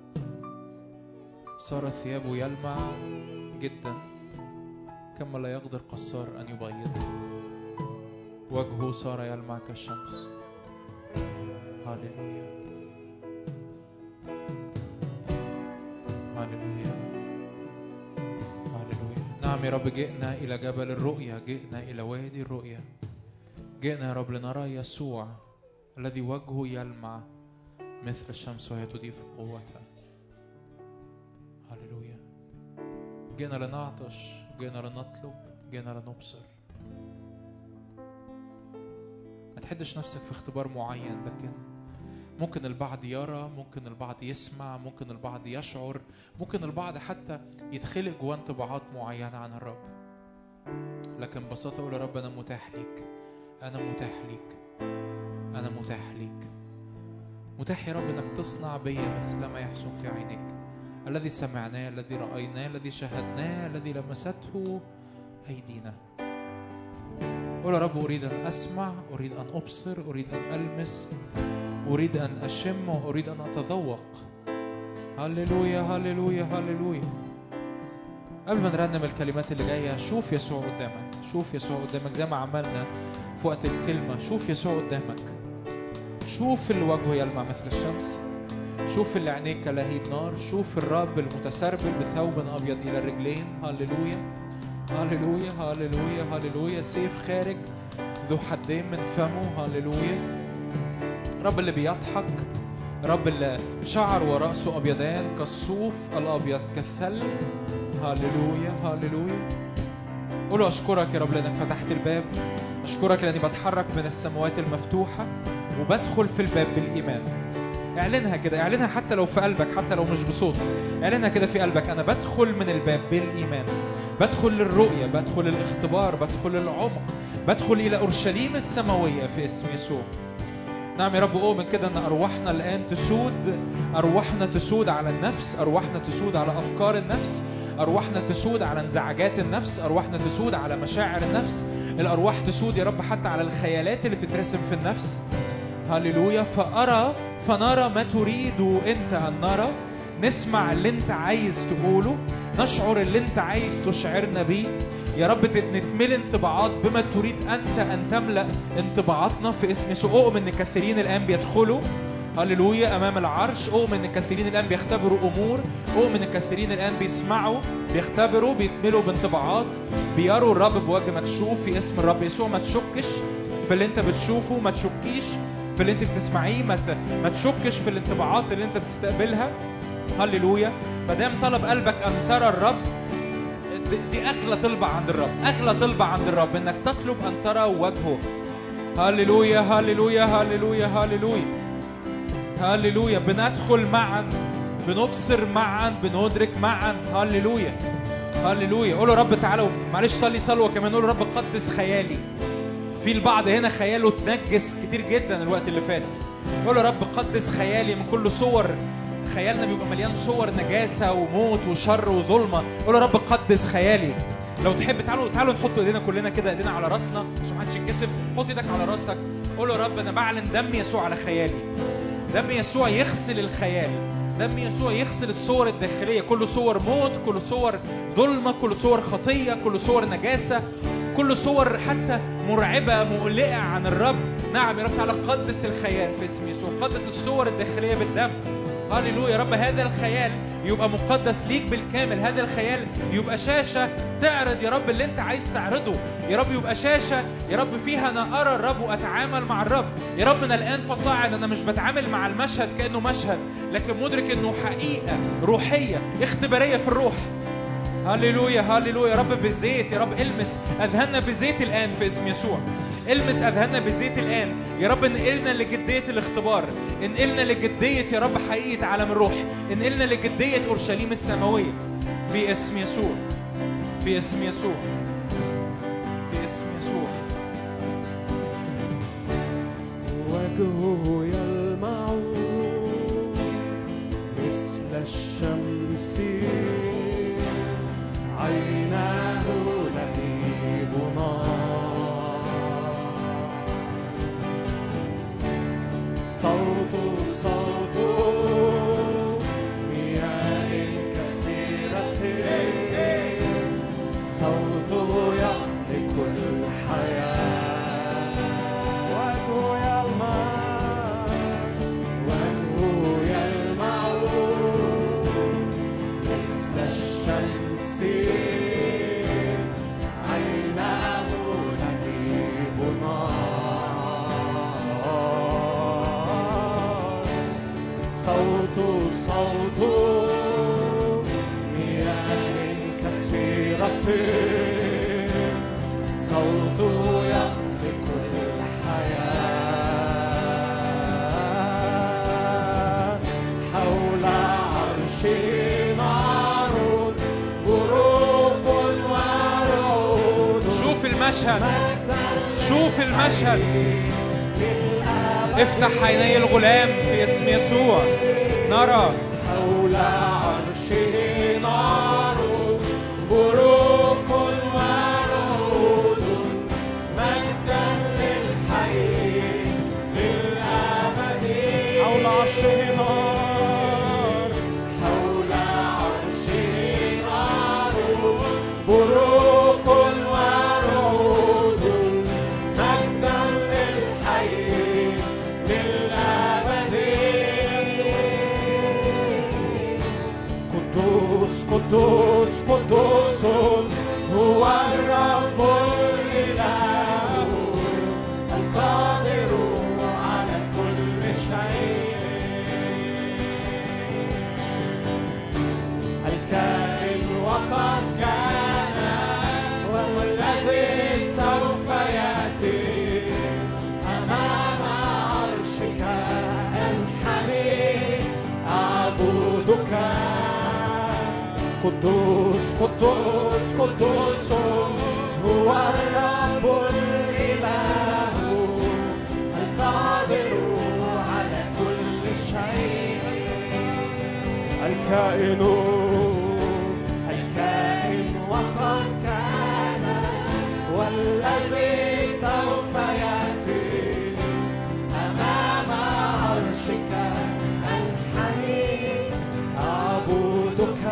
صار ثيابه يلمع جدا كما لا يقدر قصار أن يبيض، وجهه صار يلمع كالشمس. هاليلويا هاليلويا هاليلويا. نعم يا رب، جئنا إلى جبل الرؤيا، جئنا إلى وادي الرؤيا، جئنا يا رب لنرى يسوع الذي وجهه يلمع مثل الشمس وهي تضيء في قوتها. هاليلويا. جئنا لنعطش، جئنا لنطلب، جئنا لنبصر. ما تحدش نفسك في اختبار معين، لكن ممكن البعض يرى، ممكن البعض يسمع، ممكن البعض يشعر، ممكن البعض حتى يتخلق جواه انطباعات معينة عن الرب. لكن ببساطة أقول يا رب أنا متاح ليك، أنا متاح ليك، أنا متاح ليك، متاح يا رب أنك تصنع بي مثل ما يحسن في عينك، الذي سمعناه، الذي رأيناه، الذي شاهدناه، الذي لمسته أيدينا. قول يا رب أريد أن أسمع، أريد أن أبصر، أريد أن ألمس، أريد أن أشم، وأريد أن أتذوق. هاليلويا هاليلويا هاليلويا. قبل ما نرنم الكلمات اللي جاية، شوف يسوع قدامك، شوف يسوع قدامك زي ما عملنا في وقت الكلمة. شوف يسوع قدامك، شوف اللي وجهه يلمع مثل الشمس، شوف اللي عينيه كلهيب نار، شوف الرب المتسربل بثوب أبيض إلى الرجلين. هاليلويا هاليلويا هاليلويا هاليلويا. سيف خارج ذو حدين من فمه. هاليلويا. رب اللي بيضحك، رب اللي شعر ورأسه أبيضان كالصوف الأبيض كالثلج. هاليلويا هاليلويا. قولوا أشكرك يا رب لأنك فتحت الباب، أشكرك لأني بتحرك من السماوات المفتوحة وبدخل في الباب بالإيمان. اعلنها كده، اعلنها حتى لو في قلبك، حتى لو مش بصوت، اعلنها كده في قلبك. أنا بدخل من الباب بالإيمان، بدخل للرؤية، بدخل للاختبار، بدخل للعمق، بدخل إلى أورشليم السماوية في اسم يسوع. نعم يا رب، أؤمن كده أن أرواحنا الآن تسود، أرواحنا تسود على النفس، أرواحنا تسود على أفكار النفس، أرواحنا تسود على انزعاجات النفس، أرواحنا تسود على مشاعر النفس، الأرواح تسود يا رب حتى على الخيالات اللي بتترسم في النفس. هاليلويا. فأرى فنرى ما تريد أنت أن نرى، نسمع اللي أنت عايز تقوله، نشعر اللي أنت عايز تشعرنا بيه يا رب. نتملي انطباعات بما تريد أنت أن تملأ انطباعاتنا في اسم يسوع. أؤمن أن كثيرين الآن بيدخلوا هاليلويا أمام العرش، أؤمن أن كثيرين الآن بيختبروا أمور، أؤمن أن كثيرين الآن بيسمعوا، بيختبروا، بيتملوا بانطباعات، بيروا الرب بوجه مكشوف في اسم الرب يسوع. ما تشكش في اللي أنت بتشوفه، ما تشكيش في اللي أنت بتسمعيه، ما ما تشكش في الانطباعات اللي أنت بتستقبلها. هاليلويا. مادام طلب قلبك أن ترى الرب، دي أغلى طلبة عند الرب، أغلى طلبة عند الرب إنك تطلب أن ترى وجهه. هاليلويا هاليلويا هاليلويا هاليلويا هاليلويا. بندخل معا، بنبصر معا، بندرك معا. هاليلويا هاليلويا. قولوا رب تعالوا، معلش صلي صلوة كمان، قولوا رب قدس خيالي. في البعض هنا خياله تنجس كتير جدا الوقت اللي فات. قولوا رب قدس خيالي من كل صور خيالنا، بيبقى مليان صور نجاسة وموت وشر وظلمة. قول يا رب قدس خيالي. لو تحب تعالوا تعالوا نحط ايدينا كلنا كده، ايدينا على راسنا عشان ما حدش يتكسف. حط ايدك على راسك، قول يا رب انا بعلن دم يسوع على خيالي. دم يسوع يغسل الخيال، دم يسوع يغسل الصور الداخلية، كل صور موت، كل صور ظلمة، كل صور خطية، كل صور نجاسة، كل صور حتى مرعبة مقلقة عن الرب. نعم يا رب تعالى قدس الخيال في اسم يسوع، قدس الصور الداخلية بالدم. هاليلويا يا رب. هذا الخيال يبقى مقدس ليك بالكامل، هذا الخيال يبقى شاشة تعرض يا رب اللي انت عايز تعرضه يا رب، يبقى شاشة يا رب فيها أنا أرى الرب وأتعامل مع الرب يا رب. من الآن فصاعد أنا مش بتعامل مع المشهد كأنه مشهد، لكن مدرك أنه حقيقة روحية اختبارية في الروح. هاليلويا هاليلويا يا رب. بزيت يا رب، المس أذهاننا بزيت الآن في اسم يسوع، المس أذهاننا بزيت الآن يا رب. انقلنا لجدية الاختبار، انقلنا لجدية يا رب حقيقة عالم الروح، انقلنا لجدية أورشليم السماوية في اسم يسوع، في اسم يسوع، في اسم يسوع. وجهه يلمع مثل الشمس، عيناه لهيب نار. صوت صوت مياه كثيرة صوت يخلق الحياة وجهه يلمع وجهه يلمع مثل الشمس عيناه لهيب نار صوت صوت مياه كثيرة صوت يخلق الحياة حول عرشه نار بروق ورعود شوف المشهد شوف المشهد افتح عيني الغلام في اسم يسوع نرى حول عرشه نار بروق ورعود مجدا للحي للأبد حول عرشه نار حول عرشه نار بروق ورعود مجدا للحي للأبد قدوس قدوس قدوس هو الرب الإله القادر على كل شيء الكائن وقد كان والذي سوف يأتي أمام عرشك أنحني أعبدك قدوس قدوس قدوس هو الرب الإله القادر على كل شيء الكائن الكائن وقد كان والذي سوف يأتي أمام عرشك أنحني أعبدك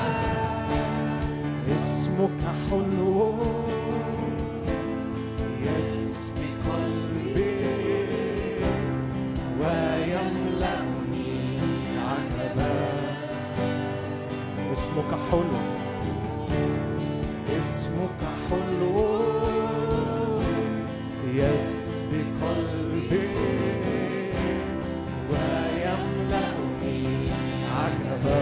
اسمك حلو يسبي قلبي ويملأني عجبا اسمك حلو اسمك حلو يسبي قلبي ويملأني عجبا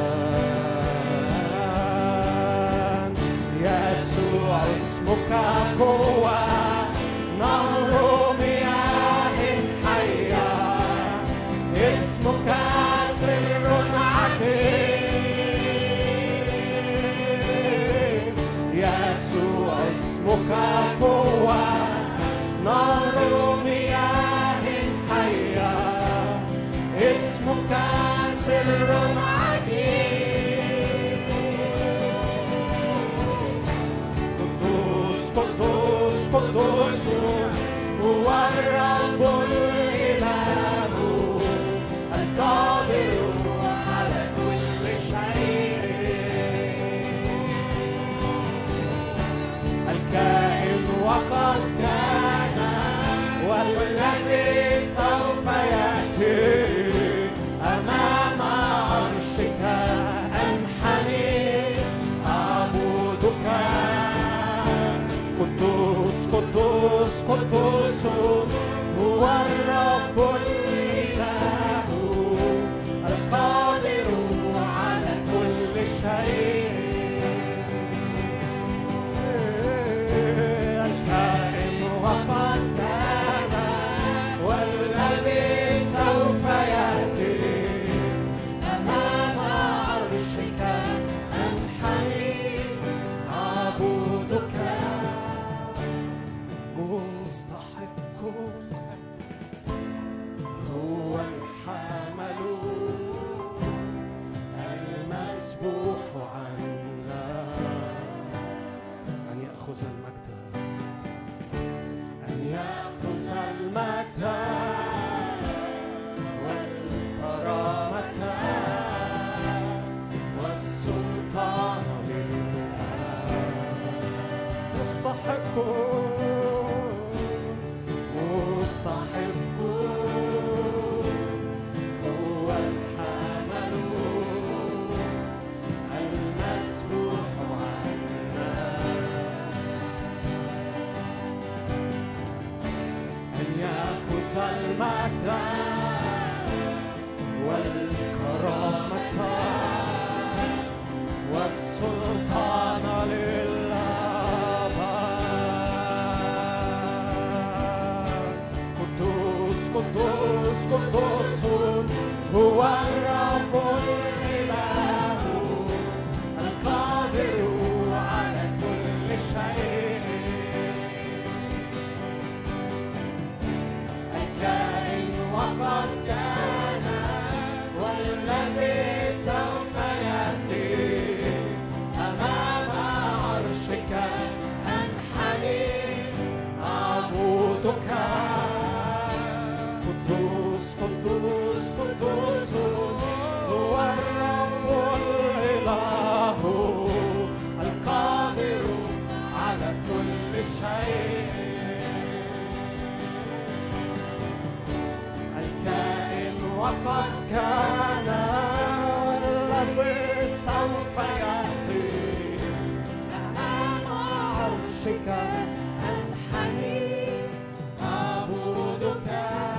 يسوع اسمك قوة نهر مياه حية اسمك سر عجيب يسوع اسمك قوة نهر مياه حية اسمك سر عجيب قدوس قدوس قدوس هو الرب الإله القادر على كل شيء الكائن وقد كان والذي سوف يأتي أمام عرش فيأتي أمام عرشك أنحني أعبدك.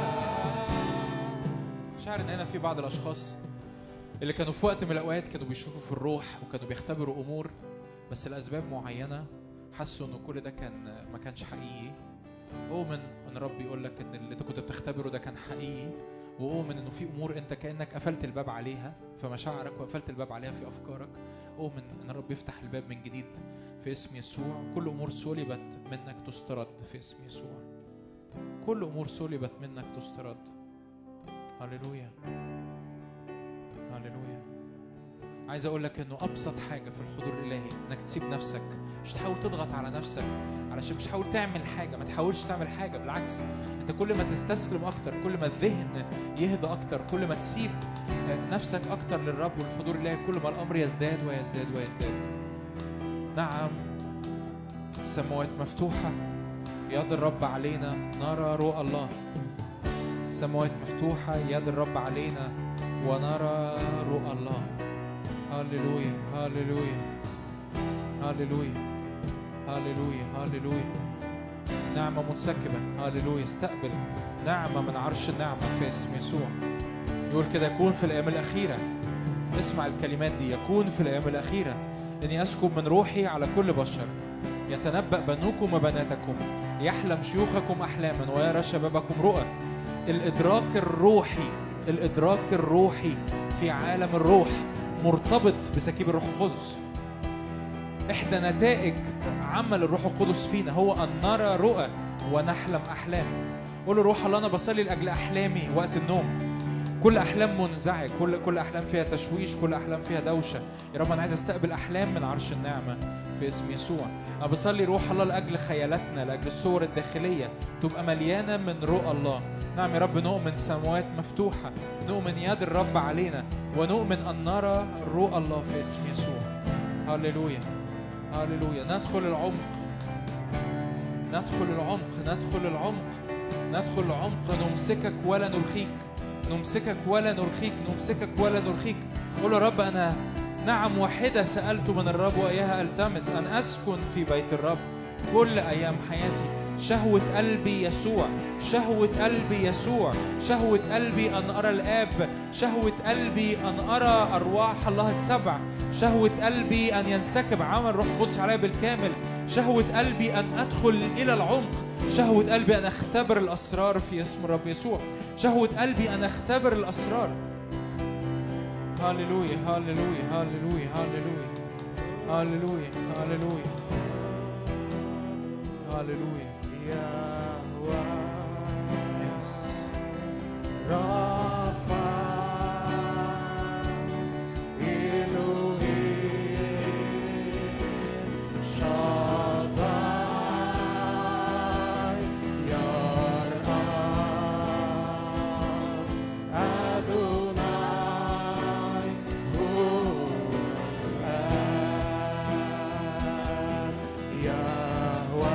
شعر ان هنا في بعض الاشخاص اللي كانوا في وقت من الاوقات كانوا بيشوفوا في الروح وكانوا بيختبروا امور، بس لاسباب معينه حسوا ان كل ده كان ما كانش حقيقي. اؤمن ان رب يقول لك ان اللي انت كنت بتختبره ده كان حقيقي، واؤمن انه في امور انت كانك قفلت الباب عليها في مشاعرك وقفلت الباب عليها في افكارك. اؤمن ان رب يفتح الباب من جديد في اسم يسوع. كل امور سلبت منك تسترد في اسم يسوع. كل امور سلبت منك تسترد. هللويا هللويا. عايز اقول لك انه ابسط حاجه في الحضور الالهي انك تسيب نفسك، مش تحاول تضغط على نفسك علشان مش تحاول تعمل حاجه، ما تحاولش تعمل حاجه، بالعكس انت كل ما تستسلم اكتر، كل ما الذهن يهدى اكتر، كل ما تسيب نفسك اكتر للرب والحضور الالهي، كل ما الامر يزداد ويزداد ويزداد. نعم السماوات مفتوحه، يد الرب علينا نرى رؤى الله. السماوات مفتوحه، يد الرب علينا ونرى رؤى الله. هاليلويا هاليلويا هاليلويا هاليلويا هاليلويا. نعمة منسكبة. هاليلويا. استقبل نعمة من عرش النعمة في اسم يسوع. يقول كده يكون في الأيام الأخيرة، اسمع الكلمات دي، يكون في الأيام الأخيرة إني أسكب من روحي على كل بشر، يتنبأ بنوكم وبناتكم، يحلم شيوخكم أحلاما ويرى شبابكم رؤى. الإدراك الروحي، الإدراك الروحي في عالم الروح مرتبط بسكيب الروح القدس. إحدى نتائج عمل الروح القدس فينا هو أن نرى رؤى ونحلم أحلام. قول له روح الله أنا بصلي لأجل أحلامي وقت النوم. كل أحلام منزعج، كل كل أحلام فيها تشويش، كل أحلام فيها دوشة. يا رب أنا عايز أستقبل أحلام من عرش النعمة في اسم يسوع. أنا بصلي روح الله لأجل خيالاتنا، لأجل الصور الداخلية تبقى مليانة من رؤى الله. نعم يا رب نؤمن سماوات مفتوحة، نؤمن يد الرب علينا، ونؤمن أن نرى رؤى الله في اسم يسوع. هاليلويا هاليلويا. ندخل العمق، ندخل العمق، ندخل العمق، ندخل العمق. نمسكك ولا نرخيك، نمسكك ولا نرخيك، نمسكك ولا نرخيك. قول يا رب أنا نعم واحدة سألت من الرب وإياها ألتمس، أن أسكن في بيت الرب كل أيام حياتي. شهوة قلبي يسوع، شهوة قلبي يسوع، شهوة قلبي أن أرى الآب، شهوة قلبي أن أرى أرواح الله السبع، شهوة قلبي أن ينسكب عمل روح القدس علي بالكامل، شهوة قلبي أن أدخل إلى العمق، شهوة قلبي أن أختبر الأسرار في اسم الرب يسوع، شهوة قلبي أن أختبر الأسرار. هاليلويا هاليلويا هاليلويا هاليلويا هاليلويا هاليلويا هاليلويا. يهوه رافع إلهي شاداي يرحم أدوناي هو الآن. يهوه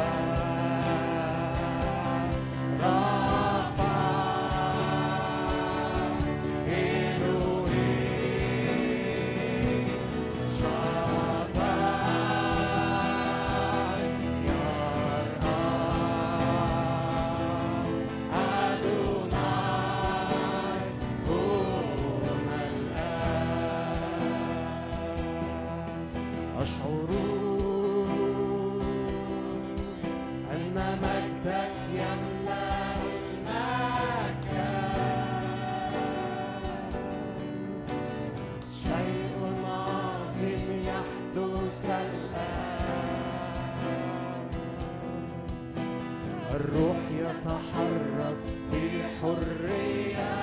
الروح يتحرك بحرية.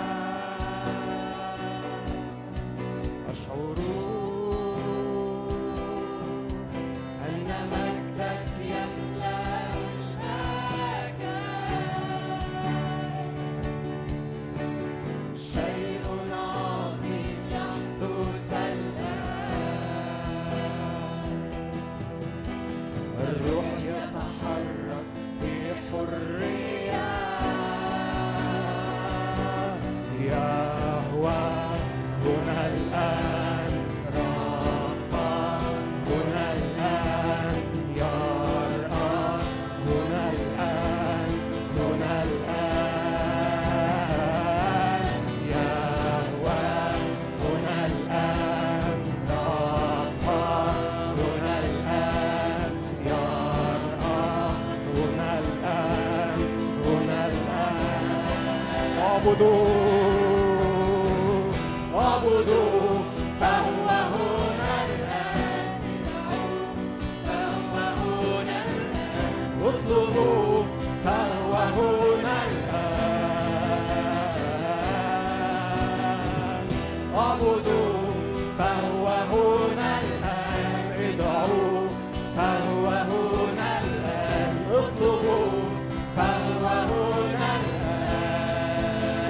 أشعر أن مجدك يملأ المكان. شيء عظيم يحدث الآن. الروح يتحرك بحرية. اعبدوا اعبدوا فهو هنا الآن فهو هنا الآن اطلبوا فهو هنا الآن اعبدوا فهو هنا الآن ادعوا فهو هنا الآن اطلبوا فهو هنا الآن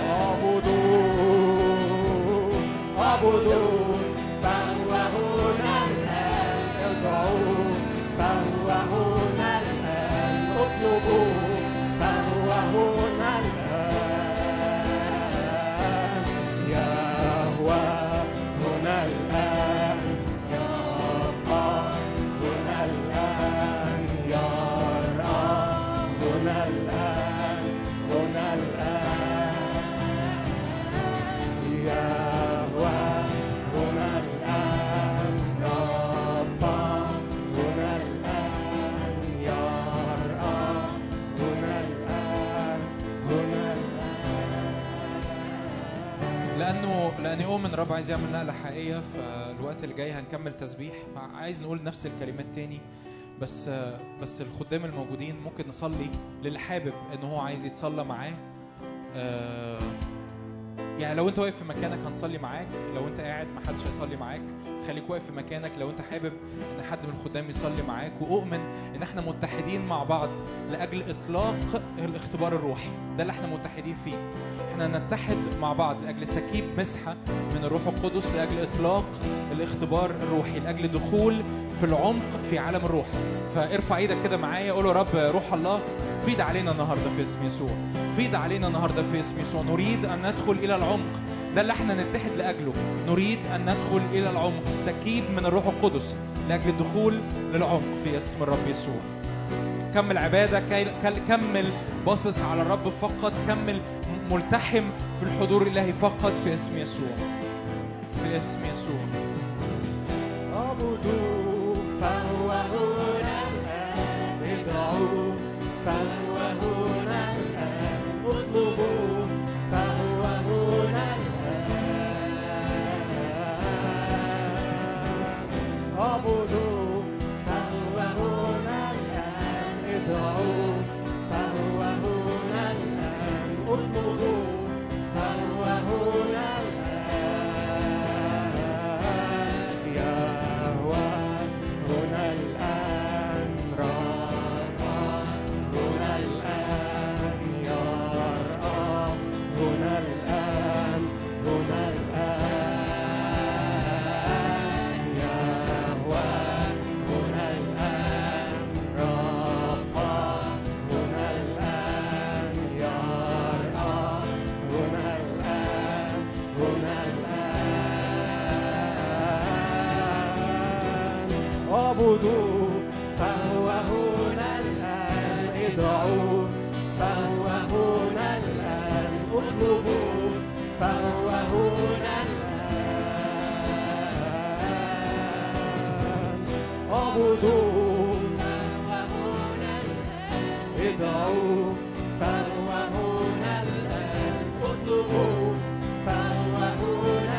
اعبدوا اعبدوا فهو هنا الآن ادعوا فهو هنا الآن اطلبوا فهو هنا الآن يهوى هنا الآن يبقى هنا الآن يرى هنا الآن هنا الآن يهوى هنا الآن يبقى هنا الآن يرى هنا الآن هنا الآن. لانه لاني اؤمن الرب عايز يعمل نقله حقيقيه. فالوقت اللي جاي هنكمل تسبيح، عايز نقول نفس الكلمات تاني، بس بس الخدام الموجودين ممكن نصلي للي حابب ان هو عايز يتصلى معاه. آه يعني لو انت واقف في مكانك هنصلي معاك، لو انت قاعد ما حدش هيصلي معاك خليك واقف في مكانك. لو انت حابب ان حد من الخدام يصلي معاك، واؤمن ان احنا متحدين مع بعض لاجل اطلاق الاختبار الروحي، ده اللي احنا متحدين فيه. احنا نتحد مع بعض لاجل سكيب مسحه من الروح القدس، لاجل اطلاق الاختبار الروحي، لاجل دخول في العمق في عالم الروح. فارفع ايدك كده معايا، قول يا رب روح الله فيض علينا النهارده في اسم يسوع، فيض علينا النهارده في اسم يسوع. نريد ان ندخل الى العمق، ده اللي احنا نتحد لاجله. نريد ان ندخل الى العمق، سكيب من الروح القدس لاجل الدخول للعمق في اسم الرب يسوع. كمل عباده، كمل باصص على الرب فقط، كمل ملتحم في الحضور الالهي فقط في اسم يسوع، في اسم يسوع. اعبدوا فهو هنا الآن ادعوا فهو هنا الآن اطلبوا فهو هنا الآن اعبدوا فهو هنا الآن ادعوا فهو هنا الآن اطلبوا فهو هنا الآن يهوى هنا الآن رأى هنا الآن يرأى هنا الآن هنا الآن يهوى هنا الآن رأى هنا الآن يرأى هنا الآن هنا الآن اعبدوا فهو هنا الآن ادعوا فهو هنا الآن اطلبوا فهو هنا الآن اعبدوا فهو هنا الآن ادعوا فهو هنا الآن اطلبوا فهو هنا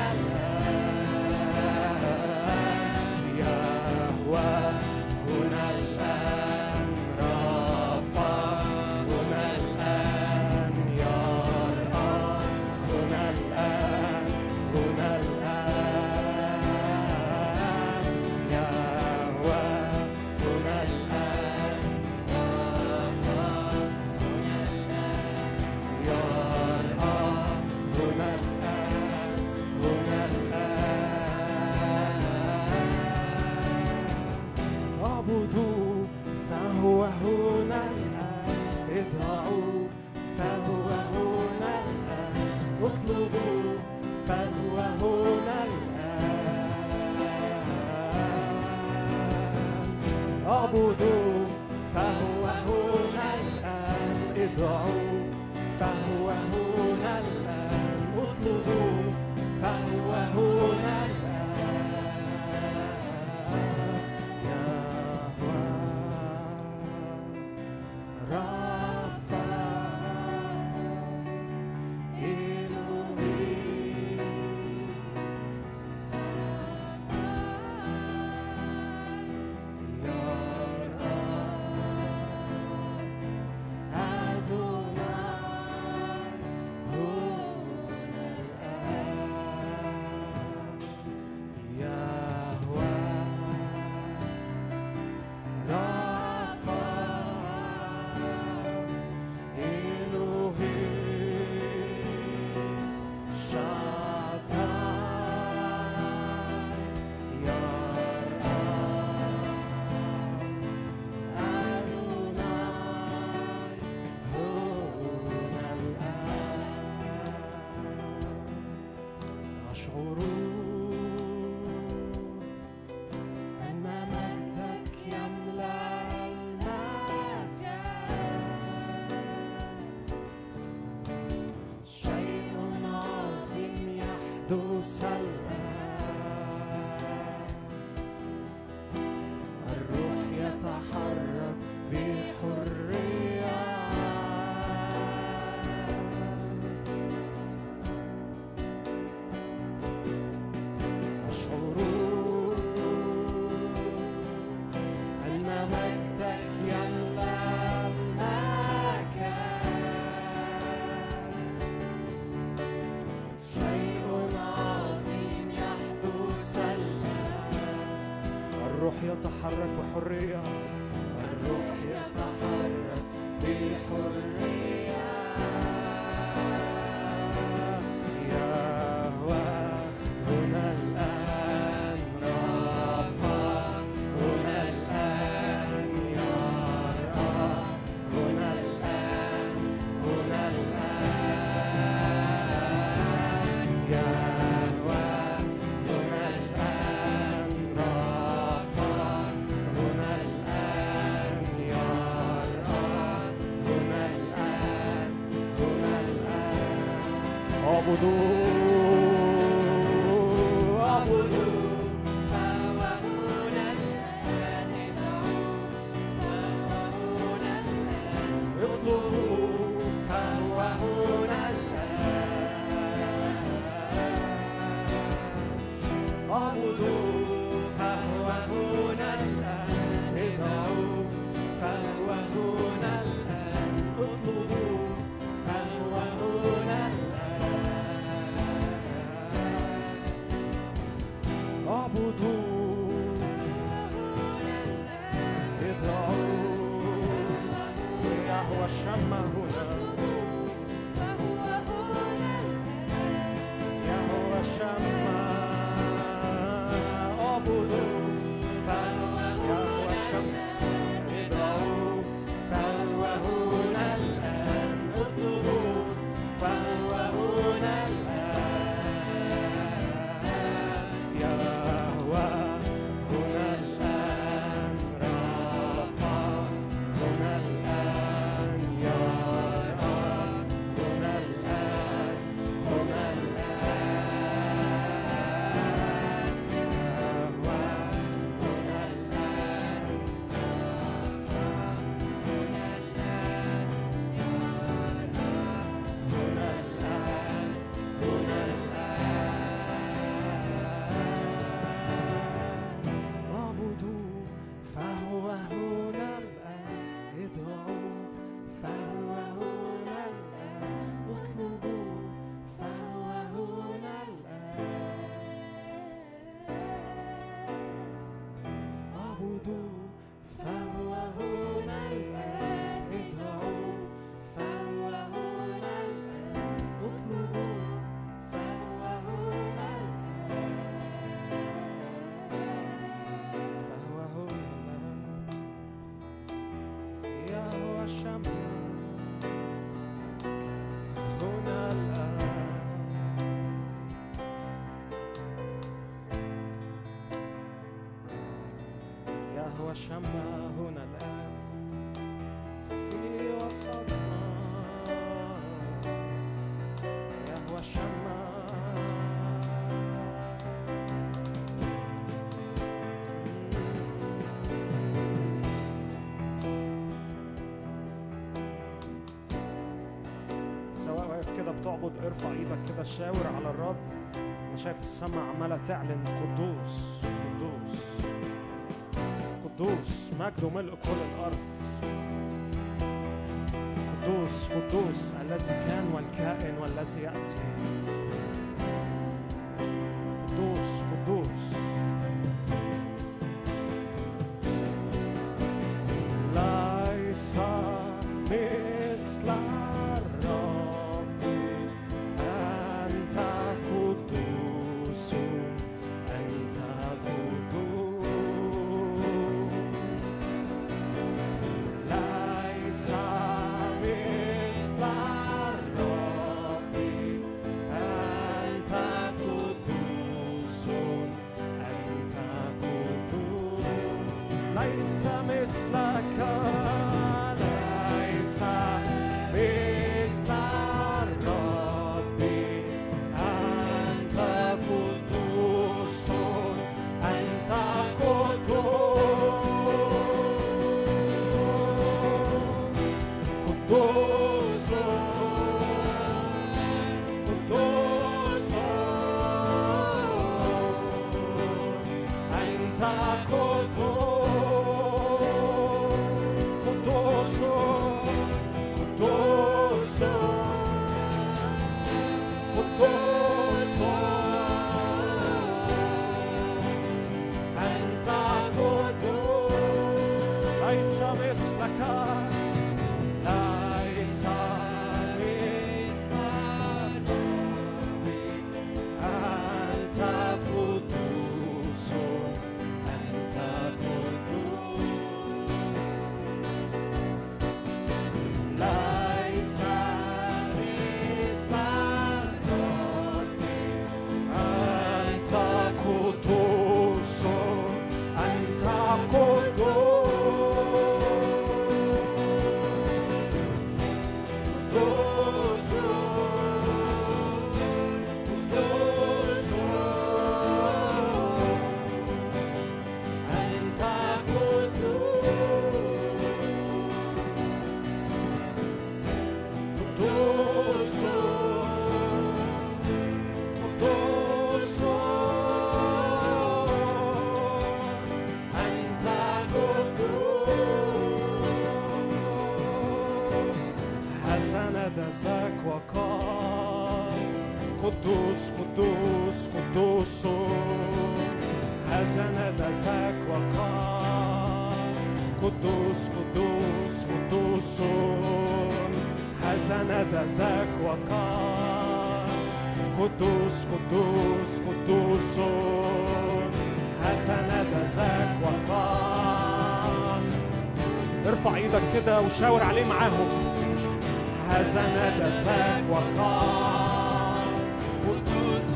الآن يهوى هنا الآن رافع هنا الآن يرأى هنا الآن هنا الآن يهوى هنا الآن رافع هنا الآن يرأى هنا الآن هنا الآن اعبدوا فهو هنا الآن ادعوا فهو هنا الآن اطلبوا فهو هنا الآن اعبدوا فهو هنا الآن ادعوا فهو هنا الآن اطلبوا فهو هنا الآن يهوى رافع الروح يتحرك بحرية، الروح يتحرك بحرية. يهوى هنا الآن، رفع هنا الآن، يرى هنا الآن، هنا الآن. يهوى هنا الآن، رفع هنا الآن، يرى هنا الآن، هنا الآن. اعبدوا اعبدوا فهو هنا الآن، ادعوا فهو هنا الآن، اطلبوا فهو هنا الآن. اعبدوا فهو هنا الآن، ادعوا فهو هنا الآن، اطلبوا فهو هنا الآن. اعبدوا ادعوا يهوى الشمع هنا، يهوى الشمع. اعبدوا يهوى الشمع، ادعوا فهو هنا الآن، اطلبوا فهو هنا الآن. يهوى هنا الآن، رفع هنا الآن، يرى هنا الآن، هنا الآن. يهوى هنا الآن، هنا الآن، هنا الآن. اعبدوا فهو هنا الآن، ادعوا فهو هنا الآن، اطلبوا فهو هنا الآن. اعبدوا فهو هنا الآن، ادعوا فهو هنا الآن، اطلبوا فهو هنا الآن. فهو هنا الآن، يهوى الشمع هنا الآن. يهوى الشمع هنا الآن في وسطنا، يهوى الشمع. سواء واقف كده بتعبد، ارفع ايدك كده، شاور على الرب. انا شايف السماء عماله تعلن قدوس قدوس قدوس، مجد وملء كل الارض. قدوس قدوس الذي كان والكائن والذي ياتي. قدوس قدوس. ليس مثل الرب، أنت قدوس، أنت قدوس. ليس مثل الرب، أنت قدوس، أنت قدوس. ليس مثلك، ليس مثل الرب، أنت قدوس، أنت قدوس. قدوس قدوس، أنت قدوس. قدوس قدوس قدوس، أنت قدوس. ذاك وقال قدوس قدوس قدوس هذا ندى ذاك وقال قدوس قدوس قدوس هذا ندى ذاك وقال قدوس قدوس قدوس هذا ندى ذاك وقال. ارفع ايدك كده وشاور عليه معاهم. هذا ندى ذاك وقال قدوس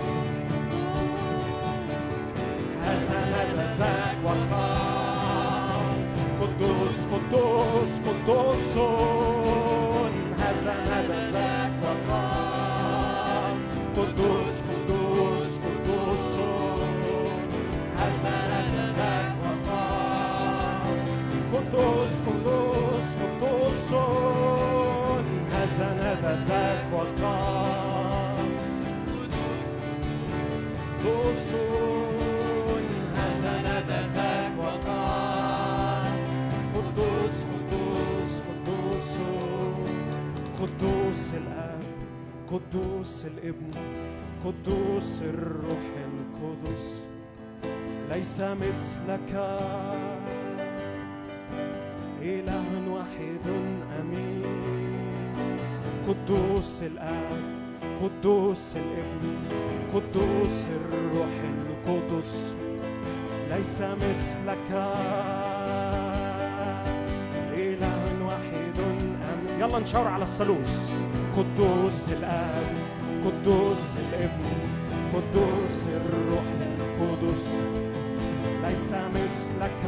هذا ندى ذاك وقال قدوس قدوس قدوس هذا ندى ذاك وقال قدوس قدوس قدوس هذا ندى ذاك وقال قدوس قدوس قدوس هذا ندى ذاك وقال قدوس هذا ندى ذاك وقال قدوس قدوس قدوس قدوس الآب قدوس الابن قدوس الروح القدس ليس مثلك إله واحد أمين. قدوس الآب قدوس الابن قدوس الروح القدس ليس مثلك إله واحد أمين. يلا نشاور على الثالوث. قدوس الآب قدوس الابن قدوس الروح القدس ليس مثلك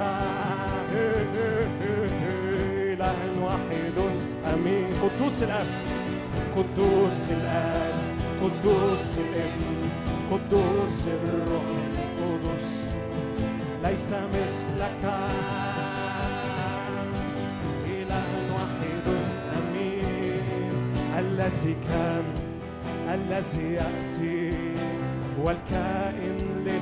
إله واحد أمين. قدوس الآب قدوس الآب قدوس الابن قدوس الروح القدس ليس مثلك إله واحد أمين. الذي كان الذي يأتي والكائن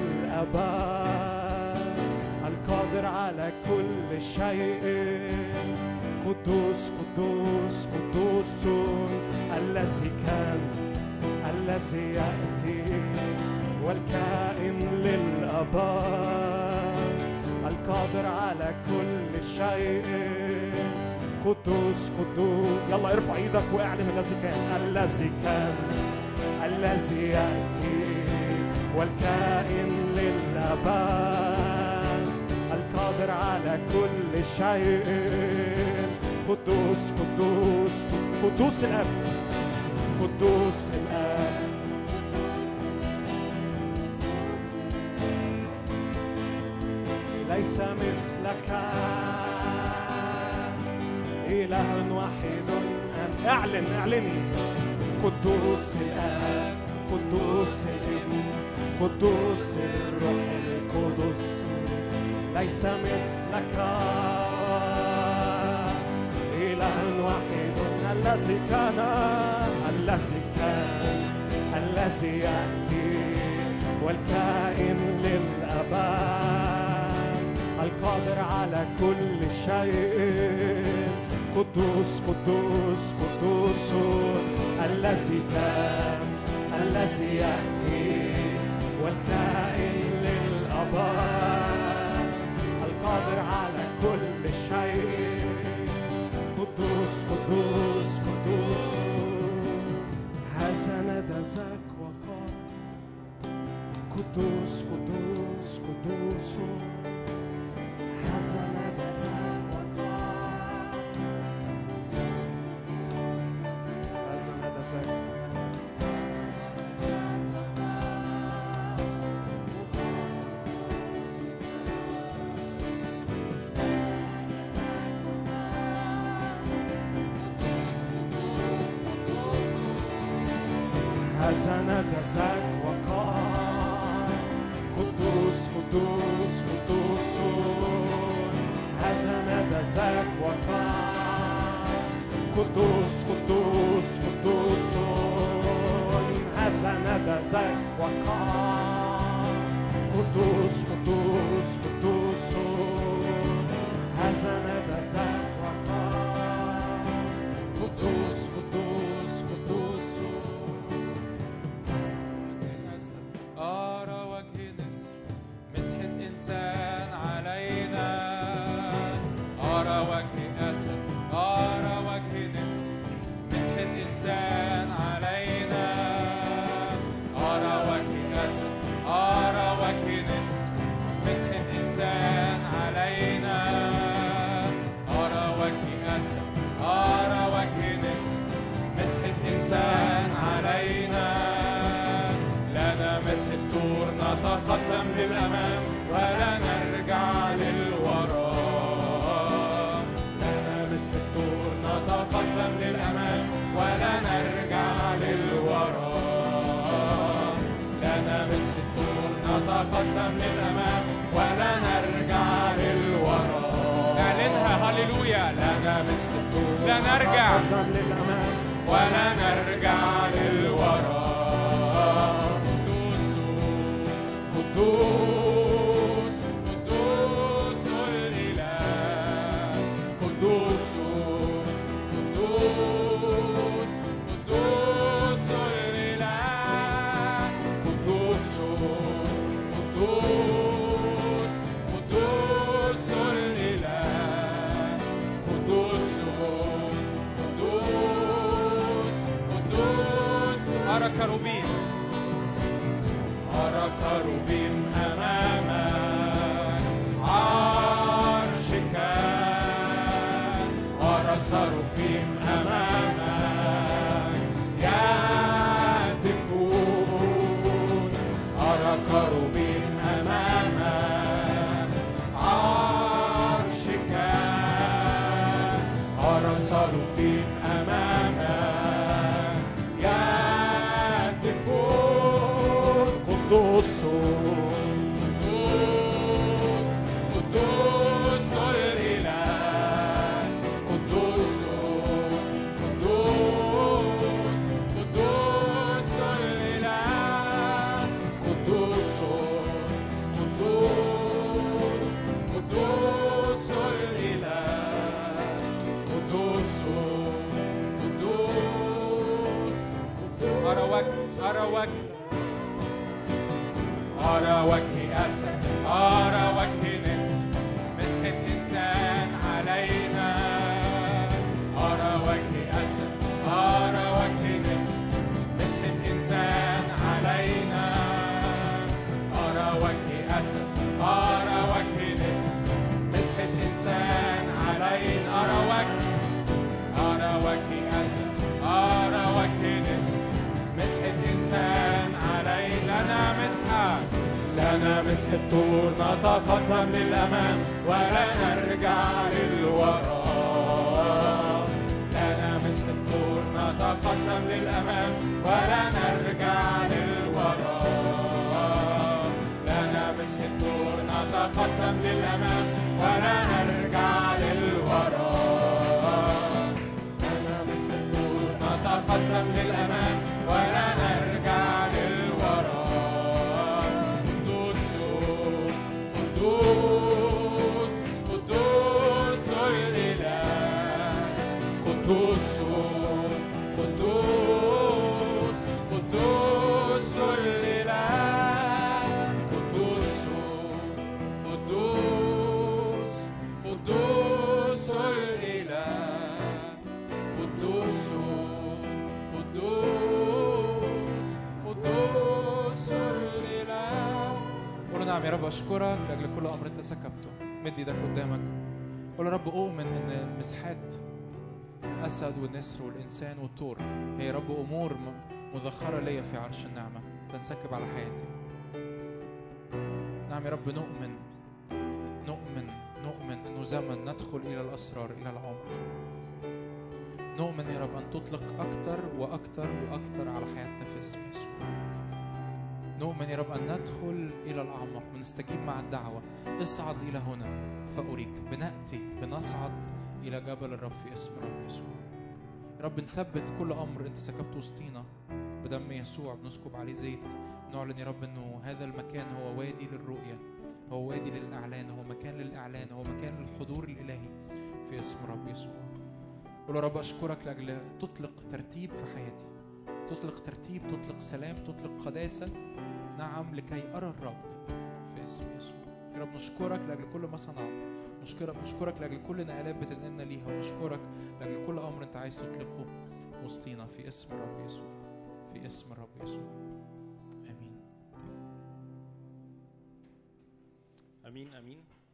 للأبد القادر على كل شيء. قدوس قدوس قدوس الذي كان الذي يأتي والكائن للأبد القادر على كل شيء. قدوس قدوس. يلا ارفع ايدك واعلن الذي كان الذي كان الذي يأتي والكائن للأبد القادر على كل شيء. قدوس قدوس قدوس الآب قدوس الآب ليس مثلك إله واحد أمين. اعلن اعلني. قدوس الآب قدوس الابن قدوس الروح القدس ليس مثلك إله واحد. الذي كان الذي كان الذي يأتي والكائن للأبد القادر على كل شيء. قدوس قدوس قدوس الذي كان الذي يأتي والكائن للأبد القادر على كل شيء. قدوس قدوس قدوس هذا ندى ذاك وقال قدوس قدوس قدوس هذا ندى ذاك وقال هذا ندى ذاك. هذا ندى ذاك وقال قدوس قدوس قدوس هذا ندى ذاك وقال قدوس قدوس قدوس هذا ندى ذاك وقال قدوس قدوس قدوس هذا ندى ذاك وقال قدوس قدوس نتقدم للأمام ولا نرجع للوراء. لنا مثل الطور نتقدم للأمام ولا نرجع للوراء. لنا مثل الطور نتقدم للأمام ولا نرجع للوراء. اعلنها هللويا. لنا مثل الطور لا نرجع للأمام ولا نرجع للوراء. قدوس قدوس الإله. قدوس قدوس قدوس الإله. قدوس قدوس قدوس الإله. قدوس قدوس قدوس. أرى كروبين أرى كروبين أمامك عرشك. أرى صاروخين أمامك يهتفون. أرى كروبين أمامك عرشك. أرى صاروخين أمامك يهتفون. قدوس قدوس قدوس الإله. قدوس قدوس قدوس الإله. قدوس قدوس قدوس الإله. قدوس قدوس. أرى وجه أرى وجه أرى وجه أسد. أرى وجه نسر. مسحة إنسان علينا. أرى وجه أسد. أرى وجه نسر. مسحة إنسان علينا. أرى وجه أسد. أرى وجه نسر. مسحة إنسان علينا. أرى وجه أرى وجه أسد. أرى وجه نسر. مسحة إنسان علينا. لنا مسحة لنا مسح الطور نتقدم للأمام ولا نرجع للوراء. لنا مسح الطور نتقدم للأمام ولا نرجع للوراء. لنا مسح الطور نتقدم للأمام ولا نرجع للوراء. لنا مسح الطور نتقدم للأمام ولا نرجع للوراء. قدوس قدوس الإله. قدوس قدوس قدوس الإله. قدوس قدوس قدوس الإله. قدوس قدوس قدوس الإله. قول نعم يا رب. أشكرك لأجل كل أمر أنت سكبته. مد إيدك قدامك قول يا رب أؤمن إن المسحات الأسد والنسر والإنسان والطور هي يا رب أمور مذخرة ليا في عرش النعمة تنسكب على حياتي. نعم يا رب. نؤمن نؤمن نؤمن إنه زمن ندخل إلى الأسرار إلى العمق. نؤمن يا رب أن تطلق أكتر وأكتر وأكتر على حياتنا في اسم يسوع. نؤمن يا رب أن ندخل إلى الأعماق. بنستجيب مع الدعوة اصعد إلى هنا فأريك. بنأتي بنصعد إلى جبل الرب في اسم الرب يسوع. يا رب نثبت كل أمر أنت سكبته وسطينا بدم يسوع. بنسكب عليه زيت. نعلن يا رب أنه هذا المكان هو وادي للرؤية. هو وادي للإعلان. هو مكان للإعلان. هو مكان للحضور الإلهي في اسم الرب يسوع. قول يا رب أشكرك لأجل تطلق ترتيب في حياتي. تطلق ترتيب. تطلق سلام. تطلق قداسة. نعم لكي أرى الرب في اسم يسوع. يا رب نشكرك لأجل كل ما صنعت. نشكرك نشكرك لأجل كل نقلات بتنقلنا ليها. ونشكرك لأجل كل أمر أنت عايز تطلقه وسطينا في اسم الرب يسوع. في اسم الرب يسوع. آمين. أمين أمين.